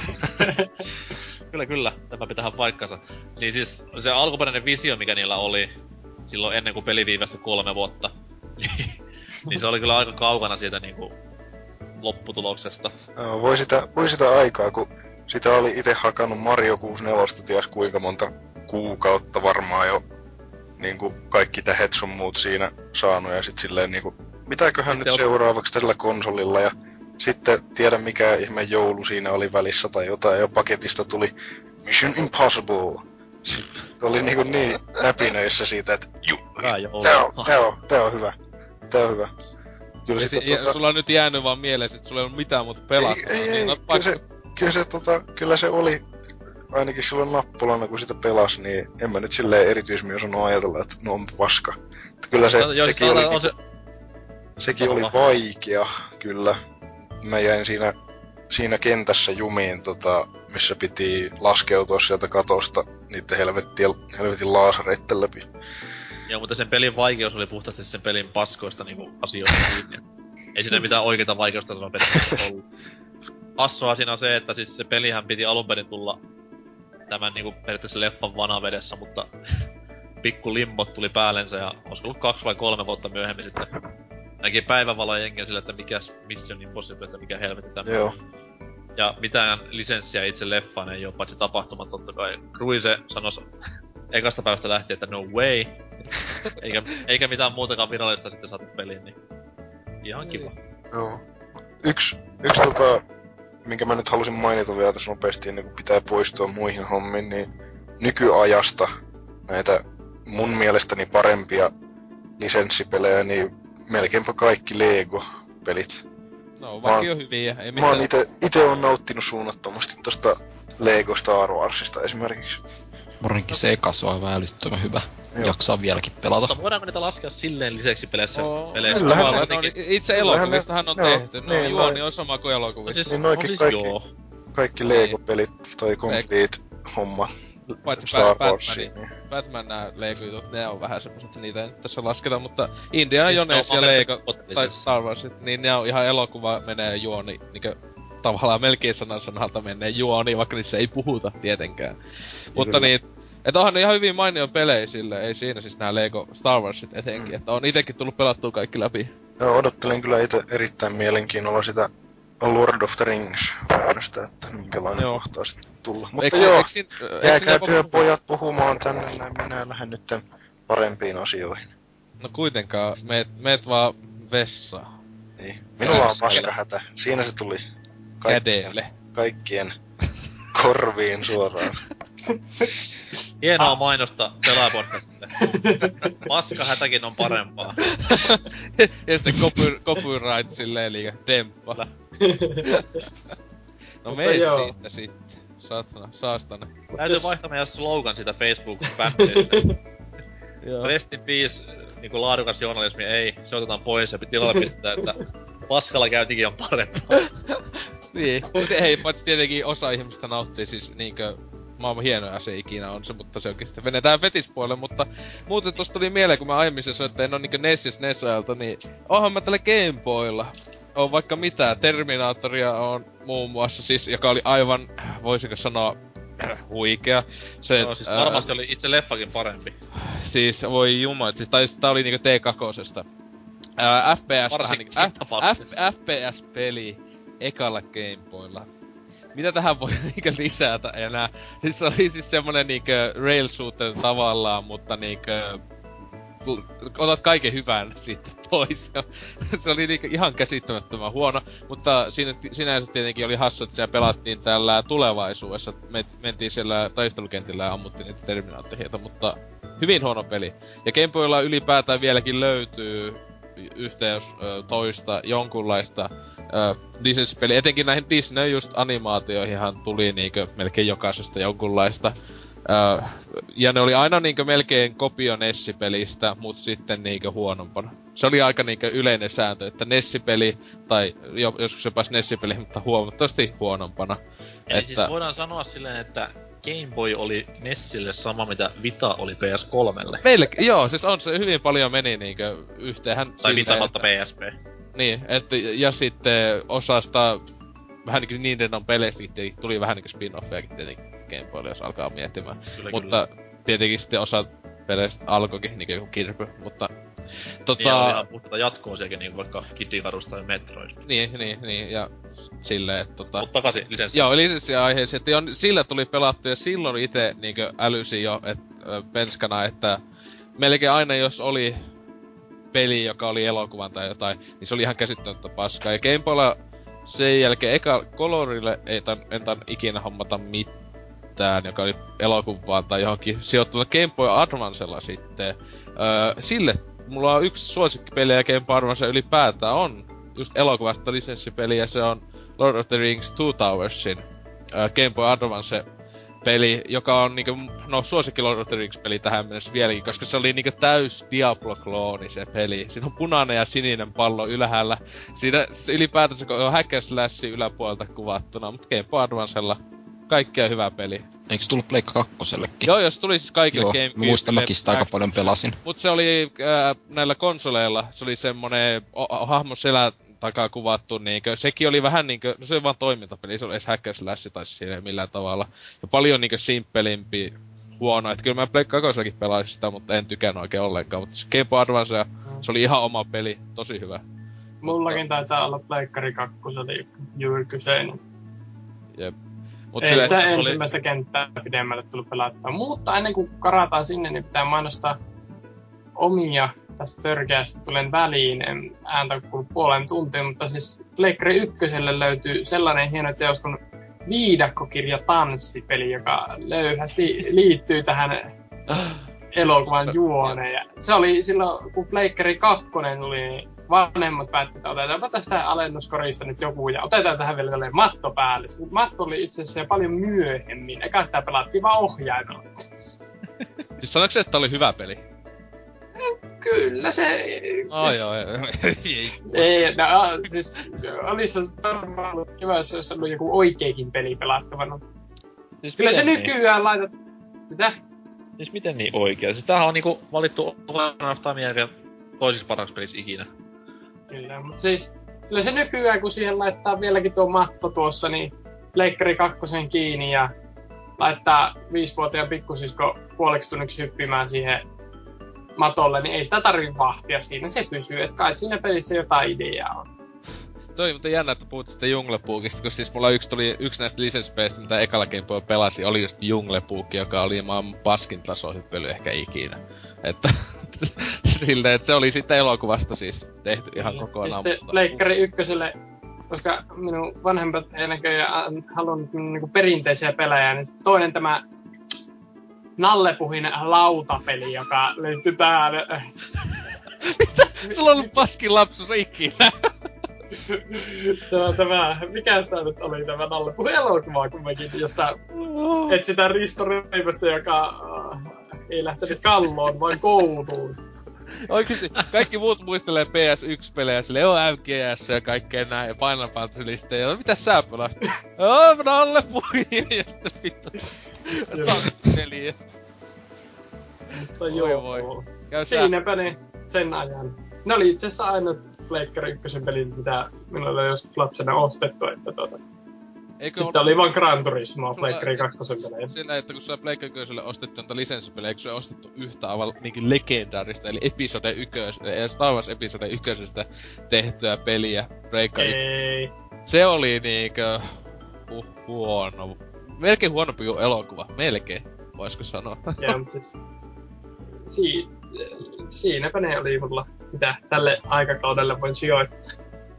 Kyllä, kyllä. Tämä pitää paikkansa. Niin siis se alkuperäinen visio, mikä niillä oli silloin ennen kuin peli viivästyi kolme vuotta, niin, niin se oli kyllä aika kaukana siitä niinku lopputuloksesta. No, voi, sitä, voi sitä aikaa, kun sitä oli itse hakannut Mario kuusikymmentäneljä ties kuinka monta kuukautta varmaan jo niinku kaikki tähet sun muut siinä saanut ja sit silleen niinku mitäköhän Sitten nyt on- seuraavaksi tällä konsolilla ja sitten tiedä mikä ihme joulu siinä oli välissä tai jotain ja paketista tuli Mission Impossible. Sitten oli niinku niin näpinöissä siitä, että ju, Hyvä joulu. tää on, tää on, tää on hyvä. Tää on hyvä. Kyllä Ja, sit, si- ja tota, sulla on nyt jäänyt vaan mieleen, että sulla ei ollut mitään muuta pelattavaa. ei, ei, niin ei, oot kyllä se, pakko- kyllä se, tota, kyllä se oli, ainakin silloin nappulana kun sitä pelasi, niin en mä nyt silleen erityisemmin osannut ajatella, että no on paska. Että kyllä se, No, joo, sekin siis oli, on se... sekin Sano oli vaan. vaikea, kyllä. Mä jäin siinä, siinä kentässä jumiin, tota, missä piti laskeutua sieltä katosta niiden helvettien, helvetin laasareitten läpi. Joo, mutta sen pelin vaikeus oli puhtaasti sen pelin paskoista niinku asioista kiinni. Ei siinä mitään oikeita vaikeusta tuolla pelissä ollut. Hassua siinä on se, että siis se pelihän piti alun perin tulla tämän niinku periaatteessa leffan vanavedessä, mutta pikku limmot tuli päällensä ja olisiko ollut kaksi vai kolme vuotta myöhemmin sitten näki päivänvaloa jengiä sillä, että mikäs Mission Impossible, että mikä helvetti tämä. Joo. Ja mitään lisenssiä itse leffaan ei oo, paitsi tapahtumat totta kai. Cruise sanois ekasta päivästä lähtien, että no way. eikä, eikä mitään muutakaan virallista sitten saatu peliin, niin ihan kiva. Joo. Yksi, yksi tota, minkä mä nyt halusin mainita vielä tässä nopeasti ennen kuin pitää poistua muihin hommiin, niin nykyajasta näitä mun mielestäni parempia lisenssipelejä, niin melkeinpä kaikki Lego-pelit. No, Mä oon- vaikka on hyviä, ei Mä oon mitään. ite, ite on nauttinut suunnattomasti tosta Lego Star Warsista esimerkiksi. Varsinkin se eka, se on aivan älyttömän hyvä. Joo. Jaksaa vieläkin pelata. Mutta voidaanko niitä laskea silleen lisäksi peleissä? Oo, peleissä? kyllähän tavallaan, ne- no, Jotenkin- niin itse kyllähän elokuvistahan on ne- joo, tehty. No niin, juoni noin. on sama kuin No elokuvissa. siis, Niin no noikin siis kaikki- joo. Kaikki Niin. Lego-pelit, toi Complete homma Paitsi Star Batman, Warsiin. Niin. Batman nää Lego-jutut, ne on vähän semmoset, että niitä ei nyt tässä lasketa, mutta Indiana Siis ne on Jones ja vaan Lego, pelkästään tai todellisessa. Star Warsit, niin ne on ihan elokuva menee juoni, niinkö tavallaan melkein sanan sanalta menee juoni, vaikka niissä ei puhuta tietenkään. Mutta Kyllä. niin, et onhan ne ihan hyvin mainio pelejä sille, ei siinä siis nää Lego Star Warsit etenkin, Mm. että on itekin tullut pelattua kaikki läpi. Joo, odottelen kyllä itse erittäin mielenkiinnolla sitä Lord of the Rings-päännöstä, että minkälainen Joo. mahtaa sitten tulla. Mutta Eikö, joo, eikö, siinä- eikö jääkää siinä- työpojat puhumaan tänne, näin minä lähden nytten parempiin asioihin. No kuitenkaan, meet, meet vaan vessaan. Niin. Minulla on paskahätä. Siinä se tuli kaikkien, Kädelle. kaikkien korviin suoraan. Hienoa mainosta Pelapodcastille. Paskahätäkin on parempaa. Ja sitten copy, copyright silleen liikä demppa. No Mutta mene joo. siitä sitten. Saatana, saastane. Täytyy jos- vaihtaa meidän slogan siitä Facebook-fanpageista. Joo. Rest in peace, niinku laadukas journalismi, ei, se otetaan pois ja tilalle pistetään, että paskalla käyntikin on parempaa. Niin, mut ei, paitsi tietenkin osa ihmistä nauttii siis niinkö maailman hienoin asia ikinä on se, mutta se onkin sitten venetään fetispuolelle, mutta muuten tosta tuli mieleen, kun mä aiemmin se sanoin, että en oo niinkö N E S ja S N E S-ajalta, niin onhan mä tällä Game Boylla. On vaikka mitä, Terminaattoria on muun muassa siis, joka oli aivan, voisinko sanoa, huikea. Se, No, siis varmasti oli itse leffakin parempi. Siis, voi jumala, siis tai tää oli niinku T kaksi. Ää, F P S vähän niinku, Varsinkin F, tapauksessa. F, F P S-peli ekalla Gameboylla. Mitä tähän voi niinkö lisätä enää? Siis se oli siis semmonen niinkö rail shooter tavallaan, mutta niinkö l- otat kaiken hyvän siitä pois. Se oli niinkö ihan käsittämättömän huono, mutta siinä, sinänsä tietenkin oli hassu, että siellä pelattiin tällä tulevaisuudessa. Me mentiin siellä taistelukentillä ja ammuttiin niitä Terminaattoreita, mutta hyvin huono peli. Ja Game Boylla ylipäätään vieläkin löytyy yhteen jos ö, toista jonkunlaista ö, lisenssipeli. Etenkin näihin Disney just animaatioihinhan tuli niinkö melkein jokaisesta jonkunlaista. Ö, ja ne oli aina niinkö melkein kopio Nessipelistä, mut sitten niinkö huonompana. Se oli aika niinkö yleinen sääntö, että Nessipeli, tai jo, joskus jopa Nessipeli, mutta huomattavasti huonompana. Eli että... siis voidaan sanoa silleen, että Game Boy oli Nessille sama mitä Vita oli P S kolmelle. Melkein, joo, siis on se hyvin paljon meni niinkö yhteenhän. Tai Vita kautta että... P S P. Niin, että ja sitten osasta vähän niinku Nintendon peleistäkin tietenkin tuli vähän niinku spin-offejakin tietenkin Game Boylle, jos alkaa miettimään. Kyllä, Mutta kyllä. tietenkin sitten osa peleistä alkoikin niinku joku Kirby, mutta tota... Niin, oli ihan puhtaita jatko-osiakin, niin vaikka Kid Icarus tai Metroid. Niin, niin, niin, ja silleen, että tota... Mut takaisin lisenssi. Joo, lisenssiaiheeseen, että jo, sillä tuli pelattu ja silloin ite niinkö älysi jo, et, ö, penskana, että melkein aina jos oli peli, joka oli elokuvan tai jotain, niin se oli ihan käsittämättä paskaa. Ja Game Boylla sen jälkeen eka Colorille ei tan, en tan ikinä hommata mitään. mitään, joka oli elokuvaan tai johonkin sijoittunut Game Boy Advancella sitten. Öö, sille mulla on yksi suosikkipeli Game Boy Advance ylipäätään on just elokuvasta lisenssipeli ja se on Lord of the Rings Two Towersin öö, Game Boy Advance peli, joka on niinku, no suosikki Lord of the Rings peli tähän mennessä vieläkin, koska se oli niinku täys Diablo-klooni se peli. Siinä on punainen ja sininen pallo ylhäällä. Siinä se ylipäätänsä on hack and slash yläpuolelta kuvattuna, mutta Game Boy Advancella kaikkea hyvä peli. Eikö se tullut Pleikka kakkosellekin? Joo, jos tuli siis kaikille Joo, Game muistan mäkin sitä aika paljon pelasin. Mut se oli äh, näillä konsoleilla, se oli semmonen o- hahmo selän takaa kuvattu niinkö, sekin oli vähän niinkö, no se oli vaan toimintapeli, se oli edes hack and slash tai siinä millään tavalla. Ja paljon niinkö simppelimpi huono, et kyllä mä Pleikka kakkosellakin pelasin sitä, mutta en tykännyt oikein ollenkaan. Mutta se Game Boy Advance, se oli ihan oma peli, tosi hyvä. Mullakin mutta... taitaa olla Pleikkari kakkosella juuri kyseinen. Jep. Mut Ei sille, sitä oli... ensimmäistä kenttää pidemmälle tullut pelattua. Mutta ennen kuin karataan sinne, niin pitää mainostaa omia tästä törkeästä. Tulen väliin, en ääntä kuulu puolen tuntia, mutta siis Pleikkari ykköselle löytyy sellainen hieno teos kuin Viidakkokirja tanssipeli, joka löyhästi liittyy tähän elokuvan juoneen. Ja se oli silloin, kun Pleikkari kakkonen tuli, niin vanhemmat päättivät, että otetaanpa tästä alennuskorista nyt joku ja otetaan tähän vielä tällainen matto päälle. Se matto oli itse asiassa paljon myöhemmin. Eka sitä pelattiin vaan ohjaimella. Siis sanoiko se, että oli hyvä peli? Kyllä se... Oh, joo, ei. Ei, no, siis olisi varmaan ollut kiva, jos olisi ollut joku oikeakin peli pelattavana. Siis Kyllä se niin? nykyään laitat... Mitä? Siis miten niin oikea? Siis tämähän on niinku valittu Ocarina of Timen jälkeen toisiksi parhaaksi peliksi ikinä. Kyllä, mutta siis... Kyllä se nykyään, kun siihen laittaa vieläkin tuo matto tuossa, niin Pleikkari kakkosen kiinni ja laittaa viisivuotiaan pikkusisko puoleksi tunniksi hyppimään siihen matolle, niin ei sitä tarvitse vahtia siinä. Se pysyy, että kai siinä pelissä jotain ideaa on. Toi mutta jännä, että puhut sitä Junglepuukista, koska siis mulla yksi, tuli, yksi näistä lisenssipeleistä, mitä ekalla Game Boy pelasi, oli just Junglepuukki, joka oli maailman paskin tasohyppely ehkä ikinä. Että silleen, että se oli sitten elokuvasta siis tehty ihan ja kokonaan. Ja sitten mutta... Pleikkari ykköselle, koska minun vanhemmat ei näköjään halunnut niinku perinteisiä pelejä, niin toinen tämä Nallepuhin lautapeli, joka löytyy tähän. Mitä? Sulla on ollut paskin lapsuus ikinä. tämä, tämä, mikä sitä nyt oli tämä Nallepuhin elokuva kumminkin, jossa etsitään Risto Reivästä, joka äh, ei lähtenyt kalloon, vaan kouluun. Oikeesti, kaikki muut muistelee P S yksi-pelejä, silleen on M G S ja kaikkea näin, ja Final Fantasy-listejä, ja mitäs sä pelasit? Joo, Nallepuhin, ja sitten vittu. Tanssipeliä. Mutta Voi joo, voi. Käy siinäpä ne sen ajan. Ne oli itse asiassa ainut Pleikkari ykkösen pelit, mitä minulla oli joskus lapsena ostettu, että tuota... Eikö Sitten ollut... oli vaan Gran Turismo, Pleikkari kakkosen pelejä. Sillä, että kun sä Pleikkari ykköselle ostettiin noita lisenssipelejä, eikö se ostettu yhtä aivan niinkin legendaarista, eli Episode yksi, ja Star Wars Episode ykkösestä tehtyä peliä, Pleikkari. Ei. Se oli niinkö... Uh, huono. Melkein huonompi kuin elokuva. Melkein, voisiko sanoa. Joo, mutta siis... Si... Siinäpä ne oli mulla, mitä tälle aikakaudelle voin sijoittaa.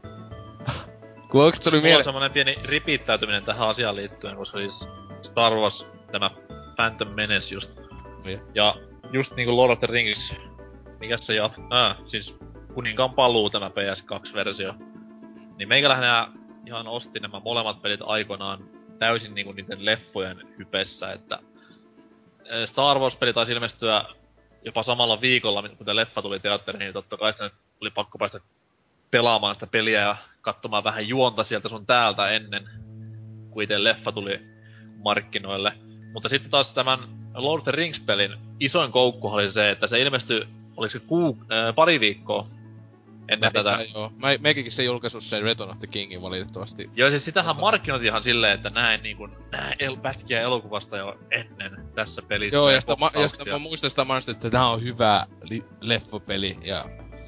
Kun onks tuli Mulla on mieleen... semmonen pieni ripittäytyminen tähän asiaan liittyen, koska siis Star Wars, tämä Phantom Menace just. Niin. Ja just niinku Lord of the Rings, mikä se jat... Äh, siis Kuninkaan paluu tämä P S kaksi-versio. Niin meikälähän ihan osti nämä molemmat pelit aikoinaan täysin niinku niiden leffojen hypessä, että Star Wars-peli taisi ilmestyä jopa samalla viikolla, kun tämä leffa tuli teatteriin, niin totta kai sitä nyt oli pakko päästä pelaamaan sitä peliä ja katsomaan vähän juonta sieltä sun täältä ennen, kuin itse leffa tuli markkinoille. Mutta sitten taas tämän Lord of the Rings-pelin isoin koukku oli se, että se ilmestyi, oliko se kuu, äh, pari viikkoa ennen Mä, tätä. joo. Mä, meikäkin se julkaisu sen Return of the Kingin valitettavasti. Joo, siis sitähän Osa. markkinoitiin ihan silleen, että näin niinku, nää el- pätkiä elokuvasta jo ennen tässä pelissä. Joo, ja sitä, ma, ja sitä mä muistan sitä mainostin, että tää on hyvä li- leffopeli, ja...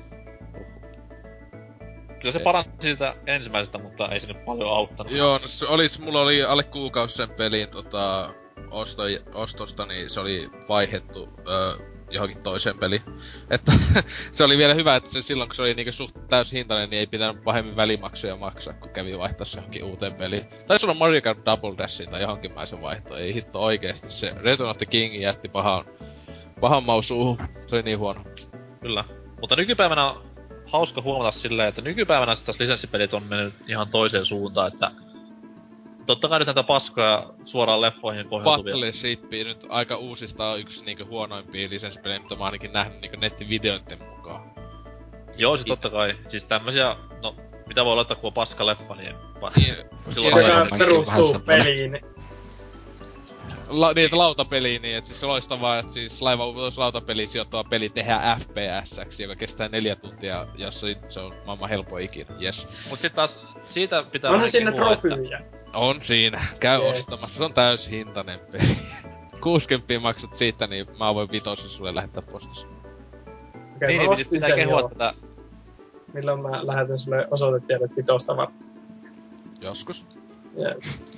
Kyllä se paransi siitä ensimmäisestä, mutta ei se nyt paljon auttanut. Joo, no se olis, mulla oli alle kuukausi sen pelin tota, osto, ostosta, niin se oli vaihdettu ö, johonkin toiseen peliin. Että se oli vielä hyvä, että se silloin kun se oli niinku suht täyshintainen, niin ei pitänyt pahemmin välimaksuja maksaa, kun kävi vaihtaa se johonkin uuteen peliin. Taisi olla Mario Kart Double Dashin tai johonkin mä sen vaihto. Ei hitto oikeesti, se Return of the King jätti pahan, pahan mau suuhun. Se oli niin huono. Kyllä. Mutta nykypäivänä on hauska huomata silleen, että nykypäivänä taas lisenssipelit on mennyt ihan toiseen suuntaan, että totta kai nyt näitä paskoja suoraan leffoihin pohjautuvia. Battleship nyt aika uusista on yksi niinku huonoimpia lisenssipelejä, mitä mä oon ainakin nähnyt niinku nettivideoiden mukaan. Joo, siis totta kai. Siis tämmösiä, no mitä voi olettaa kun on paska leffa, niin... Niin, silloin Joka Aivan, perustuu vähän peliin. La, niin, että lautapeli, niin että siis se loistavaa, että siis laivavuotos lautapeli sijoittava peli tehdään F P S-ksi, joka kestää neljä tuntia, jossa se on maailman helppo ikinä, jes. Mut sit taas siitä pitää Onhan vähän siinä kehua, että... trofyjä. On siinä, käy Yes. ostamassa, se on täyshintainen peli. kuusikymmentä maksat siitä, niin mä voin vitosen sulle lähettää postissa. Okei, Niin, mä niin sit ostin pitää sen kehua joo. tätä... Milloin mä lähetän sulle osoitetiedot vitosta vaan. Joskus. Yeah.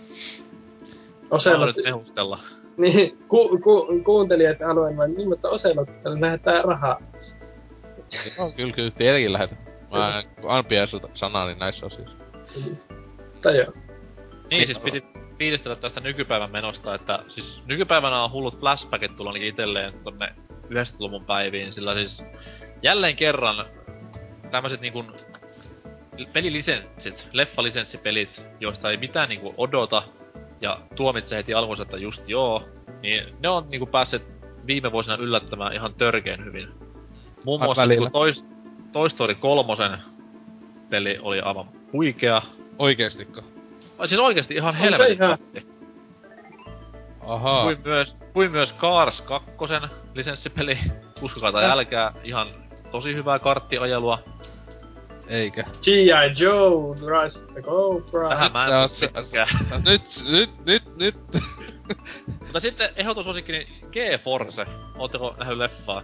Saa Oselot, nyt mehustella. niin, ku, ku, kuuntelijat alueen vain, niin, mutta Oselot lähettää rahaa. Joo, kyllä, kyllä, tietenkin lähetä. Mä en anpia sulta sanani näissä asioissa. Tai joo. Niin, siis piti fiilistellä tästä nykypäivän menosta, että siis nykypäivänä on hullut flashbackit tullut ainakin itselleen tonne yhdeksänkymmentäluvun päiviin, sillä siis jälleen kerran tämmöset niinkun pelilisenssit, leffalisenssipelit, joista ei mitään niinku odota ja tuomitsee heti alkuunsa, että just joo, niin ne on niinku päässeet viime vuosina yllättämään ihan törkeen hyvin. Muun Ai, muassa välillä. niinku Toy, Toy Story kolmosen peli oli aivan huikea. Oikeestikko? Ai siis oikeesti ihan On se helvetin ihan- hyvä. Ahaa. Kuin myös, kuin myös Cars kakkosen lisenssipeli. Uskokaa tai älkää, ihan tosi hyvää karttiajelua. Eikä. G I. Joe, Rise of the Cobra. Tähän mä Se on en se- tykkää. Nyt, nyt, nyt, nyt. Mutta sitten ehdotusosikkini G-Force. Ootteko nähnyt leffaa?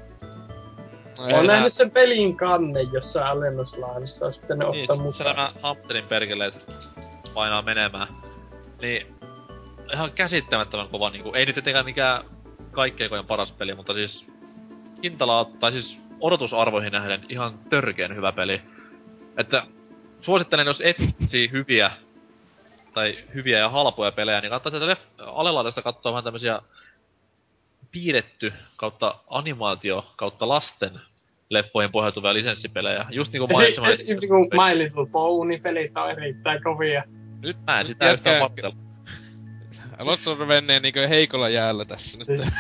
Olen Ei, nähnyt sen pelin kannen jossain alennuslaanissa, olisi pitänyt Niin, ottaa se mukaan. nämä Hamterin perkeleet painaa menemään. Niin, ihan käsittämättömän kova niinku, ei nyt etenkään mikään kaikkein koin paras peli, mutta siis hintalaa, tai siis odotusarvoihin nähden ihan törkeen hyvä peli. Että suosittelen, jos etsii hyviä tai hyviä ja halpoja pelejä, niin kannattaa sieltä leff- alelaidasta katsoa vähän tämmösiä piirretty kautta animaatio kautta lasten leffoihin pohjautuvia lisenssipelejä. Just niinku Ja si- mainitsemani... esim. niinku My Little Pony-pelit on erittäin kovia. Nyt Mä en sitä yhtään jätkä- vattella. Lots on menneen niinkö heikolla jäällä tässä nyt. Siis,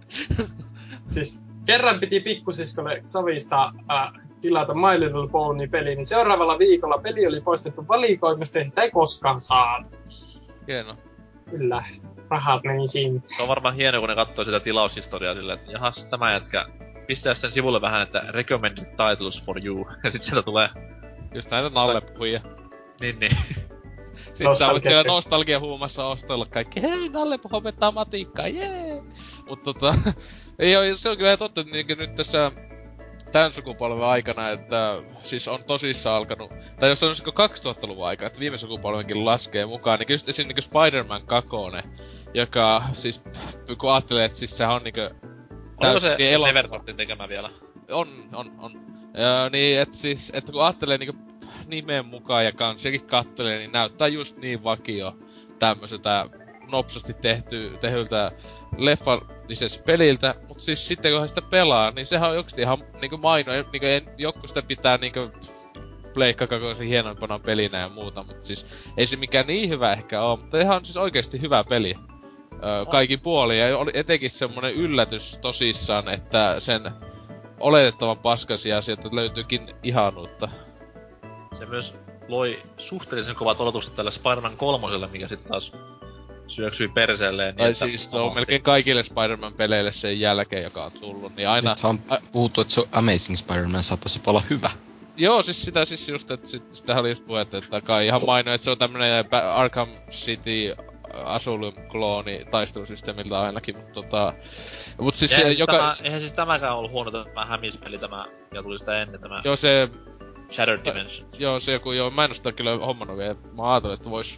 siis kerran piti pikkusiskolle Savista äh, tilata My Little Pony-peli, niin seuraavalla viikolla peli oli poistettu valikoimasta ja sitä ei koskaan saatu. Hieno. Kyllä, rahat meni sinne. Se on varmaan hienoa, kun ne katsoo sitä tilaushistoriaa silleen, että jahas, tämä jätkä, pistää sen sivulle vähän, että recommended titles for you, ja sit sieltä tulee, Just näitä nallepuhujia. niin niin. Sitten sä Nostalgia. olet siellä nostalgiahuumassa ostoilla kaikki, hei, Nallepu opettaa matikkaa, jee! Mut tota, ei oo, se on kyllä ihan totta, että niinkö nyt tässä tän sukupolven aikana, että siis on tosissaan alkanut, tai jos on olisiko kaksituhattaluvun aika, että viime sukupolvenkin laskee mukaan, niin just esim. Niinku Spider-Man kakone, joka siis, kun ajattelee, että siis sehän on niinkö Oliko se täysin elokuva. Nevertoftin tekemä vielä? On, on, on. Ja, niin, että siis, että kun ajattelee niinku nimen mukaan ja kansiakin kattelee, niin näyttää just niin vakio tämmöseltä nopsasti tehty, tehyltä leffan siis peliltä, mut siis sitten kun sitä pelaa, niin sehän on oikeesti ihan niinku maino, niinku en, joku sitä pitää niinku Pleikka kakoisen hienoimpana pelinä ja muuta, mut siis ei se mikään niin hyvä ehkä oo, mutta ihan siis oikeesti hyvä peli. Öö, kaikin puolin, ja oli etenkin semmonen yllätys tosissaan, että sen oletettavan paskasia sieltä löytyykin ihanuutta. Se myös loi suhteellisen kovat odotukset tälle Spider-Man kolmoselle, mikä sit taas syöksyi perseelleen. Tai että siis se on unohti. melkein kaikille Spider-Man-peleille sen jälkeen, joka on tullut, niin aina... Nyt on a- puhuttu, että se on Amazing Spider-Man saattaisi olla hyvä. Joo, siis sitä siis just, että sit, sitä oli just puhetta, että kai ihan maino, että se on tämmönen Ba- Arkham City Asylum-klooni taistelusysteemiltä ainakin, mutta tota... Mut siis Eihän se, siis joka... Tämä, eihän siis tämäkään ollut huono tämä hämispeli, tämä, ja tuli sitä ennen tämä Joo, se... Shattered Dimension. Joo, se joku, joo, mä en oo sitä kyllä hommannut vielä. Mä ajattelin, että vois,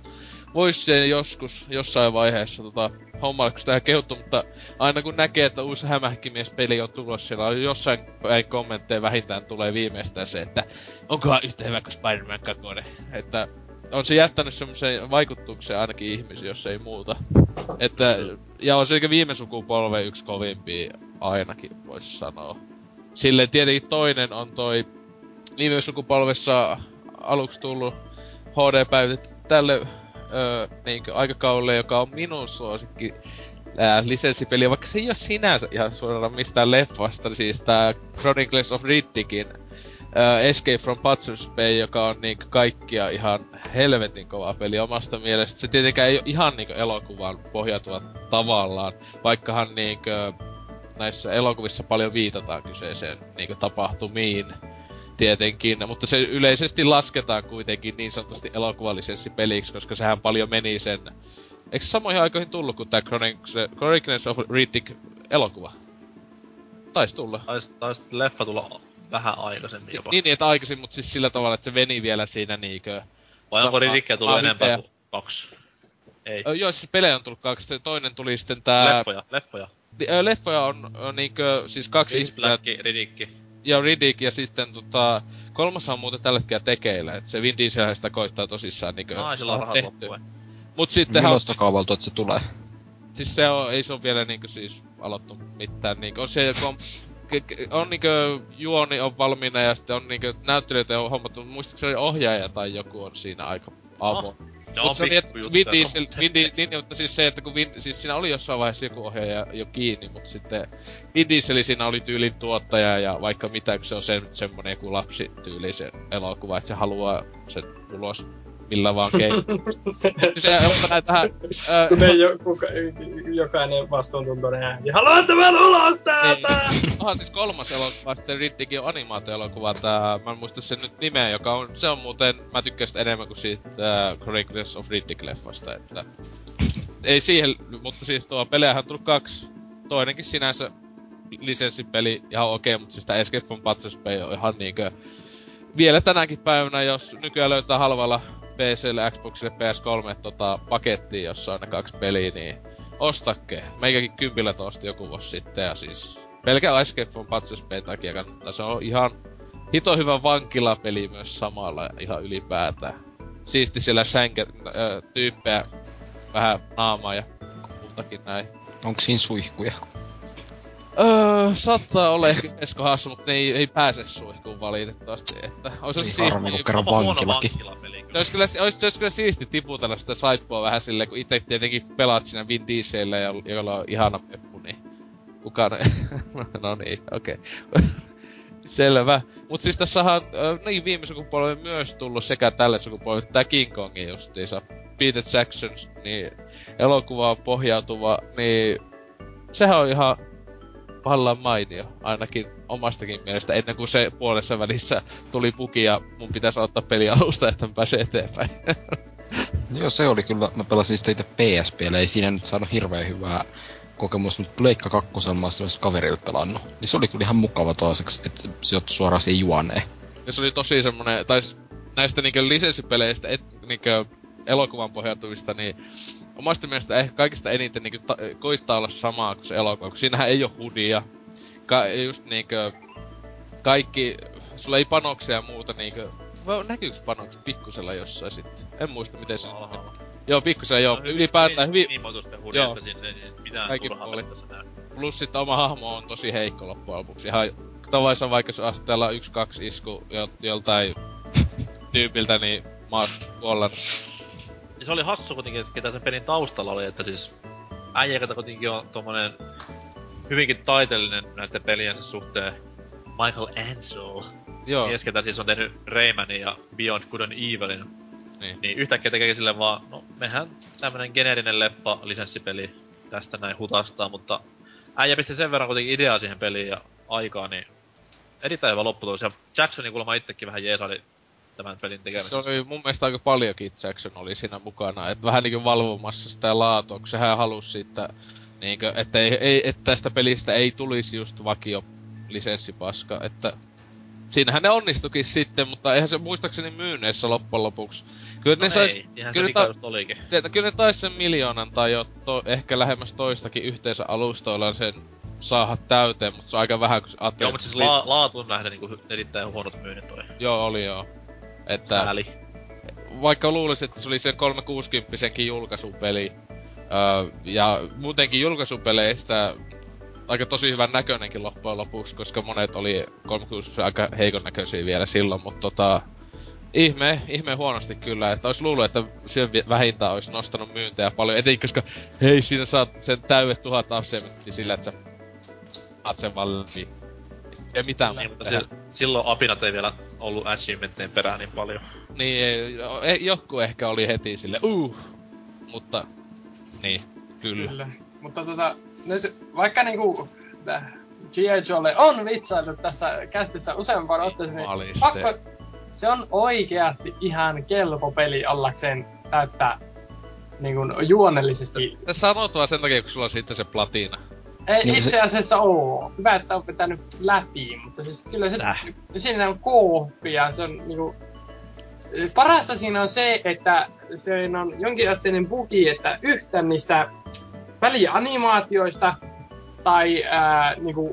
vois se joskus, jossain vaiheessa tota, hommalla, kun sitä on kehuttu, mutta aina kun näkee, että uusi hämähäkkimies-peli on tulossa, siellä on jossain päin kommentteja vähintään tulee viimeistään se, että onkohan yhtä hyvä kuin Spider-Man kaksi. Että on se jättänyt semmoisen vaikutuksen ainakin ihmisiä, jos ei muuta. Että, ja on se viime sukupolven yksi kovimpia ainakin, voisi sanoa. Silleen tietenkin toinen on toi viime sukupolvessa aluksi tullut H D-päivitetty tälle öö, niinkö aikakaudelle, joka on minun suosikki ää, lisenssipeli, vaikka se ei oo sinänsä ihan suoraan mistään leffasta, siis tää Chronicles of Riddickin ää, Escape from Butcher's Bay, joka on niinkö kaikkia ihan helvetin kova peli omasta mielestä. Se tietenkään ei oo ihan niinkö elokuvaan pohjautuva tavallaan, vaikkahan niinkö näissä elokuvissa paljon viitataan kyseiseen niinkö tapahtumiin. Tietenkin, mutta se yleisesti lasketaan kuitenkin niin sanotusti elokuvalisenssipeliksi, koska sehän paljon meni sen... Eikö se samoihin aikoihin tullut kuin tää Chronicles of Riddick elokuva? Taisi tulla. Taisi tais leffa tulla vähän aikaisemmin jopa. Niin, niin, että aikaisin, mutta siis sillä tavalla, että se veni vielä siinä niinkö... Vai onko Riddickia tullut ah, enempää kuin kaksi? Ei. Ö, joo, siis pelejä on tullut kaksi. Se toinen tuli sitten tää... Leffoja, leffoja. Ö, leffoja on, on niinkö, siis kaksi Pitch Black, Riddick. Ja Riddick, ja sitten tota... Kolmas on muuten tällä hetkellä tekeillä, et se Vin Dieselhän sitä koittaa tosissaan niinkö Ai, sillä on rahat loppuu. Mut sitten milloin sitä kaavaltu, että se tulee? Siis se on, ei se on vielä niinkö siis aloittu mitään niinkö, on se kom... on niinkö juoni on valmiina ja sitten on niinkö näyttelijöitä on hommattu, muistaakseni ohjaaja tai joku on siinä aika avoin. No, Mut se oli, että juttu, Vin Diesel, Vin Diesel, niin, mutta siis se, että kun Vin, siis siinä oli jossain vaiheessa joku ohjaaja jo kiinni, mutta sitten Vin Diesel siinä oli tyylin tuottaja ja vaikka mitä, kun se on se, semmonen joku lapsityyli se elokuva, että se haluaa sen ulos millä vaan keinoin. Se on näin tähän... Äh, Kuten jo, kuka, jokainen vastuuntuntoinen ääni. Haluan tämän ulos täältä! Onhan siis kolmas elokuva, sitten Riddickin on animaatioelokuva, tää, mä en muista sen nyt nimeä, joka on, se on muuten, mä tykkään sitä enemmän kuin siitä äh, Chronicles of Riddick-leffasta, että... Ei siihen, mutta siis tuo pelejähän on tullut kaksi, toinenkin sinänsä lisenssipeli ihan okei, okay, mutta siis tää Escape from Butcher's Bay on ihan niinkö... Vielä tänäkin päivänä, jos nykyään löytää halvalla P C:lle, Xboxille, P S kolme tota, pakettia, jossa on ne kaksi peliä, niin ostakke. Meikäkin kympillä tosti joku vuosi sitten, ja siis pelkä Escape from Butcher's Bay takia kannattaa. Se on ihan hito hyvä vankilapeli myös samalla, ihan ylipäätään. Siisti siellä sänkä äh, tyyppejä, vähän naamaa ja muutakin näin. Onko siinä suihkuja? Öö, saattaa olla ehkä Esko Hassu, mutta ne ei, ei pääse suihkuun valitettavasti, että... Ois Niin siisti... harmi, kun kerran Huono vankilakin. vankilapeli kyllä. Se ois kyllä, ois, se ois kyllä siisti tiputella sitä saippua vähän silleen, kun ite tietenkin pelaat siinä Vin Dieselillä, jolla on ihana peppu, niin... Kukaan... no niin, okei. Okay. Selvä. Mut siis tässähän on niin viime sukupolven myös tullut sekä tälle sukupolvelle, tää King Kongin justiinsa. Peter Jackson, niin elokuvaan pohjautuva, niin... Sehän on ihan... vallan mainio, ainakin omastakin mielestä, ennen kuin se puolessa välissä tuli bugi ja mun pitäisi ottaa peli alusta, että mä pääsen eteenpäin. Joo, se oli kyllä, mä pelasin sitä itse P S P:llä, ei siinä nyt saanut hirveän hyvää kokemus, mutta Pleikka kakkosen mä oon kaverille pelannut. Niin se oli kyllä ihan mukava toiseksi, että se otti suoraan siihen juoneen. Ja se oli tosi semmonen, tai näistä niinkö lisenssipeleistä, et, niinkö elokuvan pohjautuvista, niin omasta mielestä ehkä kaikista eniten niinku ta- koittaa olla samaa kuin se elokuva, kun siinähän ei oo hudia. Ka- just niinkö kaikki, sulla ei panoksia ja muuta niinkö... Vai näkyyks panokset pikkusella jossain sitten? En muista miten se... Alhaalla. Joo, pikkusella joo, No, ylipäätään hyvin... Niin montuista Joo. hudista sinne, niin mitään Kaikin turhaa puolin. vettä se näy. Plus sit oma hahmo on tosi heikko loppujen lopuksi. Ihan tavallaan vaikka jos asteella yksi kaksi isku jo- joltain tyypiltä, niin mä oon kuollut. Ja se oli hassu kuitenkin, että ketä sen pelin taustalla oli, että siis äijä, ketä kuitenkin on tommonen hyvinkin taiteellinen näiden peliensä suhteen. Michael Ansel. Joo, Mies, ketä siis on tehnyt Raymanin ja Beyond Good and Evilin. niin. Niin yhtäkkiä tekee sille vaan, no mehän tämmönen geneerinen leppa lisenssipeli tästä näin hutastaa, mutta äijä pisti sen verran kuitenkin ideaa siihen peliin ja aikaa, niin erittäin hyvä lopputulos. Ja Jacksoni kuulemma itsekin vähän jeesaili tämän pelin tekemisessä. Se oli mun mielestä aika paljonkin Jackson oli siinä mukana, että vähän niinkö valvomassa sitä laatua, kun sehän halusi siitä niinkö, että ei, ei, että tästä pelistä ei tulisi just vakio lisenssipaska, että siinähän ne onnistukin sitten, mutta eihän se muistaakseni myyneissä loppujen lopuksi. Kyllä no ne ei, sais, ihan kyllä se ne, ta- just olikin. se, kyllä ne tais sen miljoonan tai jo to, ehkä lähemmäs toistakin yhteensä alustoilla sen saada täyteen, mutta se on aika vähän, kun ajattelee... Joo, mutta siis la- laatuun nähden niinku erittäin huonot myynnit oli. Joo, oli joo. Että... Sääli. Vaikka luulisin, että se oli sen kolmesataakuusikymmentäsenkin julkaisupeli. Öö, ja muutenkin julkaisupeleistä aika tosi hyvän näköinenkin loppujen lopuksi, koska monet oli kolmesataakuusikymmentä aika heikon näköisiä vielä silloin, mutta tota... Ihme, ihme huonosti kyllä, että ois luullut, että sen vähintään ois nostanut myyntejä paljon, etenkin koska hei, siinä saat sen täydet tuhat achievementtia sillä, että sä saat sen valmiin. Ei mitään niin, muuta mutta tehdä. se, silloin apinat ei vielä ollut achievementtien perään niin paljon. Niin, ei, ei, joku ehkä oli heti sille, uh, mutta, niin, kyllä. Kyllä. Mutta tota, nyt vaikka niinku G I. Joelle on vitsailtu tässä kästissä useampaan otteeseen, niin Maliste. pakko, se on oikeasti ihan kelpo peli ollakseen täyttää niinku juonellisesti. Sä sanot vaan sen takia, kun sulla on sitten se platina. Ei Niin itse se- asiassa oo. Hyvä, että on vetänyt läpi, mutta siis kyllä se, Täh. siinä on kooppi ja se on niinku... Parasta siinä on se, että se on jonkinasteinen bugi, että yhtä niistä välianimaatioista tai ää, niinku,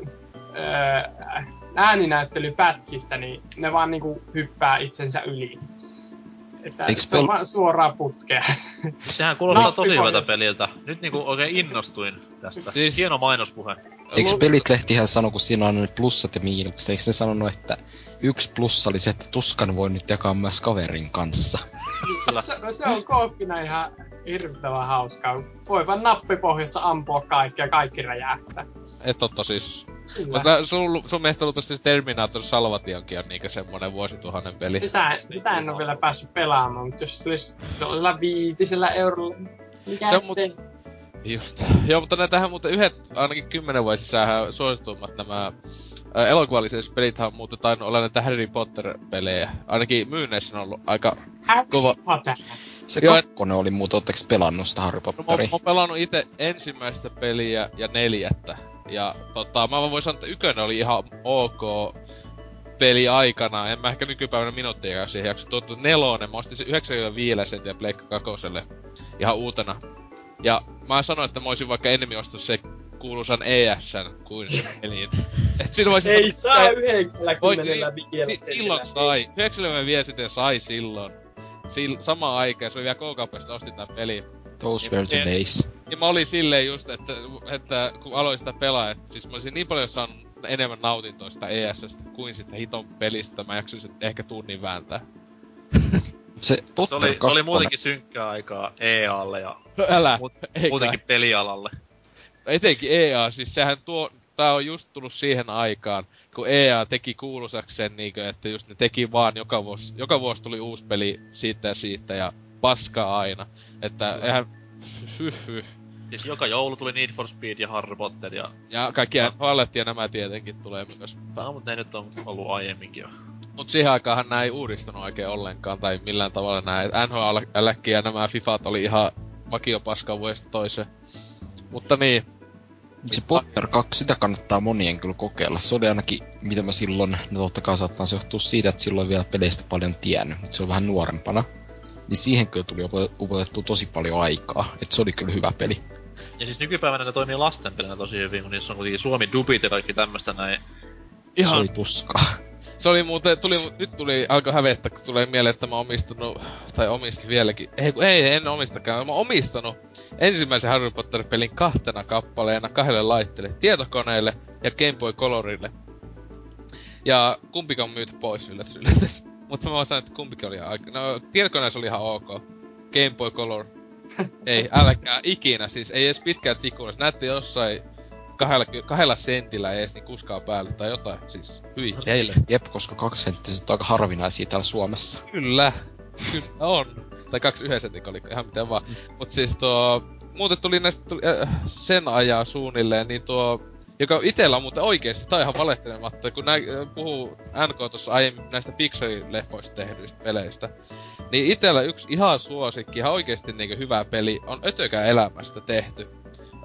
ää, ääninäyttelypätkistä, niin ne vaan niinku hyppää itsensä yli. Että Eiks se on pel- vaan suoraa putkea. Sehän kuulostaa Nappi tosi hyvältä pohjassa. peliltä. Nyt niinku oikein innostuin tästä. Siis- Hieno mainospuhe. Eikö Lu- Pelit-lehtihän sano, kun siinä on ne plussat ja miinukset, eikö ne sanonut, että yksi plussa oli se, että tuskan voi nyt jakaa myös kaverin kanssa. se, se on kooppina ihan hirvittävän hauskaa. Voi vaan nappipohjassa ampua kaikki ja kaikki räjähtää. Et oo tosissas. Kyllä. Mutta sun, sun mielestä luultavasti se Terminator Salvationkin on niinkö semmonen vuosituhannen peli. Sitä, sitä en ole vielä päässyt pelaamaan, mutta jos tulisi tuolla viitisellä eurolla, mikä Se on mut- ettei. Just. Joo, mutta näitähän muuten yhdet, ainakin kymmenen vuoden sisään suosituimmat nämä ää, elokuvalliset pelithän on muuten tainnut olla näitä Harry Potter-pelejä. Ainakin myynneissä on ollut aika Harry kova. Potter. Se Joo, kakkonen oli muuten, ootteko pelannut sitä Harry No, mä, Potteria? mä oon pelannut itse ensimmäistä peliä ja neljättä. Ja tota, mä voin sanoa, että ykönen oli ihan ok peli aikana. En mä ehkä nykypäivänä minuuttia siihen jaksa. Tuottu nelonen, mä ostin se yhdeksänkymmentäviisi senttiä Pleikka kakoselle ihan uutena. Ja mä sanoin, että mä oisin vaikka enemmän ostanut se kuuluisan E S:n kuin se peliin. Et siinä voisin Ei sanoa, saa että- yhdeksänkymmentä Si- vielä. silloin sai. yhdeksänkymmentäviisi senttiä sai silloin. Sil- samaan aikaan, se oli vielä K-kaupasta ostin tän pelin. Those were the En- days. Ja mä olin silleen just, että, että kun aloin sitä pelaa, että siis mä olisin niin paljon saanut enemmän nautintoa sitä E S:stä kuin sitä hiton pelistä. Mä jaksoisin ehkä tunnin vääntää. Se Se Potter oli, se oli kakkonen, muutenkin synkkää aikaa E A:lle ja No älä! muut, Ei muutenkin pelialalle. Etenkin E A, siis sehän tuo, tää on just tullut siihen aikaan, kun E A teki kuuluisaksi sen niinkö, että just ne teki vaan joka vuosi, joka vuosi tuli uusi peli siitä ja siitä ja paskaa aina. Että eihän, hyh, hyh. Siis joka joulu tuli Need for Speed ja Harry Potter ja... Ja kaikki N H L ja nämä tietenkin tulee myös. No, mutta ne nyt on ollut aiemminkin jo. Mut siihen aikaanhan nää ei uudistunut oikein ollenkaan, tai millään tavalla nää N H L ja nämä Fifat oli ihan makiopaskaa vuodesta toiseen. Mutta niin, se Potter kaksi, sitä kannattaa monien kyllä kokeilla. Se oli ainakin, mitä mä silloin, no totta kai saattaa se johtua siitä, että silloin vielä peleistä paljon tiennyt, mutta se on vähän nuorempana. Niin siihen kyllä tuli upo- upotettua tosi paljon aikaa, että se oli kyllä hyvä peli. Ja siis nykypäivänä ne toimii lastenpelinä tosi hyvin, kun niissä on kuitenkin Suomi-dubit ja kaikki tämmöstä näin. Se oli tuskaa. se oli muuten, tuli, nyt tuli, alkoi hävettä, kun tulee mieleen, että mä oon omistanut, tai omistin vieläkin. Ei, kun ei, en omistakaan. Mä oon omistanut ensimmäisen Harry Potter-pelin kahtena kappaleena kahdelle laitteelle, tietokoneelle ja Game Boy Colorille. Ja kumpikaan on myyty pois yllätys yllätys. Mutta mä voin sanoa, että kumpikin oli aika... No, tietokoneessa oli ihan ok. Game Boy Color. Ei, älkää ikinä, siis ei edes pitkään tikkuudessa. Näette jossain kahdella, kahdella sentillä ees niin kuskaa päälle tai jotain. Siis, hyi, heille. Jep, koska kaksisenttiset on aika harvinaisia täällä Suomessa. Kyllä. Kyllä on. Tai kaksi yhden sentin kolikko, ihan miten vaan. Mut siis tuo... Muuten tuli näistä tuli, äh, sen ajaa suunnilleen, niin tuo... Joka itellä on muuten oikeesti, tää on ihan valettelematta, kun nää äh, puhuu N K tossa aiemmin näistä Pixel-leffoista tehdyistä peleistä. Niin itellä yksi ihan suosikki, ihan oikeesti niinku hyvä peli, on Ötökän elämästä tehty.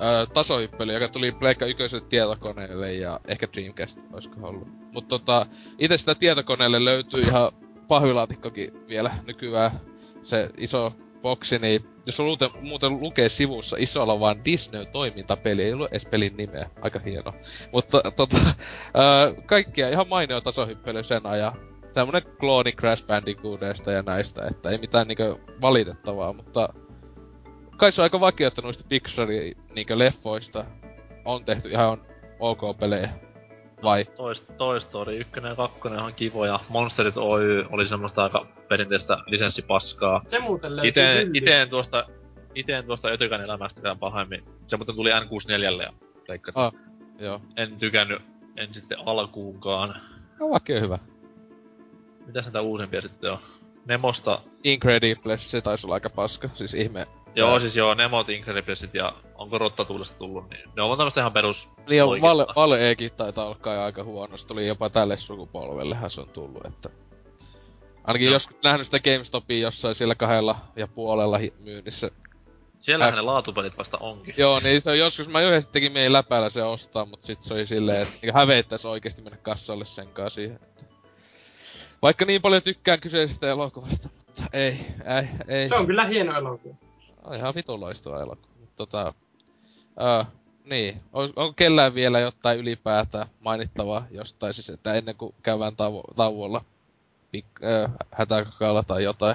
öö, tasohyppely, joka tuli Pleikka ykköselle tietokoneelle ja ehkä Dreamcast olisiko ollut. Mut tota, ite sitä tietokoneelle löytyy ihan pahvilaatikkokin vielä nykyään. Se iso boksi, niin jos on muuten, muuten lukee sivussa isolla vaan Disney-toimintapeli, ei ollut edes pelin nimeä. Aika hieno. Mutta tota, öö, kaikkia ihan mainio tasohyppely sen ajan. Semmonen klooni Crash Bandicootista ja näistä, että ei mitään niinkö valitettavaa, mutta kai se on aika vakio, että noista Pixarin niinkö leffoista on tehty ihan ok pelejä. Vai? Toy, Toy Story ykkönen ja kakkonen on kivoja. Monsterit Oy oli semmoista aika perinteistä lisenssipaskaa. Se muuten löytyy Ite, hyllistä. iteen tuosta, iteen tuosta Ötykän elämästäkään pahemmin. Se muuten tuli N kuusikymmentäneljä ja leikkat. Ah, joo. En tykännyt, en sitten alkuunkaan. No vaikka hyvä. Mitäs näitä uusempia sitten on? Nemosta... Incredibles, se taisi olla aika paska, siis ihme. Joo, siis joo, Nemot, Incrediblesit ja onko Rottatuulesta tullut, niin ne on tämmöstä ihan perus... Niin on, Val, Val-Ekin taitaa olla kai aika huono, se tuli jopa tälle sukupolvellehan se on tullut, että... Ainakin no. Joskus nähnyt sitä GameStopia jossain sillä kahdella ja puolella hi- myynnissä. Siellähän ne laatupelit vasta onkin. Joo, niin se on joskus, mä yhdessä tekin meidän läpällä se ostaa, mut sit se oli silleen, että niinku häveittäis oikeesti mennä kassalle senkaan siihen, että... Vaikka niin paljon tykkään kyseisestä elokuvasta, mutta ei, ei, ei. Se on kyllä hieno elokuva. On ihan vitun loistava elokuva, mutta tota... Öö, niin, on, onko kellään vielä jotain ylipäätään mainittavaa jostain siis, että ennen kuin käydään tauo- tauolla pik- öö, hätäkakaalla tai jotain?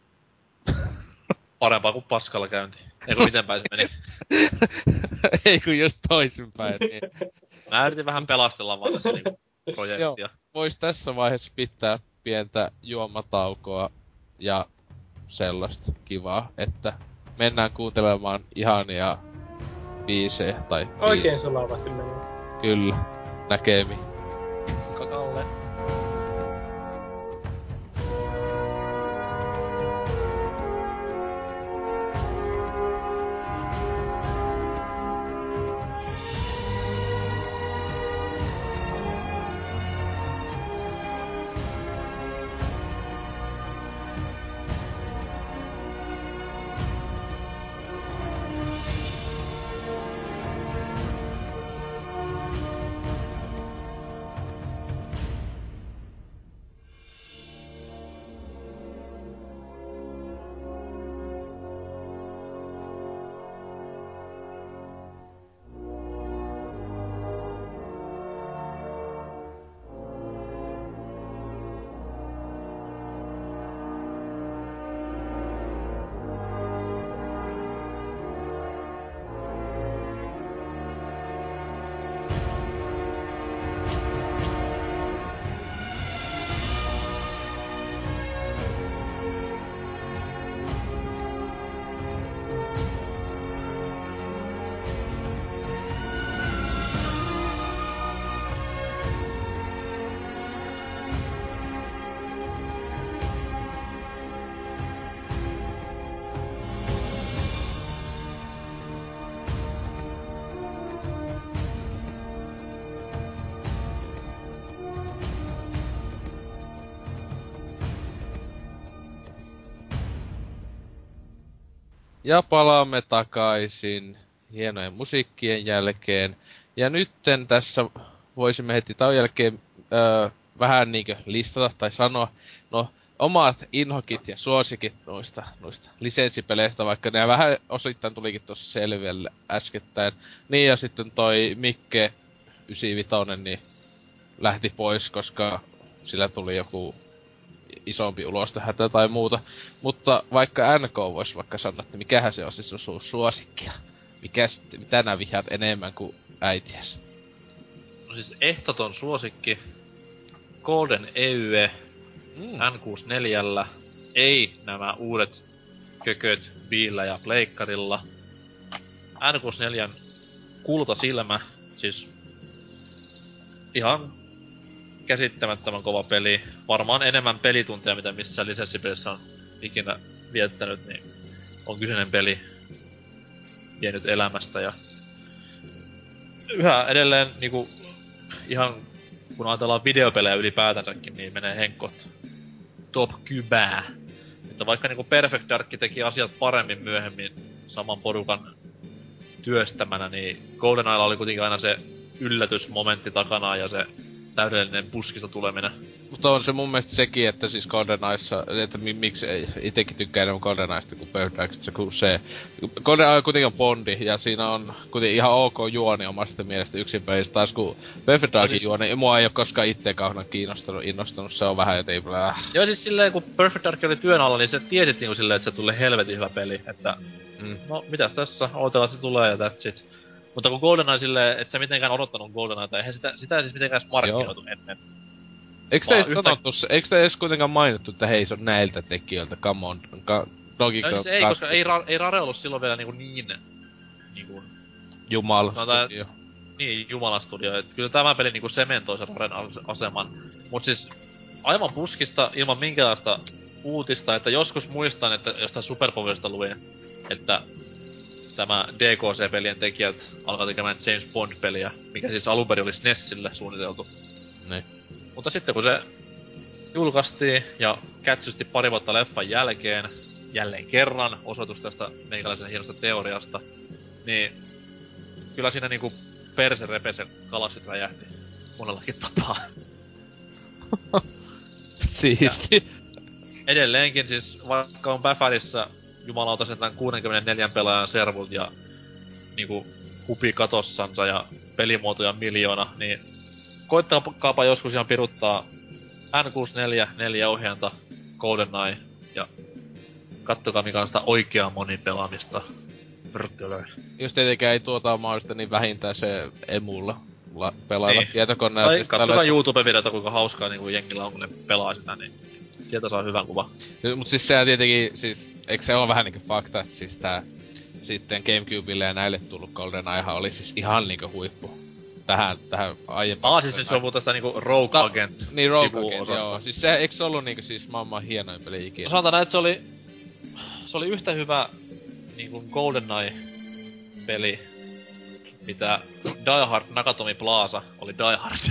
Parempaa kuin paskalla käynti. Eikö miten päin se meni? Ei kun just toisinpäin, niin... Mä yritin vähän pelastella vaan tässä niinku projektia. Joo, vois tässä vaiheessa pitää pientä juomataukoa ja sellaista kivaa, että mennään kuuntelemaan ihania biisejä tai... Oikein sulavasti menee. Kyllä, näkemiin. Kakalle. Ja palaamme takaisin hienojen musiikkien jälkeen. Ja nytten tässä voisimme heti tauon jälkeen öö, vähän niinkö listata tai sanoa, no omat inhokit ja suosikit noista, noista lisenssipeleistä, vaikka ne vähän osittain tulikin tuossa selville äskettäin. Niin ja sitten toi Mikke yhdeksänkymmentäviisi niin lähti pois, koska sillä tuli joku isompi ulostohätä tai muuta. Mutta vaikka N K vois vaikka sanoa, että mikähän se on siis sun suosikkia. Mikä sitten, mitä nää vihjaat enemmän kuin äitiäs? No siis ehtoton suosikki. Golden E Y E mm. N kuusikymmentäneljä. Ei nämä uudet kököt Viillä ja Pleikkarilla. N kuusikymmentäneljä kultasilmä. Siis ihan käsittämättömän kova peli. Varmaan enemmän pelitunteja, mitä missään lisenssipelissä on ikinä viettänyt, niin on kyseinen peli vienyt elämästä. Ja yhä edelleen niinku ihan kun ajatellaan videopelejä ylipäätänsäkin, niin menee Henkot top kybää. Että vaikka niinku Perfect Dark teki asiat paremmin myöhemmin saman porukan työstämänä, niin GoldenEyella oli kuitenkin aina se yllätysmomentti takana ja se täydellinen puskista tuleminen. Mutta on se mun mielestä sekin, että siis GoldenEyessa, että mi- miksi ei itekin tykkää enemmän GoldenEyesta kuin Perfect Darkista, kun se... GoldenEye kuitenkin on Bondi, ja siinä on kuitenkin ihan ok juoni omasta mielestä yksin pelissä, taas kun Perfect Darkin juoni, mua ei oo koskaan itse kauhean kiinnostunut, innostunut, se on vähän jotenkin blää. Joo, siis silleen kun Perfect Dark oli työn alla, niin sä tiesit niinku silleen, että se tulee helvetin hyvä peli, että... Mm. No, mitäs tässä? Ootellaan, että se tulee ja that's it. Mutta kun GoldenEye silleen, et sä mitenkään odottanut GoldenEyeta, eihän sitä, sitä ei siis mitenkään markkinoitu ennen. Eiks te edes yhtä... sanottu, eiks te edes kuitenkaan mainittu, että hei, se on näiltä tekijöiltä, come on, ka, Donkey Kong... No siis ei, koska ei, ra, ei Rare ollut silloin vielä niinku niin... Niinku... Jumala-studio. Niin, Jumala-studio, et kyllä tämä peli niinku sementoi sen Raren aseman. Mut siis aivan puskista, ilman minkäänlaista uutista, että joskus muistan, että jostain Superpowersta luin, että tämä D K C-pelien tekijät alkaa tekemään James Bond-peliä, mikä siis alunperin oli SNESille suunniteltu. Niin. Mutta sitten kun se julkaistiin ja kätsysti pari vuotta leffan jälkeen, jälleen kerran osoitus tästä meikäläisen hienosta teoriasta, niin kyllä siinä niinku perse repesen galaksit räjähti monellakin tapaa. Siisti. Edelleenkin siis, vaikka on Bafadissa jumalauta sentään kuusikymmentäneljä pelaajan servut ja niinku hupi katossansa ja pelimuotoja miljoona, niin koittakaapa joskus ihan piruttaa N kuusikymmentäneljä neljä ohjainta GoldenEye ja kattokaa mikä on sitä oikeaa monipelaamista. Brrrkölöi. Jos tietenkään ei tuota mahdollista, niin vähintään se emulla la- pelailla niin. tietokoneella. Tai kattokaa YouTube-videota, kuinka hauskaa niinku jengillä on, kun ne pelaa sitä, niin sieltä saa hyvän kuvan. Mut siis sehän tietenkin, siis, eikö se oo vähän niinku fakta, että siis tää sitten Gamecubelle ja näille tullut GoldenEyehan oli siis ihan niinku huippu. Tähän, tähän aiempaan. Ah, siis nyt se on puhutaan sitä niinku Rogue no, Agent. Niin, Rogue Agent, joo. Siis se, eikö se ollut niinku siis maailman hienoin peli ikinä? No sanotaan näin, että se oli... Se oli yhtä hyvä niinku GoldenEye-peli, mitä Die Hard Nakatomi Plaza oli Die Hard.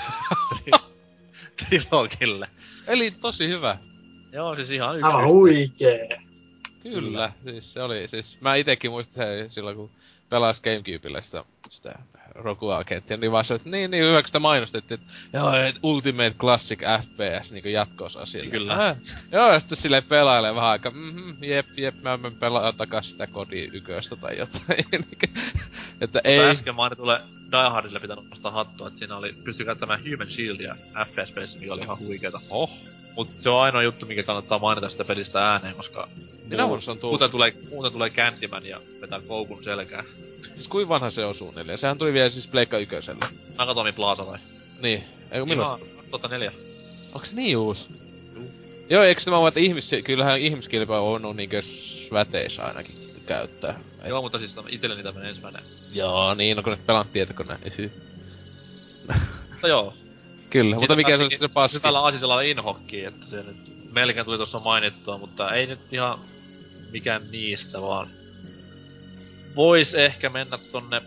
Trilogille. Eli tosi hyvä. Joo, siis ihan yksi. Aivan huikee. Kyllä, siis se oli, siis mä itekin muistin sen silloin kun pelas Gamecubelle sitä, sitä Rogue Agentia, niin vaan se, että niin, niin hyvä kun sitä mainostettiin, että joo, et Ultimate Classic F P S niinku jatkoosa sille. Kyllä. Äh, joo, ja sitten silleen pelailee vähän aikaa, mhm, jep, jep, mä menen pelaa takas sitä Kodi yköstä tai jotain. Että ei. Äsken mainitulle Die Hardille pitää nostaa hattua, että siinä oli, pystyi käyttämään Human Shieldia F P S-pelissä, mikä oli ihan huikeeta. Oh. Mut se on ainoa juttu, mikä kannattaa mainita sitä pelistä ääneen, koska Minä muu, on muuten tulee, muuten tulee Candyman ja vetää koukun selkään. Siis kuin vanha se on suunnilleen? Sehän tuli vielä siis Pleikka ykköselle. Nakatomi Plaza vai? Niin. Eikö milloin? kaksituhattaneljä. Onks niin uusi? Juh. Joo, eikö tämä että ihmis, kyllähän ihmiskilpä on ollut niinkö sväteissä ainakin käyttää. Joo, mutta siis itselleni tämmönen ensimmäinen. Joo, niin, no kun nyt pelaan tietokoneen. Mutta joo. Kyllä, mutta mikä se on se paski? Hyvällä aasisella inhokkiin, että se nyt melkein tuli tossa mainittua, mutta ei nyt ihan mikään niistä vaan. Vois ehkä mennä tonne...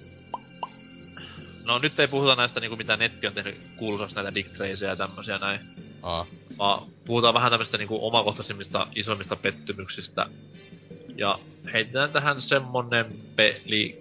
No nyt ei puhuta näistä niinku mitä netti on tehnyt kuuluisaksi näitä Dick Traceja ja tämmösiä näin. Aa. Vaan puhutaan vähän tämmöistä niinku omakohtaisimmista isommista pettymyksistä. Ja heitetään tähän semmonen peli...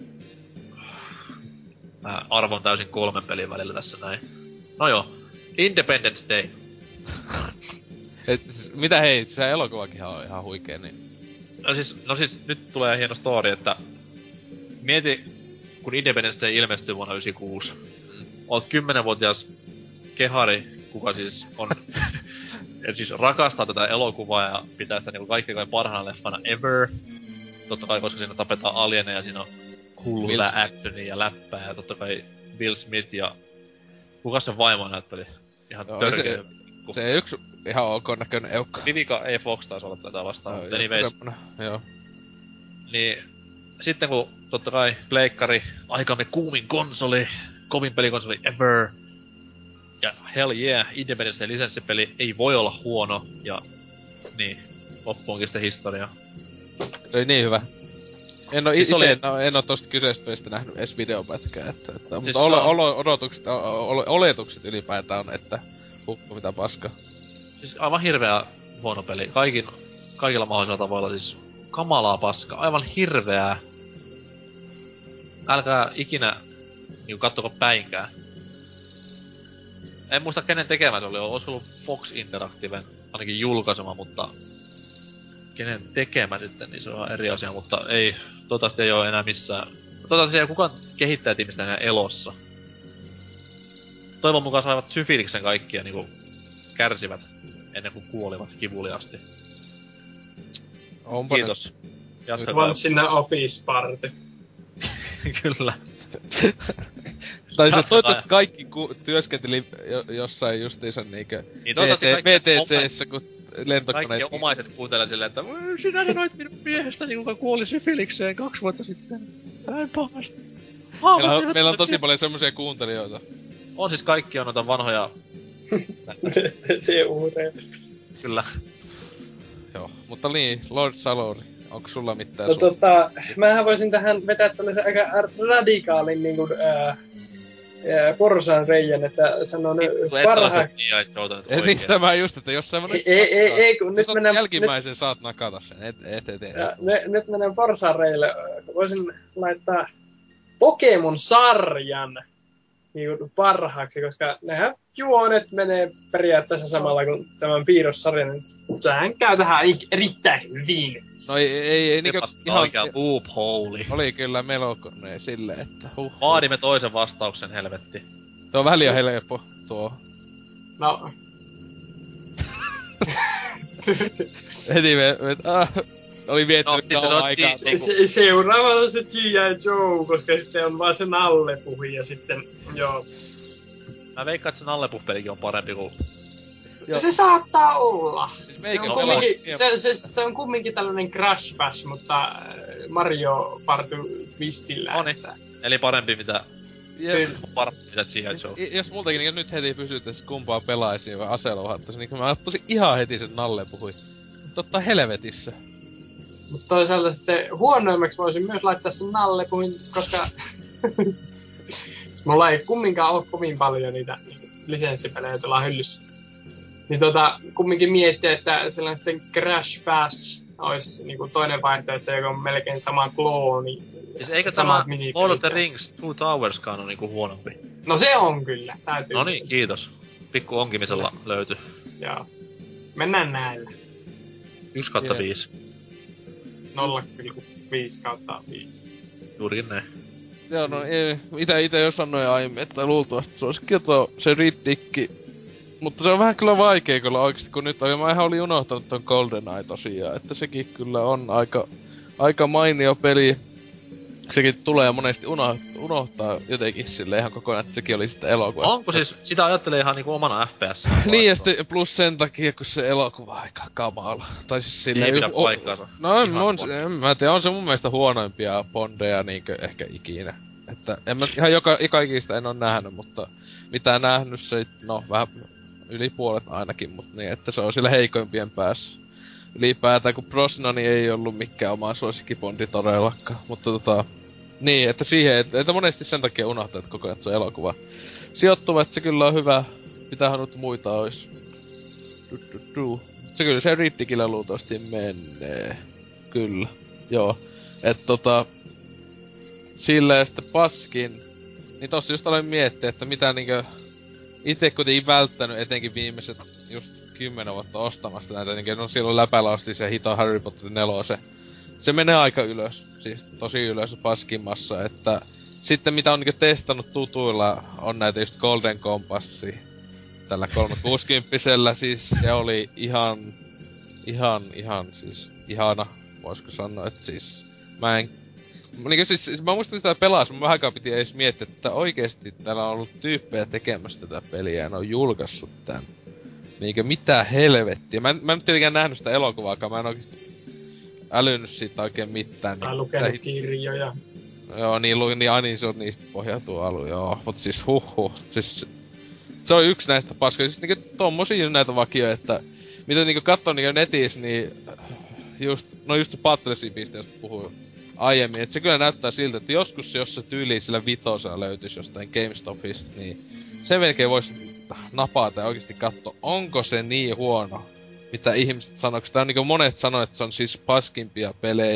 Mä arvon täysin kolmen pelin välillä tässä näin. No joo, Independence Day. Et siis, mitä hei, se elokuvakin on ihan huikee, niin... No siis, no siis, nyt tulee hieno story, että... Mieti, kun Independence Day ilmestyi vuonna yhdeksänkymmentäkuusi. Mm. Oot kymmenvuotias kehari, kuka siis on... ja siis rakastaa tätä elokuvaa ja pitää sitä niinku kaikkein parhaana leffana ever. Totta kai, koska siinä tapetaan alieneja ja siinä on hulluja actionia ja läppää ja totta kai Will Smith ja... Kuka sen vaimo näytteli? Ihan törkeä. Se, se yksi ihan ok näköinen eukko. Vivica E. Fox taisi olla tätä vastaan, mutta anyways. Joo. Niin, sitten kun totta kai pleikkari, aikamme kuumin konsoli, kovin pelikonsoli ever. Ja hell yeah, Independence lisenssipeli ei voi olla huono, ja niin, loppuunkin sitten historia. Se oli niin hyvä. En oo, siis ite, oli... en, oo, en oo tosta kyseistä pelistä nähnyt edes videopätkää, että, että siis mutta olo, on... olo, odotukset, olo, oletukset ylipäätään on, että huppu mitä paska. Siis aivan hirveä huono peli, kaikin, kaikilla mahdollisilla tavoilla siis kamalaa paska, aivan hirveää. älkää ikinä niinku kattoko päinkään. En muista kenen tekemä se oli, olis ollut Fox Interactiven ainakin julkaisema, mutta kenen tekemä sitten, niin se on eri asia, mutta ei, toivottavasti ei oo enää missään. Toivottavasti ei kukaan kehittäjätiimistä enää elossa. Toivon mukaan saivat syfiiliksen kaikki ja niinku kärsivät ennen kuin kuolivat kivuliasti. Onpa Kiitos. nyt. Jatkakaa. Once in a office party. Kyllä. Tai se Jatkakaa. toivottavasti kaikki ku- työskenteli jo- jossain justiinsa niinkö Niin toivottavasti kaikki V T C:ssä, kun lentokoneet... Kaikki omaiset kuuntelee silleen, että "Voi, sinä sanoit minun miehestäni, kuka kuoli syfilikseen kaksi vuotta sitten. Näin pahasti. Meillä on, meillä on tosi paljon semmosia kuuntelijoita. On siis kaikki on noita vanhoja... Se uuree. Kyllä. Joo, mutta niin, Lord Salori, onko sulla mitään No su- tota, mähän voisin tähän vetää tällaisen aika radikaalin niinku ää, ää, porsan reijän, että sanon Vittu, et parha... ole G I. Joeta nyt Et oikein. niistä mä just, että jos sä Ei, ei, ei, ei, kun nyt mennään... jälkimmäisen saat nakata sen, et, et, et, et. Ja, ne, nyt mennään porsareille. Voisin laittaa Pokemon-sarjan niin parhaaksi, koska nehän juonet menee periaatteessa samalla kuin tämän piirrossarjan. Sehän käy tähän erittäin hyvin. No ei, ei, ei niinku Ihan ihan... oikea loophole. Oli kyllä melkoinen silleen, että huh. Vaadimme toisen vastauksen, helvetti. Tuo on vähän liian helppo, tuo. No, Heti me, me ah, oli No, viettänyt sitten se kauan on aikaa. siis- se, seuraava on se G I. Joe, koska sitten on vaan se nallepuhi ja sitten, joo. Mä veikkaan, että se Nallepuh-pelikin on parempi kuin... Joo. Se saattaa olla. Siis Se meikä on, No, kumminkin, pelasi- se, se, se on kumminkin tällainen Crash Bash, mutta äh, Mario Party twistillä. Noniin. että- Eli parempi mitä... Jep. Parempi mitä G I. Joe. Siis, jos multakin niin nyt heti pysyttäis kumpaa pelaisin vai aselouhattaisi, niin mä ottaisin ihan heti sen Nalle puhui. Totta helvetissä. Mutta toisaalta sitten huonoimmaksi voisin myös laittaa sen nallepuhin, koska mulla ei kumminkaan ole kovin paljon niitä lisenssipelejä tuolla hyllyssä. Niin tota, kumminkin miettiä, että sellainen sitten Crash Bash olisi niinku toinen vaihtoehto, joka on melkein sama klooni. Siis eikö samat tämä minipelit Lord of the ja- Rings Two Towerskaan on niinku huonompi? No se on kyllä, täytyy. No niin, kiitos. Pikku onkimisella löytyi. Joo. Mennään näillä. yksi kautta Jep. viisi. nolla pilkku viisi kautta viisi. Juurikin näin. Joo, no ei, ite, ite jo sanoin aiemmin, että luultavasti se olisi kietoa se Riddikki. Mutta se on vähän kyllä vaikea kyllä oikeesti, kun nyt on, mä ihan olin unohtanut ton GoldenEye tosiaan, että sekin kyllä on aika, aika mainio peli. Sekin tulee monesti uno, unohtaa jotenkin sille ihan kokonaan, että sekin oli sitten elokuva. Onko siis, sitä ajattelee ihan niinku omana F P S? Niin ja sitten plus sen takia, kun se elokuva on aika kamala. Tai siis Ei silleen... pidä o- paikkaansa. No en, Ihan on, huono. en mä tiedä, on se mun mielestä huonoimpia bondeja niinkö ehkä ikinä. Että en mä ihan joka, ikikistä en oo nähnyt, mutta mitä nähnyt se, no vähän yli puolet ainakin, mutta niin, että se on sillä heikoimpien päässä. Ylipäätään, kun Brosnani ei ollut mikään oma suosikkibondi todellakaan, mutta tota... Niin, että siihen, että, että monesti sen takia unohtaa, että koko ajan että se on elokuva. Sijoittuva, että se kyllä on hyvä, mitähän nyt muita ois. Du, du, du. Se kyllä se Riddikillä luultavasti menee. Kyllä, joo. Et tota... Silleen sitten paskin. Niin tossa just aloin miettiä, että mitä niinkö... Ite kuitenkin välttänyt etenkin viimeiset just kymmenen vuotta ostamasta näitä, niinkö no silloin läpällä osti se hito Harry Potter nelosen. Se menee aika ylös, siis tosi ylös paskimmassa, että... Sitten mitä on niinkö testannut tutuilla, on näitä just Golden Compassi. Tällä kolmesataakuusikymmentä, siis se oli ihan... Ihan, ihan siis ihana, voisiko sanoa, että siis... Mä en... Niinkö siis, siis mä muistan sitä pelas, mun vähän aikaa piti edes miettiä, että oikeesti täällä on ollut tyyppejä tekemässä tätä peliä ja ne on julkaissut tän. Niinkö mitä helvettiä. Mä en, mä en nyt tietenkään nähnyt sitä elokuvaakaan, mä en oikeesti älynyt siitä oikein mitään. Tai niin- lukenut mitä- kirjoja. Joo, niin, lu- niin ani se on niistä pohjautuu alu, joo. Mut siis huhhuh, siis... Se on yksi näistä paskoja, siis niinku tommosia näitä vakioja, että... Mitä niinku kattoo niinku netissä, niin... Just, no just se Battleshipistä, jos puhuu aiemmin, että se kyllä näyttää siltä, että joskus jos se tyyli sillä vitosella löytyisi jostain GameStopista, niin... Se melkein vois napata ja oikeesti katsoa, onko se niin huono, mitä ihmiset sanoo, koska tää on niinku monet sanoo, että se on siis paskimpia pelejä,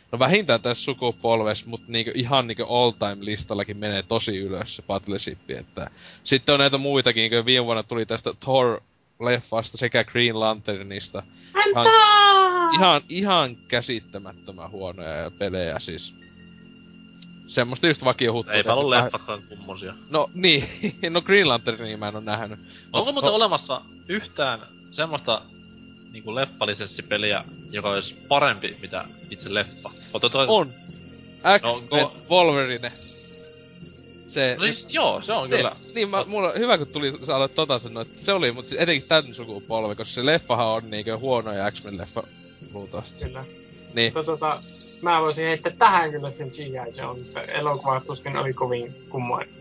No vähintään tässä sukupolvessa, mut niinku ihan niinku all time listallakin menee tosi ylös se Battleship, että... Sitten on näitä muitakin, niinku viime vuonna tuli tästä Thor-leffasta sekä Green Lanternista. Ihan, ihan, ihan käsittämättömän huonoja pelejä siis. Semmoista just vakiohuttua. Eipä ollut leffatkaan kummosia. No niin, no Green Lanternia mä en oo nähnyt. Onko no, muuten no, olemassa yhtään semmoista niinku leffalisenssipeliä, joka olisi parempi mitä itse leffa? Otetaan... On! X-Men No, Wolverine. Se... No siis joo, se on se, kyllä. Niin, mä, mulla hyvä kun tuli saada tota sanoa, että se oli, mutta etenkin tän sukupolvi, koska se leffahan on niinkö huonoja X-Men-leffa luultavasti. Kyllä. Niin. Mutta tota, mä voisin heittää tähän kyllä sen G I. Joe. Elokuva tuskin oli kovin kummoinen.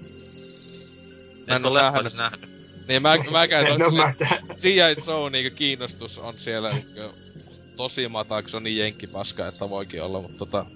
Mä en oo nähnyt. nähnyt. Niin mä, mäkään en oo mäkään. G I. Joe niinkö kiinnostus on siellä niinkö tosi mataa, kun se on niin jenkkipaska, että voikin olla, mutta tota...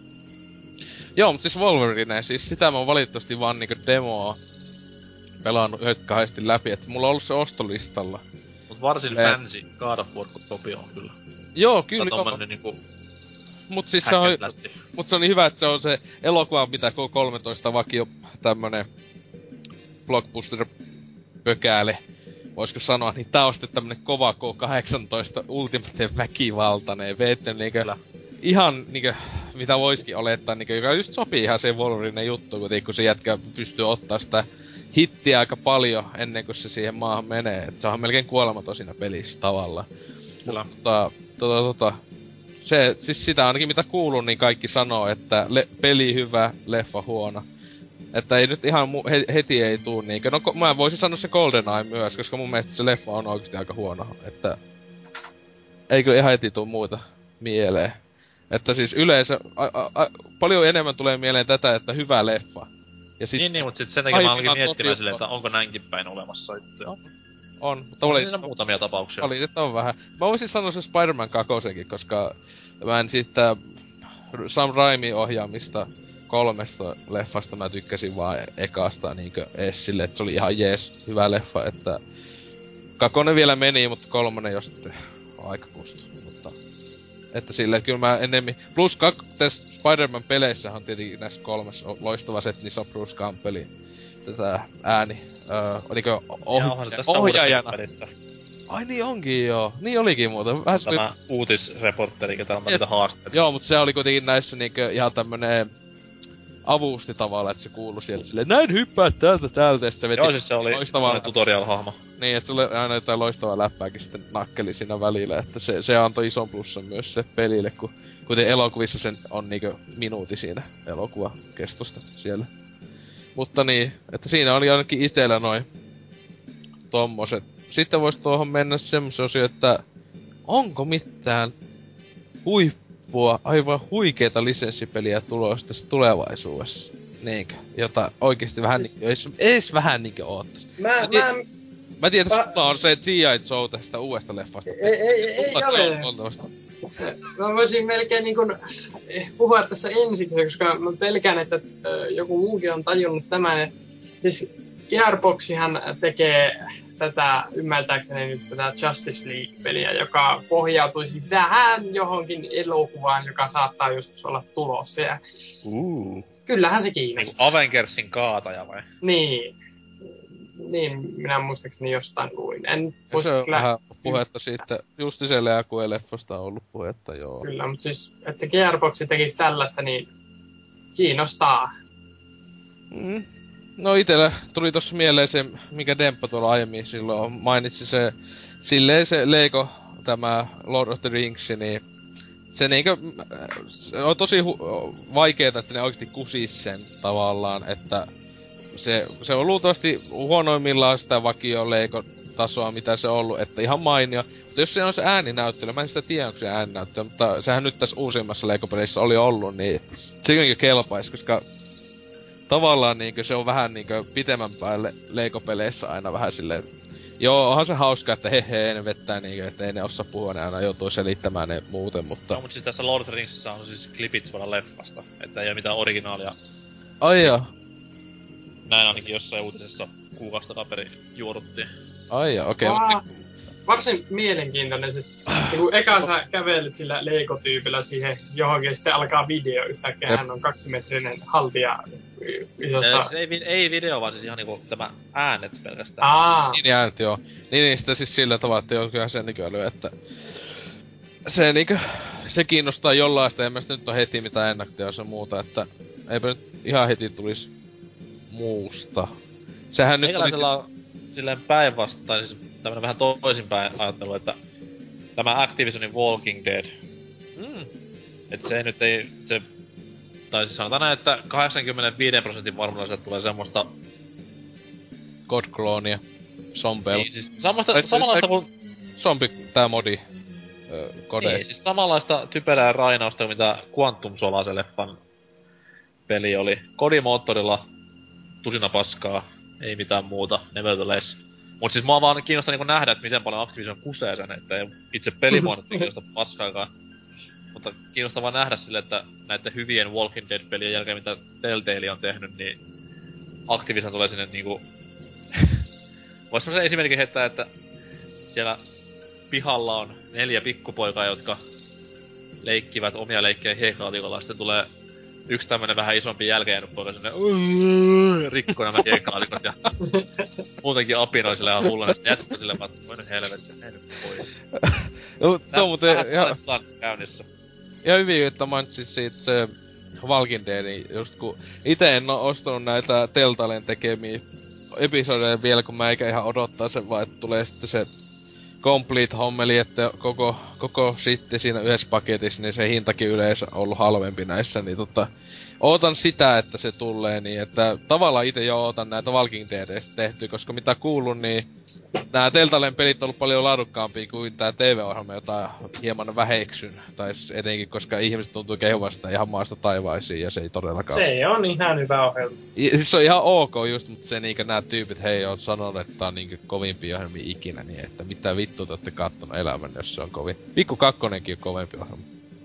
Joo, mut siis Wolverine, siis sitä mä oon valitettavasti vaan niinkö demoa pelannut yhdet kahdesti läpi, että mulla on ollut se ostolistalla. Mut varsin Le- fancy God of War kopio on kyllä. Joo, kyllä. Tai tommonen niinku... Mut siis se on... Mut se on niin hyvä, että se on se elokuva, mitä K kolmetoista vakio tämmönen... blockbuster pökääle. Voisiko sanoa, niin tää on sitten tämmönen kova K kahdeksantoista ultimate väkivaltainen. Veette niinkö... Kyllä. Ihan niinkö... Mitä voisikin olettaa, niinkö, joka just sopii ihan se Wolverine juttu, kun se jätkä pystyy ottaa sitä hittiä aika paljon ennen kuin se siihen maahan menee. Et se on melkein kuolematon siinä pelissä tavallaan. Kyllä. Mutta tota, tota, se, siis sitä ainakin mitä kuuluu, niin kaikki sanoo, että le- peli hyvä, leffa huono. Että ei nyt ihan mu- he- heti ei tuu niinkö. No ko- mä voisin sanoa se GoldenEye myös, koska mun mielestä se leffa on oikeesti aika huono. Että eikö ihan heti tuu muuta mieleen. Että siis yleensä a- a- a- paljon enemmän tulee mieleen tätä, että hyvä leffa. Ja sit niin, niin, mutta sit sen takia mä ainakin miettimään silleen, että on. onko näinkin päin olemassa itse. On, on mutta on oli... siinä muutamia tapauksia. Valitettavan vähän. Mä voisin sanoa se Spider-Man kakosenkin, koska mä en siitä Sam Raimi ohjaamista kolmesta leffasta mä tykkäsin vaan ekasta niinkö ees sille, että se oli ihan jees, hyvä leffa, että kakonen vielä meni, mutta kolmonen jo sitten aika kustu, mutta että silleen kyllä mä ennemmin, plus kak, tässä Spider-Man peleissä on tietenkin näissä kolmessa loistava set, niin se on Bruce Campbellin tätä ääni, öö, oliko oh, ohjaajana. Ai niin onkin joo, niin olikin muuten. Vähän tämä oli... uutisreportteri, ketä on niitä haasteita. Joo, mutta se oli kuitenkin näissä niinkö ihan tämmönen avusti tavallaan, että se kuului sieltä silleen, näin hyppää täältä täältä, ja se veti joo, siis se oli loistavaa tutorial-hahmo. Niin, että se oli aina jotain loistavaa läppääkin sitten nakkeli siinä välillä, että se, se antoi ison plussan myös se pelille, kun kuten elokuvissa sen on niinkö minuutti siinä elokuva kestosta siellä. Mutta niin, että siinä oli ainakin itellä noin tommoset. Sitten vois tuohon mennä semmosen osio, että onko mitään huippua, aivan huikeeta lisenssipeliä tulossa tässä tulevaisuudessa? Niinkö? Jota oikeesti vähän siis... niinkö, ees, ees vähän niinkö oottais. Mä, mä, tiedän, mä... mä tiedän, että sulla on se G I. Joe tästä uudesta leffasta. Ei, ei, ei ole. Mä voisin melkein niin kun puhua tässä ensiksi, koska mä pelkään, että joku muukin on tajunnut tämän. Että siis Gearboxihan tekee tätä, ymmärtääkseni nyt tätä Justice League-peliä, joka pohjautuisi vähän johonkin elokuvaan, joka saattaa joskus olla tulossa. Ja uh. Kyllähän se kiinnostaa. Niin Avengersin kaataja vai? Niin. Niin, minä muistaakseni jostain luin. En muista, se on kyllä... vähän puhetta siitä, justi se Leakue-leffasta on ollut puhetta, joo. Kyllä, mutta siis, että Gearboxi tekisi tällaista, niin kiinnostaa. Mm. No itellä tuli tossa mieleen se, mikä Demppa tuolla aiemmin silloin mainitsi se, silleen se Lego, tämä Lord of the Rings, niin se niinkö, se on tosi hu- vaikeeta, että ne oikeesti kusis sen tavallaan, että se, se on luultavasti huonoimmillaan sitä vakio Lego-tasoa, mitä se on ollut, että ihan mainio. Mutta jos se on se ääninäyttely, mä en sitä tiedä, onko se ääninäyttely, mutta sehän nyt tässä uusimmassa Lego-pelissä oli ollut, niin sekin kelpaisi, koska tavallaan niinkö se on vähän niinkö pitemmän päälle Lego-peleissä aina vähän silleen, joo, onhan se hauskaa, että hehe, ne vettää niinkö, että ei ne osaa puhua, ne aina joutuu selittämään ne muuten, mutta... No, mutta siis tässä Lord of the Ringsissa on siis klipit suoraan leffasta, että ei oo mitään originaalia. Ai joo. Näin ainakin jossain uutisessa kuukausi takaperin juoruttiin. Ai joo, okei. Okay, varsin mielenkiintoinen. Siis, niin kun eka sä kävelet sillä Lego-tyypillä siihen johonkin, ja sitten alkaa video yhtäkkiä. Jep. Hän on kaksimetrinen haltija, jossa... Ei, ei, ei video, vaan siis ihan niinku tämä äänet pelkästään. Aa, Niin äänet, joo. Niin, niin sitä siis sillä tavalla, että joo, kyllähän se nykyäly, että... Se niinkö... Se kiinnostaa jollaista, ja mä nyt on heti mitään ennakkoa ja muuta, että... Eipä nyt ihan heti tulis muusta. Sehän nyt tuli... On silleen päinvastoin, siis tämmönen vähän toisinpäin ajattelu, että tämä Activisionin Walking Dead, Mm. et se nyt ei, se, tai siis sanotaan näin, että kahdeksankymmentäviisi prosentin varmuudella sieltä tulee semmoista, God-kloonia. Zombel. niin siis samasta, Tai- samanlaista tai- kuin, Zombi, tää modi. Öö, kode. niin siis samanlaista typerää rainausta, mitä Quantum Solace leffan peli oli. Kodimoottorilla tusina paskaa, ei mitään muuta, nevertheless. Mut siis mua vaan kiinnostaa niinku nähdä, että miten paljon Activision kusee sen, että ei itse pelimoinut kiinnosta paskaakaan. Mutta kiinnostaa vaan nähdä sille, että näiden hyvien Walking Dead-pelien jälkeen, mitä Telltale on tehnyt, niin Activision tulee sinne niinku... Vois semmosen esimerkin heittää, että siellä pihalla on neljä pikkupoikaa, jotka leikkivät omia leikkejä hiekkalaatikolla, sitten tulee yksi tämmönen vähän isompi jälkeenjäänyt poika sinne rikkoo nämä hiekkaalaatikot ja muutenkin apinoi sille ihan hulluna, sitten jätkö silleen vaan, voi nyt helvettä, mene nyt pois. No, tuo on muuten Vähän ihan, ihan käynnissä. ihan hyvin, että mainitsit siitä se Walking Deadin, just kun ite en oo ostanut näitä Telltalen tekemiä episodeja vielä, kun mä eikä ihan odottaa sen vaan, että tulee sitten se complete hommeli, että koko, koko shitti siinä yhdessä paketissa, niin se hintakin yleensä on ollut halvempi näissä, niin tota... Ootan sitä, että se tulee niin, että tavallaan ite jo ootan näitä Walking Deadistä tehtyä, koska mitä kuulun, niin nää Telltalen pelit on ollut paljon laadukkaampia kuin tää T V-ohjelma, jota hieman väheksyn. Tai etenkin, koska ihmiset tuntuu kehuvasta ihan maasta taivaisiin, ja se ei todellakaan... se on ihan hyvä ohjelma. I, siis se on ihan ok just, mutta se niinkö nää tyypit, hei, on sanonut, että tää on niinkö kovimpia ohjelmia ikinä, niin että mitä vittua te ootte kattonut elämän, jos se on kovin. Pikku kakkonenkin on kovempi ohjelma.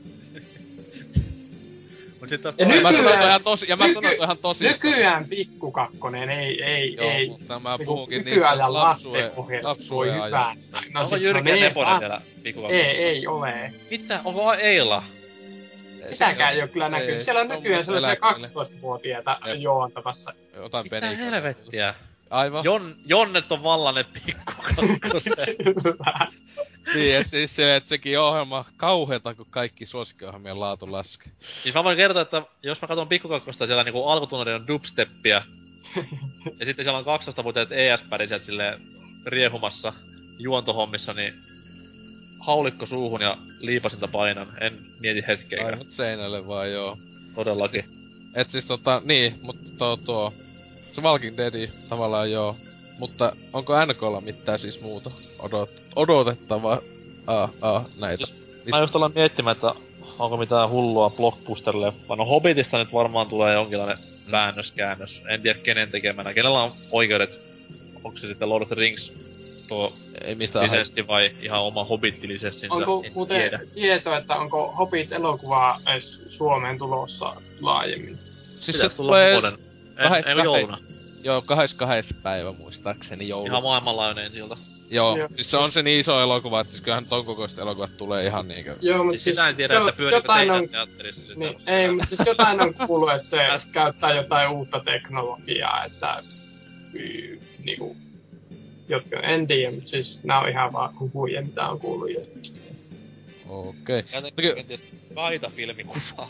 Mut sit taas Ja toinen- Mä Nykyään- sanon toi ihan tosi, ja mä nyky- sanon toi ihan tosissaan. Nykyään pikku kakkonen, ei, ei, Joo, ei. mutta mä niinku puhunkin niistä nykyajan lapsue- lasten ohjelma voi lapsuuden hyvää. ajasta. No Onko siis Jyrki no ja ne, Neponen ah, siellä pikkukakkossa? ei, ei ole. Mitä? Onko Eila? Sitäkään ei oo kyllä näkynyt. ei, Siellä on se on nykyään mun sellaisia eläkkeelle. kaksitoistavuotiaita Jep. juontamassa. Otan Mitä penikon. helvettiä? Aivan. Jon, Jonnet on vallanen pikkukakkosen. Hyvä. Niin, et siis se, et sekin ohjelma kauheeta, kun kaikki suosikkiohjelmien laatu laskee. Siis mä voin kertoa, että jos mä katson pikkukakkosta, siellä niinku alkutunnari on dubsteppiä. Ja sitten siellä on kaksitoistavuotiaat E S-päriset silleen riehumassa juontohommissa, niin haulikko suuhun ja liipasinta painan. En mieti hetkeäkään. Aivot seinälle vaan, joo. Todellakin. Et siis tota, niin, mutta tuo, tuo se Walking Dead tavallaan joo. Mutta onko N K:lla mitään siis muuta odot, odotettavaa? Ah, ah, näitä. Mä just ollaan miettimään, että onko mitään hullua blockbuster-leffa. No Hobbitista nyt varmaan tulee jonkinlainen väännöskäännös. En tiedä kenen tekemänä. Kenellä on oikeudet? Onko se sitten Lord of the Rings tuo Ei mitään. lisenssi vai ihan oma Hobbit-lisenssinsä? Onko En muuten tiedä. tietoa, että onko Hobbit-elokuvaa edes Suomeen tulossa laajemmin? Siis se Pitäis tulla tulee... vuoden. En, kahdeksan- ei jouluna. Joo, kahdeskymmenes päivä muistaakseni joulu. Ihan maailmanlaajuinen ensi-ilta. Joo, Joo. siis se on se niin iso elokuva, että siis kyllähän ton kokoiset elokuvat tulee ihan niinkö... Joo, mutta Siis siis sitä en tiedä, jo- että pyörikö jotain on, teitä teatterissa. sitä. niin, ei, mutta siis jotain on kuullut, että se käyttää jotain uutta teknologiaa, että y, niinku, jotka en tiedä, mutta siis nää on ihan vaan huhuja, mitä on kuullut joskus. Okei. Jotenkin Kyllä- kenties kaita filmikuvausta.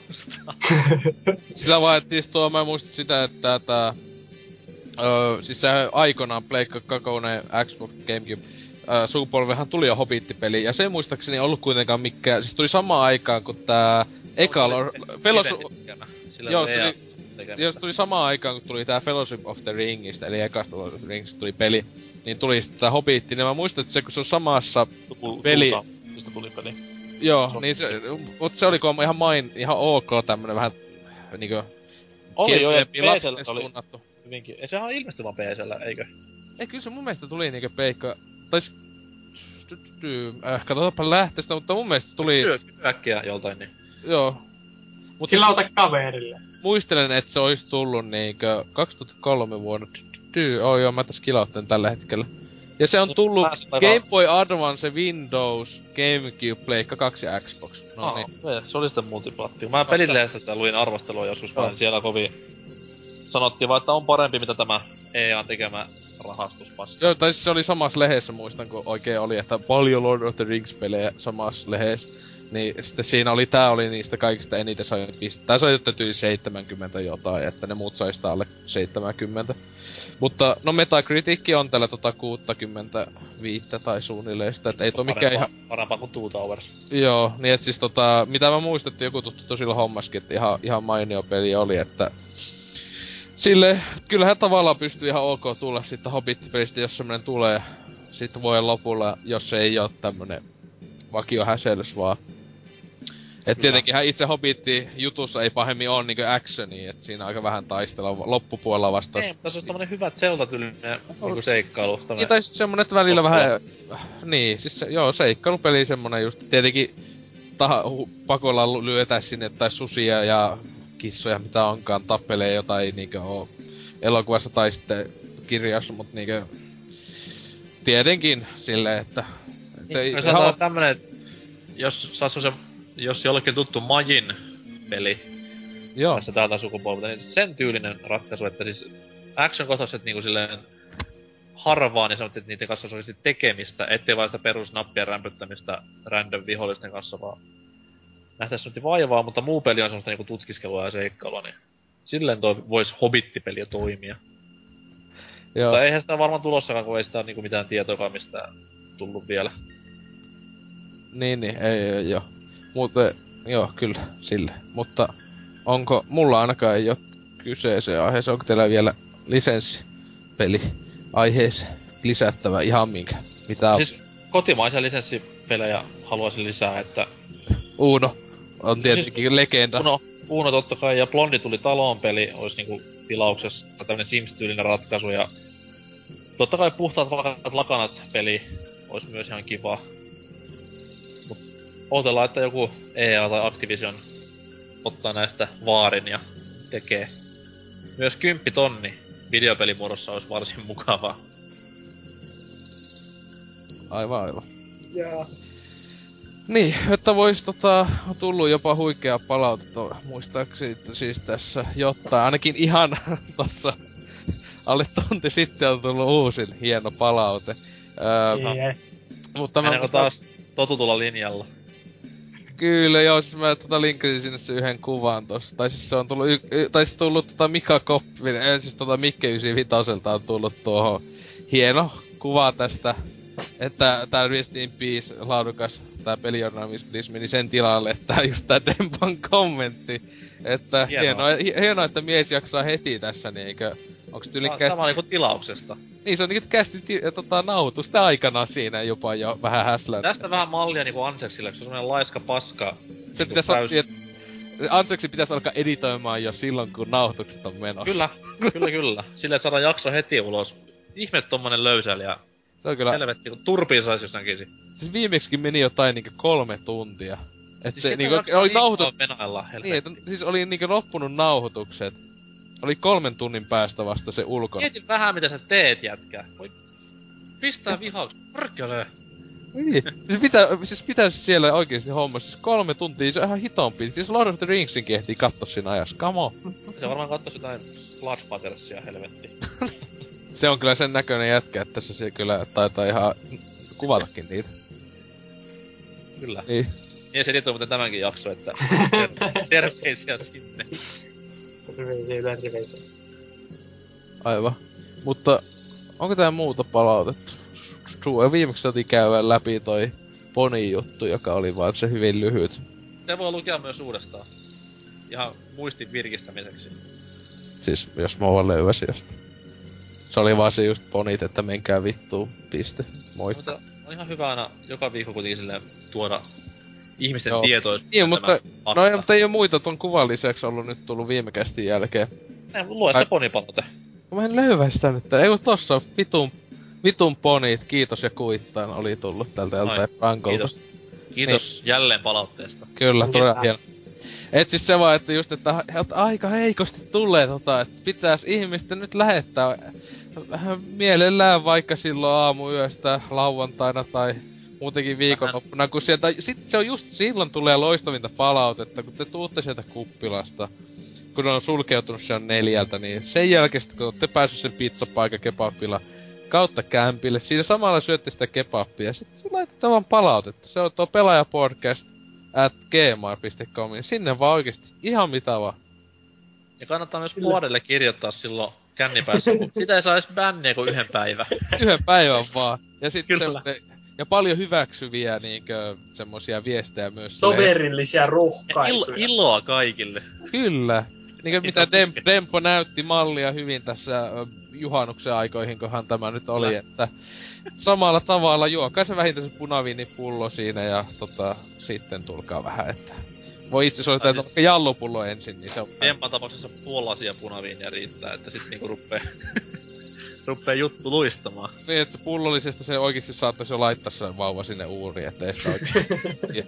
Sillä vaan, että siis tuo mä muistin sitä, että tää... Öö, siis se aikanaan Pleikka kakkonen, Xbox, Gamecube, öö, sukupolvehan tuli jo Hobbit-peli, ja se ei muistaakseni ollut kuitenkaan mikään, siis tuli samaan aikaan kuin tää eka Lord- Fellowship... Joo, se oli- Jos tuli samaan aikaan, kun tuli tää Fellowship of the Ringistä, eli ekasta Lord of the Ringista tuli peli, niin tuli sitten tää Hobbit, niin mä muistan, että se kun se on samassa peli... Mistä tuli peli? Joo, Se on- niin se, mut se oli kuulemma ihan main, ihan ok tämmönen vähän niinkö... Oli jo, ja kielteempi P C:llä lapsille oli suunnattu. hyvinkin. Ei sehän ilmestyi vaan P C:llä, eikö? Ei, kyllä se mun mielestä tuli niinkö peikka... Tai s- ty- ty- ty- äh, katsotaanpa lähteestä, mutta mun mielestä se tuli... Työ, kysyä äkkiä joltain, niin. Joo. Mut Sillä siis ota kaverille. muistelen, että se olisi tullut niinkö kaksituhattakolme vuonna... Ty- ty- oh, joo, mä tässä kilauttelen tällä hetkellä. Ja se on Nyt tullut pääs aivan- Game Boy Advance, Windows, GameCube, Pleikka kaksi ja Xbox. No Aa, niin. se, se oli sitten multiplatti. Mä pelilehdestä luin arvostelua joskus, vaan siellä kovin... Sanottiin vaan, että on parempi mitä tämä E A:n tekemä rahastuspaska. Joo, tai siis se oli samassa lehdessä, muistan kun oikein oli, että paljon Lord of the Rings-pelejä samassa lehdessä. Niin sitten siinä oli, tää oli niistä kaikista eniten saanut pistettä. Tää sai yli seitsemänkymmentä jotain, että ne muut sai sitä alle seitsemänkymmentä. Mutta no Metacritic on tällä tota kuusikymmentäviisi tai suunnilleen sitä, et ei tuo mikään ihan... Parempaa kuin Two Towers. Joo, niin et siis tota, mitä mä muistettiin, joku tuttu tosilla hommaskin, että ihan, ihan mainio peli oli, että... Sille, kyllähän tavallaan pystyy ihan ok tulla sitten Hobbit-pelistä, jos semmonen tulee sitten vuoden lopulla, jos se ei oo tämmönen vakio häsellys vaan. Et tietenkinhän itse Hobbit-jutussa ei pahemmin oo niinkö actionia, et siinä aika vähän taistella loppupuolella vasta. Ei, mutta se on tommonen hyvä Zelda-tyylinen niinku seikkailu. Niin, tai siis semmonen, että välillä vähän... Niin, siis se, joo, seikkailupeli semmonen just. Tietenkin taha, hu, pakolla lyötäis sinne tai susia ja kissoja, mitä onkaan, tappelee jotain ei niinkö oo elokuvassa tai sitten kirjassa, mut niinkö... Tietenkin silleen, että... että Niin, ei, se on tämmönen, että jos saa semmosen, jos jollekin tuttu Majin peli, joo. tässä täältä sukupolvelta, niin sen tyylinen ratkaisu, että siis action-kohtaukset niinku silleen harvaan, niin sanottiin, että niiden kanssa olisi oikeesti tekemistä, ettei vaan sitä perusnappien rämpyttämistä random vihollisten kanssa, vaan nähtäis semmoinen vaivaa, mutta muu peli on semmoista niinku tutkiskelua ja seikkailua, niin silleen toi vois Hobbit-peliä toimia. Joo. Mutta eihän sitä varmaan tulossakaan, kun ei sitä ole niinku mitään tietoakaan mistään tullut vielä. Niin, niin, ei, ei, joo. Muuten, joo, kyllä, sille. Mutta onko, mulla ainakaan ei oo kyseeseen aiheeseen, onko teillä vielä lisenssipeli aiheeseen lisättävä ihan minkä? Mitä Siis kotimaisia lisenssipelejä haluaisin lisää, että... Uno on tietenkin siis, legenda. Uno, Uno totta kai, ja Blondi tuli taloon peli, ois niinku tilauksessa tämmönen Sims-tyylinen ratkaisu, ja... Totta kai puhtaat vakat lakanat peli ois myös ihan kiva. Mut odotellaan, että joku E A tai Activision ottaa näistä vaarin ja tekee. Myös kymppitonni videopelimuodossa ois varsin mukavaa. Aivan, aivan. Jaa. Niin, että vois tota, on tullut jopa huikeaa palautetta, muistaakseni siis tässä jotain, ainakin ihan tossa alle tunti sitten on tullut uusin hieno palaute. Öö, Yes. Mutta mä... Mennäänkö taas totutulla linjalla? Kyllä joo, siis mä tota linkkasin sinne se yhden kuvan tossa. Tai siis se on tullut, y- y- tai siis tullut tota Mika Koppinen, en siis tota Mikke yhdeksänkymmentäviisi on tullut tuohon hieno kuva tästä. Että tää Rest in Peace laadukas tää pelijournalismi, niin sen tilalle, että just tää Dempan kommentti. Että hienoa, hienoa, hienoa että mies jaksaa heti tässä niinkö. Onks tyyli Tämä kästi... on niinku tilauksesta. Niin se on niinku kästi ti- tota nauhoitusta aikana siinä jopa jo vähän häslännyt. Tästä vähän mallia niinku Anseksille, kun se on semmonen laiska paska. Se niinku pitäis täys... olla, että Anseksi pitäis alkaa editoimaan jo silloin, kun nauhoitukset on menossa. Kyllä, kyllä, kyllä. Silleen, että saadaan jakso heti ulos. Ihme tommonen löysäilijä. Se on kyllä... Helvetti, kun turpiin sais jos näkisi. Siis viimeksikin meni jotain niinku kolme tuntia. Et Siis se niinku jaksaa oli niin nauhoitus... kauan venailla, helvetti. Niin, et siis oli niinku loppunut nauhoitukset. Oli kolmen tunnin päästä vasta se ulkona. Mieti vähän mitä sä teet, jätkä. Voi pistää vihauks. Perkele. Niin. Siis, pitä, siis pitäis siellä oikeesti hommassa. Siis kolme tuntia, se on ihan hitompi. Siis Lord of the Ringsinkin ehtii katto siinä ajassa. Come on. Se varmaan kattos jotain Bloodspattersia, helvetti. Se on kyllä sen näköinen jätkä, että se, se kyllä taitaa ihan kuvatakin niitä. Kyllä. Niin. Mies editoi muuten tämänkin jakso, että ter- terveisiä sinne. Terveisiä, terveisiä. Aivan. Mutta onko tää muuta palautetta? Sue viimeksi saatiin käydä läpi toi Pony-juttu, joka oli vaan se hyvin lyhyt. Se voi lukea myös uudestaan. Ihan muistin virkistämiseksi. Siis jos mä vaan löyväsin josta. Se oli vaan se just Ponit, että menkää vittuun, piste. Moi. Mutta on ihan hyvä aina joka viikko kuitenkin silleen tuoda ihmisten Joo. tietoisuutta. Niin, mutta, tämä no ei, mutta ei oo muita ton kuvan lisäksi ollut nyt tullut viime kästin jälkeen. Ei, lue se Ai- Pony-palaute. Mä en löyvä sitä nyt. Ei kun tossa on vitun, vitun Ponit, kiitos ja kuittaan oli tullut tältä Noin. joltain Frankolta. Kiitos. Kiitos jälleen palautteesta. Kyllä, todella Kyllä. hieno. Et siis se vaan, että just, että, että aika heikosti tulee tota, että pitäis ihmisten nyt lähettää, mielellään vaikka silloin aamuyöstä, lauantaina tai muutenkin viikonloppuna, kun sieltä, sit se on just silloin tulee loistavinta palautetta, kun te tuutte sieltä kuppilasta, kun on sulkeutunut siellä neljältä, niin sen jälkeen kun olette päässyt sen pizzapaikan kebabilla kautta kämpille, siinä samalla syötte sitä kebabbia, ja sit se laitetaan vaan palautetta. Se on tuo pelaajapodcast at gmail piste com, niin sinne vaan oikeesti ihan mitä vaan. Ja kannattaa myös vuodelle kirjoittaa silloin kännipäässä, kun sitä ei saa edes bänniä kuin yhden päivän. Yhden päivän vaan. Ja sit Kyllä. se, ja paljon hyväksyviä niinkö semmosia viestejä myös. Toverillisia rohkaisuja. Il- iloa kaikille. Kyllä. Niinkö mitä Demp, Dempo näytti mallia hyvin tässä ö, juhannuksen aikoihin, kohan tämä nyt oli, Kyllä. että samalla tavalla juokaa se vähintään se punaviinipullo siinä ja tota, sitten tulkaa vähän, että voi itse soittaa, että siis jallupullo ensin, niin se on... Dempan tapauksessa puoli lasia punaviinia riittää, että sit niinku ruppee, ruppee juttu luistamaan. Niin, että se pullollisesta se oikeesti saattaisi jo laittaa sen vauva sinne uuriin, ettei sitä oikein...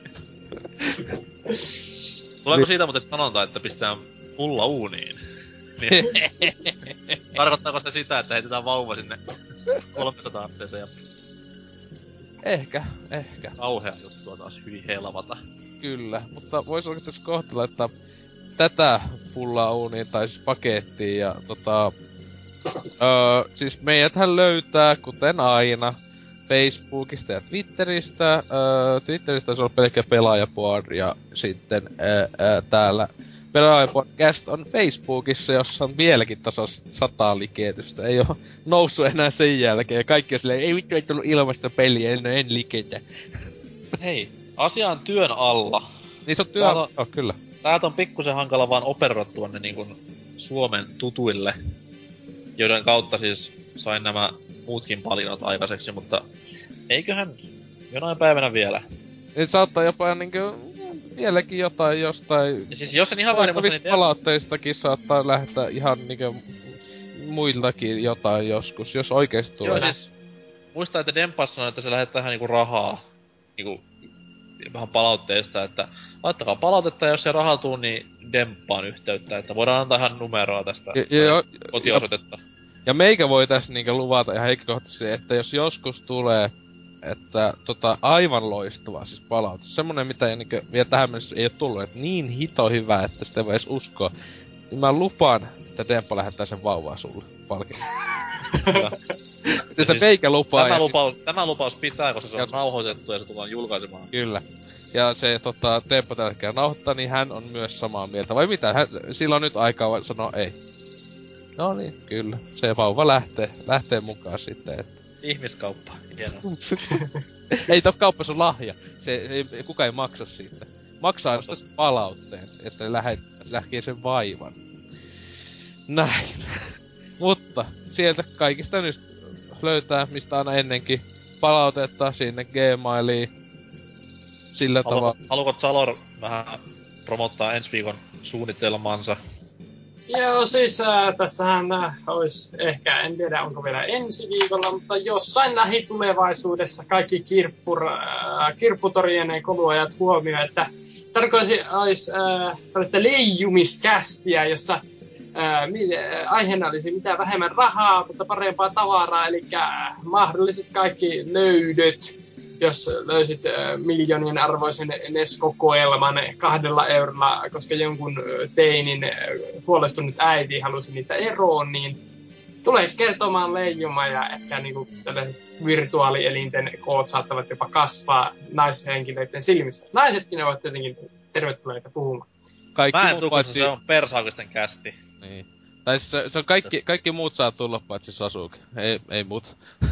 Tuleeko siitä muuten sanonta, että pistetään pulla uuniin? Niin. Tarkoittaako se sitä, että heitetään vauva sinne kolmesataa asteeseen ja... Ehkä, ehkä. Kauhea juttua taas, hyvin helvata. Kyllä, mutta vois oikeesti kohta laittaa tätä pullaa uuniin tai siis pakettiin ja tota... Öö, siis meidäthän löytää, kuten aina, Facebookista ja Twitteristä. Öö, Twitteristä se on pelkkä Pelaajapod ja sitten öö, öö, täällä Pelaajapodcast on Facebookissa, jossa on vieläkin tasos sataa liketystä. Ei oo noussut enää sen jälkeen. Kaikki on silleen, ei vittu, ei tullut ilmasta peliä, en, en liketä. Hei, asia on työn alla. Niin se on työn alla, oh, kyllä. Täältä on pikkusen hankala vaan operoida tuonne niin kuin Suomen tutuille, joiden kautta siis sain nämä muutkin palinat aikaiseksi, mutta eiköhän jonain päivänä vielä. Niin saattaa jopa niinkö vieläkin jotain jostain... Ja siis jos en ihan väärin muista, niin palautteistakin saattaa lähettää ihan niinkö muiltakin jotain joskus, jos oikeesti tulee. Joo siis, muistaa, että Dempas sanoi, että se lähettää ihan niinku rahaa, niinku vähän palautteista, että laittakaa palautetta ja jos se raha tuu, niin Demppaan yhteyttä, että voidaan antaa ihan numeroa tästä ja, ja, kotiosoitetta. Ja meikä voi tässä niinkö luvata ihan heikkokohtaisesti, että jos joskus tulee, että tota aivan loistava siis palautus, semmonen mitä ei niinkö vielä tähän mennessä ei oo tullut, että niin hito hyvä, että sitä ei voi edes uskoa, niin mä lupaan, että Demppa lähettää sen vauvaa sulle palkinnon. Että meikä lupaa. Tämä lupaus, tämä lupaus pitää, koska se on ja... nauhoitettu ja se tullaan julkaisemaan. Kyllä. Ja se tota, Demppa tällä hetkellä nauhoittaa, niin hän on myös samaa mieltä. Vai mitä? Hän, sillä on nyt aikaa sanoa ei. No niin, kyllä. Se vauva lähtee, lähtee mukaan sitten. Että... Ihmiskauppa, hienoa. Ei tää kauppa sun lahja. Se, ei, kuka ei maksa siitä. Maksaa ainoastaan sen palautteen, että ne lähe, lähkee sen vaivan. Näin. Mutta sieltä kaikista nyt löytää, mistä aina ennenkin palautetta sinne Gmailiin. Sillä Halu, tavalla. Haluatko Salor vähän promottaa ensi viikon suunnitelmansa? Joo, siis äh, tässähän äh, olisi ehkä, en tiedä onko vielä ensi viikolla, mutta jossain lähitulevaisuudessa kaikki kirppur, äh, kirpputorien koluajat huomioon, että tarkoisin olisi äh, tällaista leijumiskästiä, jossa äh, mi- äh, aiheena olisi mitä vähemmän rahaa, mutta parempaa tavaraa, eli äh, mahdolliset kaikki löydöt. Jos löysit äh, miljoonien arvoisen N E S-kokoelman kahdella eurolla, koska jonkun teinin äh, huolestunut äiti halusi niistä eroon, niin tulee kertomaan leijumaan ja ehkä niinku tällaiset virtuaalielinten koot saattavat jopa kasvaa naishenkilöiden silmissä. Naisetkin ovat tietenkin tervetulleita puhumaan. Kaikki Mä en tuu, paitsi... se on persaukisten kästi. Niin. Tai se, se on kaikki, kaikki muut saa tulla paitsi Sasuke. Ei, ei muut.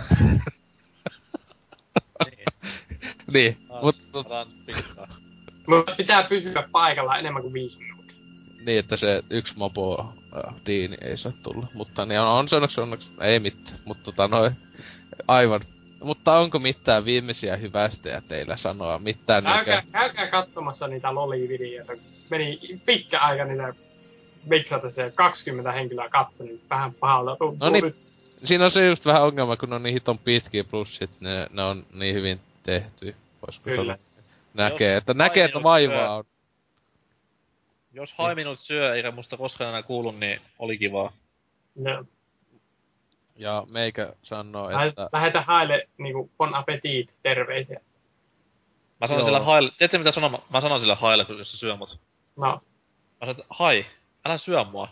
Niin, mutta... Mutta pitää pysyä paikalla enemmän kuin viisi minuuttia. Niin, että se yksi mopo äh, diini ei saa tulla. Mutta niin on, on se onneksi, onneksi, ei mitään. Mutta tota noin, aivan. Mutta onko mitään viimeisiä hyvästejä teillä sanoa? Mitään käykää, mikä... käykää katsomassa niitä loli-videoita. Meni pitkä aika niitä miksata se kaksikymmentä henkilöä katto, niin vähän pahalta tuntuu no niin, nyt. Siinä on se just vähän ongelma, kun ne on niin hiton pitkiä, plus sit ne, ne on niin hyvin tehty. Kyllä. Näkee, jos että näkee, että vaivaa on. Jos Haiminut syö eikä musta koskaan enää kuulu, niin oli kivaa. No. Ja meikä sanoo, Lähet, että... Lähetä Haille niinku bon appetit terveisiä. Mä sanon Joo. sillä Haille, tiedätkö mitä sanon? Mä sanon sillä Haille, kun jos se syö mut. No, Mä sanon, että Hai, älä syö mua.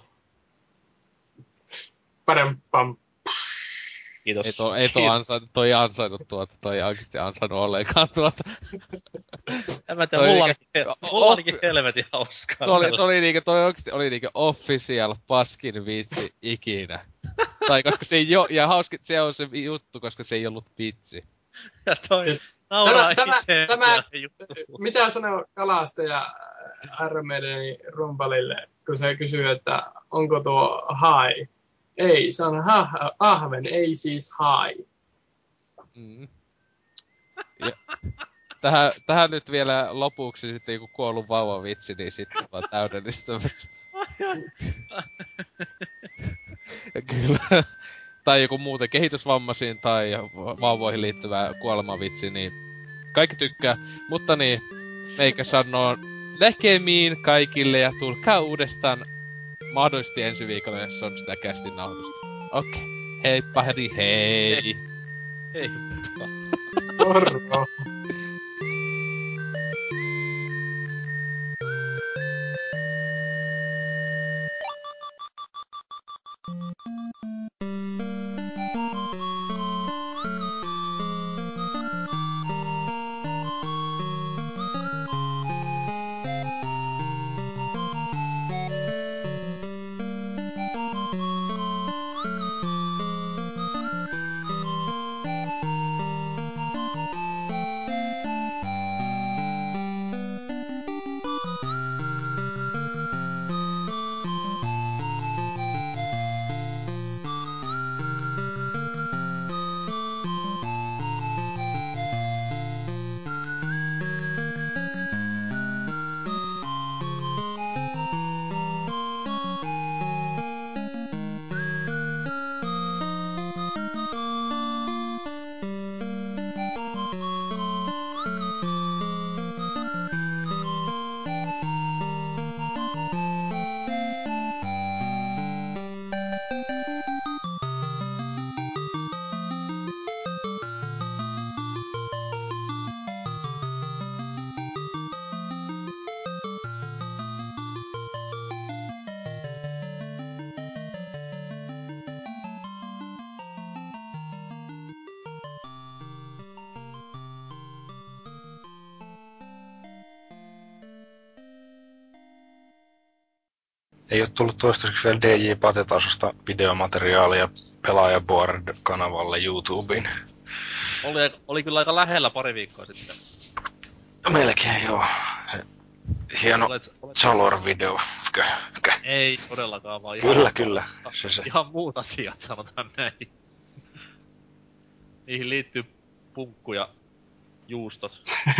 parem pam. Kiitos. Ei toi, ei toi ansainnut, toi ei ansainnut tuota, toi ei oikeesti ansainnut ollenkaan tuota. En mä tiedä, Toi mulla, niinkö- ainakin, o- mulla o- ainakin helvetin hauskaa. Toi oli, tällä. toi oli niinkö, toi oikeesti oli niinkö official paskin vitsi ikinä. Tai koska se ei jo, ja hauski, se on se juttu, koska se ei ollut vitsi. Ja toi Siis nauraa tämä- itse tämä- ja juttu. Mitä sanoo kalastaja Armedeni rumpalille, kun se kysyy, että onko tuo hai? Ei, se on ha- ahven, ei siis hai. Mm. Ja, tähän, tähän nyt vielä lopuksi sitten joku kuollut vauva vitsi, niin sitten vaan täydellistämässä. Ja kyllä. Tai joku muuten kehitysvammaisiin tai vauvoihin liittyvä kuolemavitsi, niin kaikki tykkää. Mutta niin, meikä sanoo näkemiin kaikille ja tulkaa uudestaan mahdollisesti ensi viikolla, jos on sitä kästin nauhoitusta. Okei. Okay. Heippa hei hei. Ei. Moro. Ei ole tullut toistaiseksi vielä D J Pate-tasosta videomateriaalia Pelaajaboard-kanavalle YouTubeen. Oli, oli kyllä aika lähellä pari viikkoa sitten. Melkein joo. Se hieno Olet, olet... Chalor-video. Kö, kö. Ei todellakaan vaan ihan... Kyllä, kyllä. Se, se. Ihan muut asiat, sanotaan näin. Niihin liittyy punkku ja juustot.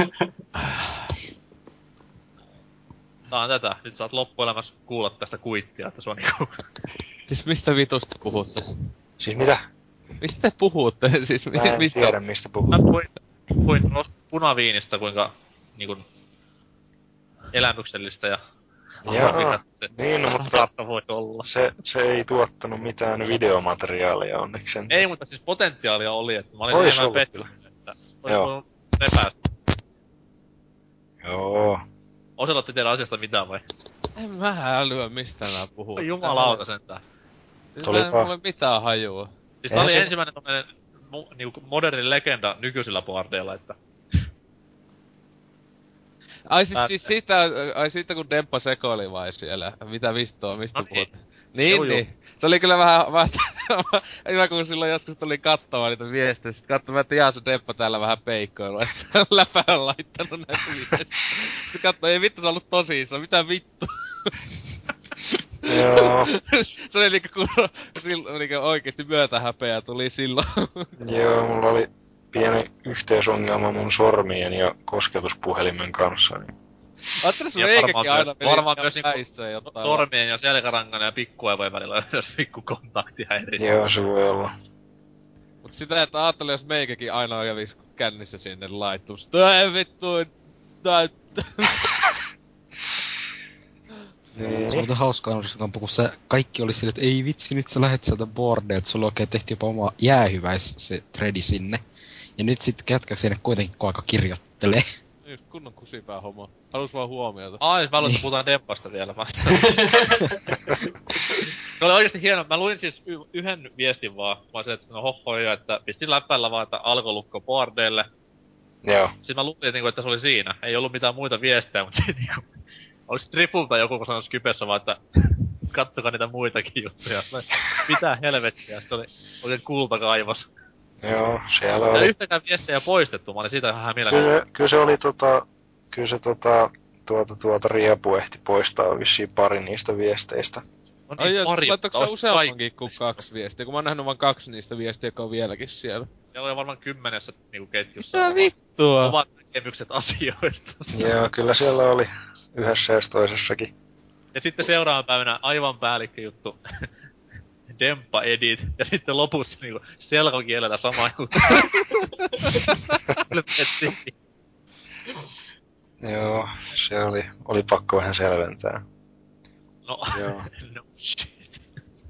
Tää on tätä. Nyt saat loppuelämässä kuulla tästä kuittia, että se on niinku... Siis mistä vitusta puhutte? Siis mitä? Mistä te puhutte? Siis Mä en mistä? tiedä mistä Mä puhut. puhuin, puhuin punaviinistä, kuinka niinku elämyksellistä ja Jaa, se niin, no, mutta rakka voi olla. se, se ei tuottanut mitään videomateriaalia onneksi. Ei, mutta siis potentiaalia oli, että mä olin Ois enemmän ollut pettynyt, kyllä. että olisi Joo. voinut repäästä. Joo. Oselotti tiedä asiasta mitään vai? En mä älyä mistä nää puhuu. Jumalauta sentään. Siis Tulipa- mä en mulla mitään hajua. Siis Eihän tää oli se- ensimmäinen tommonen mu, niinku moderni legenda nykyisillä boardeilla, että... Ai siis, Tää- siis siitä, ai siitä kun Demppa sekoili vai siellä? Mitä vittua, mistä No niin. puhut? Niin, Joo, joo. niin. Se oli kyllä vähän, vähän hyvä kun silloin joskus tuli katsomaan niitä viestejä. Sit katsomaan, että jaa se Demppa täällä vähän peikkoilu, että se on läpä on laittanut näitä viestejä. Sitten katsoin, ei vittu se on ollut tosissaan, mitä vittu. Joo. Se oli niinku kun silloin niinku oikeesti myötähäpeä tuli silloin. Joo, mulla oli pieni yhteysongelma mun sormien ja kosketuspuhelimen kanssa. Niin. Ajattelin, sulla Ja eikäkin varmaan aina myös- varmaan myös niinku päissä jotain. sormien ja selkärangan ja pikkuaivojen välillä on myös pikku kontaktihäiriö. Joo, se voi olla. Mut sitä, että ajattelin, jos meikäkin aina kävis kännissä sinne laittus. Tää vittu, tää... Se on Niin. muuten hauskaa, kun se kaikki oli sille, että ei vitsi, nyt sä lähet sieltä boardeilta, sulla oikein tehty jopa oma jäähyväis se threadi sinne. Ja nyt sit kätkä sinne kuitenkin kun aika kirjoittelee. Just kunnon kusipää homo. Halus vaan huomiota. Ai, mä luulen, Niin. että puhutaan Dempasta vielä vasta. Se oli oikeesti hieno. Mä luin siis y- yhden viestin vaan. Mä olisin, että no hohoja, että pistin läppällä vaan, että alkolukko boardeille. Joo. Sitten mä luulin, että, niinku, että se oli siinä. Ei ollut mitään muita viestejä, mutta sit niinku... Olis Tripulta joku, kun sanoi Skypessä vaan, että kattokaa niitä muitakin juttuja. Mä, mitä helvettiä, se oli oikein kultakaivos. Joo, siellä Ja oli. yhtäkään viestejä poistettu, mä olin siitä ihan hämilläni. Kyllä, kyllä se oli tota... Kyllä se tota... Tuota, tuota Riepu ehti poistaa vissiin pari niistä viesteistä. No Ai ja, pari, laittoiko mutta se ois useammankin kuin kaksi viestiä? Kun mä oon nähnyt vaan kaksi niistä viestiä, jotka on vieläkin siellä. Siellä oli varmaan kymmenessä niinku ketjussa Mitä oma, vittua? omat näkemykset asioista. Joo, kyllä siellä oli yhdessä ja toisessakin. Ja sitten seuraavana päivänä aivan päällikköjuttu. Demppa edit. Ja sitten lopussa niinku selkokielellä sama juttu. Helvetti. Joo, se oli, oli pakko vähän selventää. No, Joo. no shit.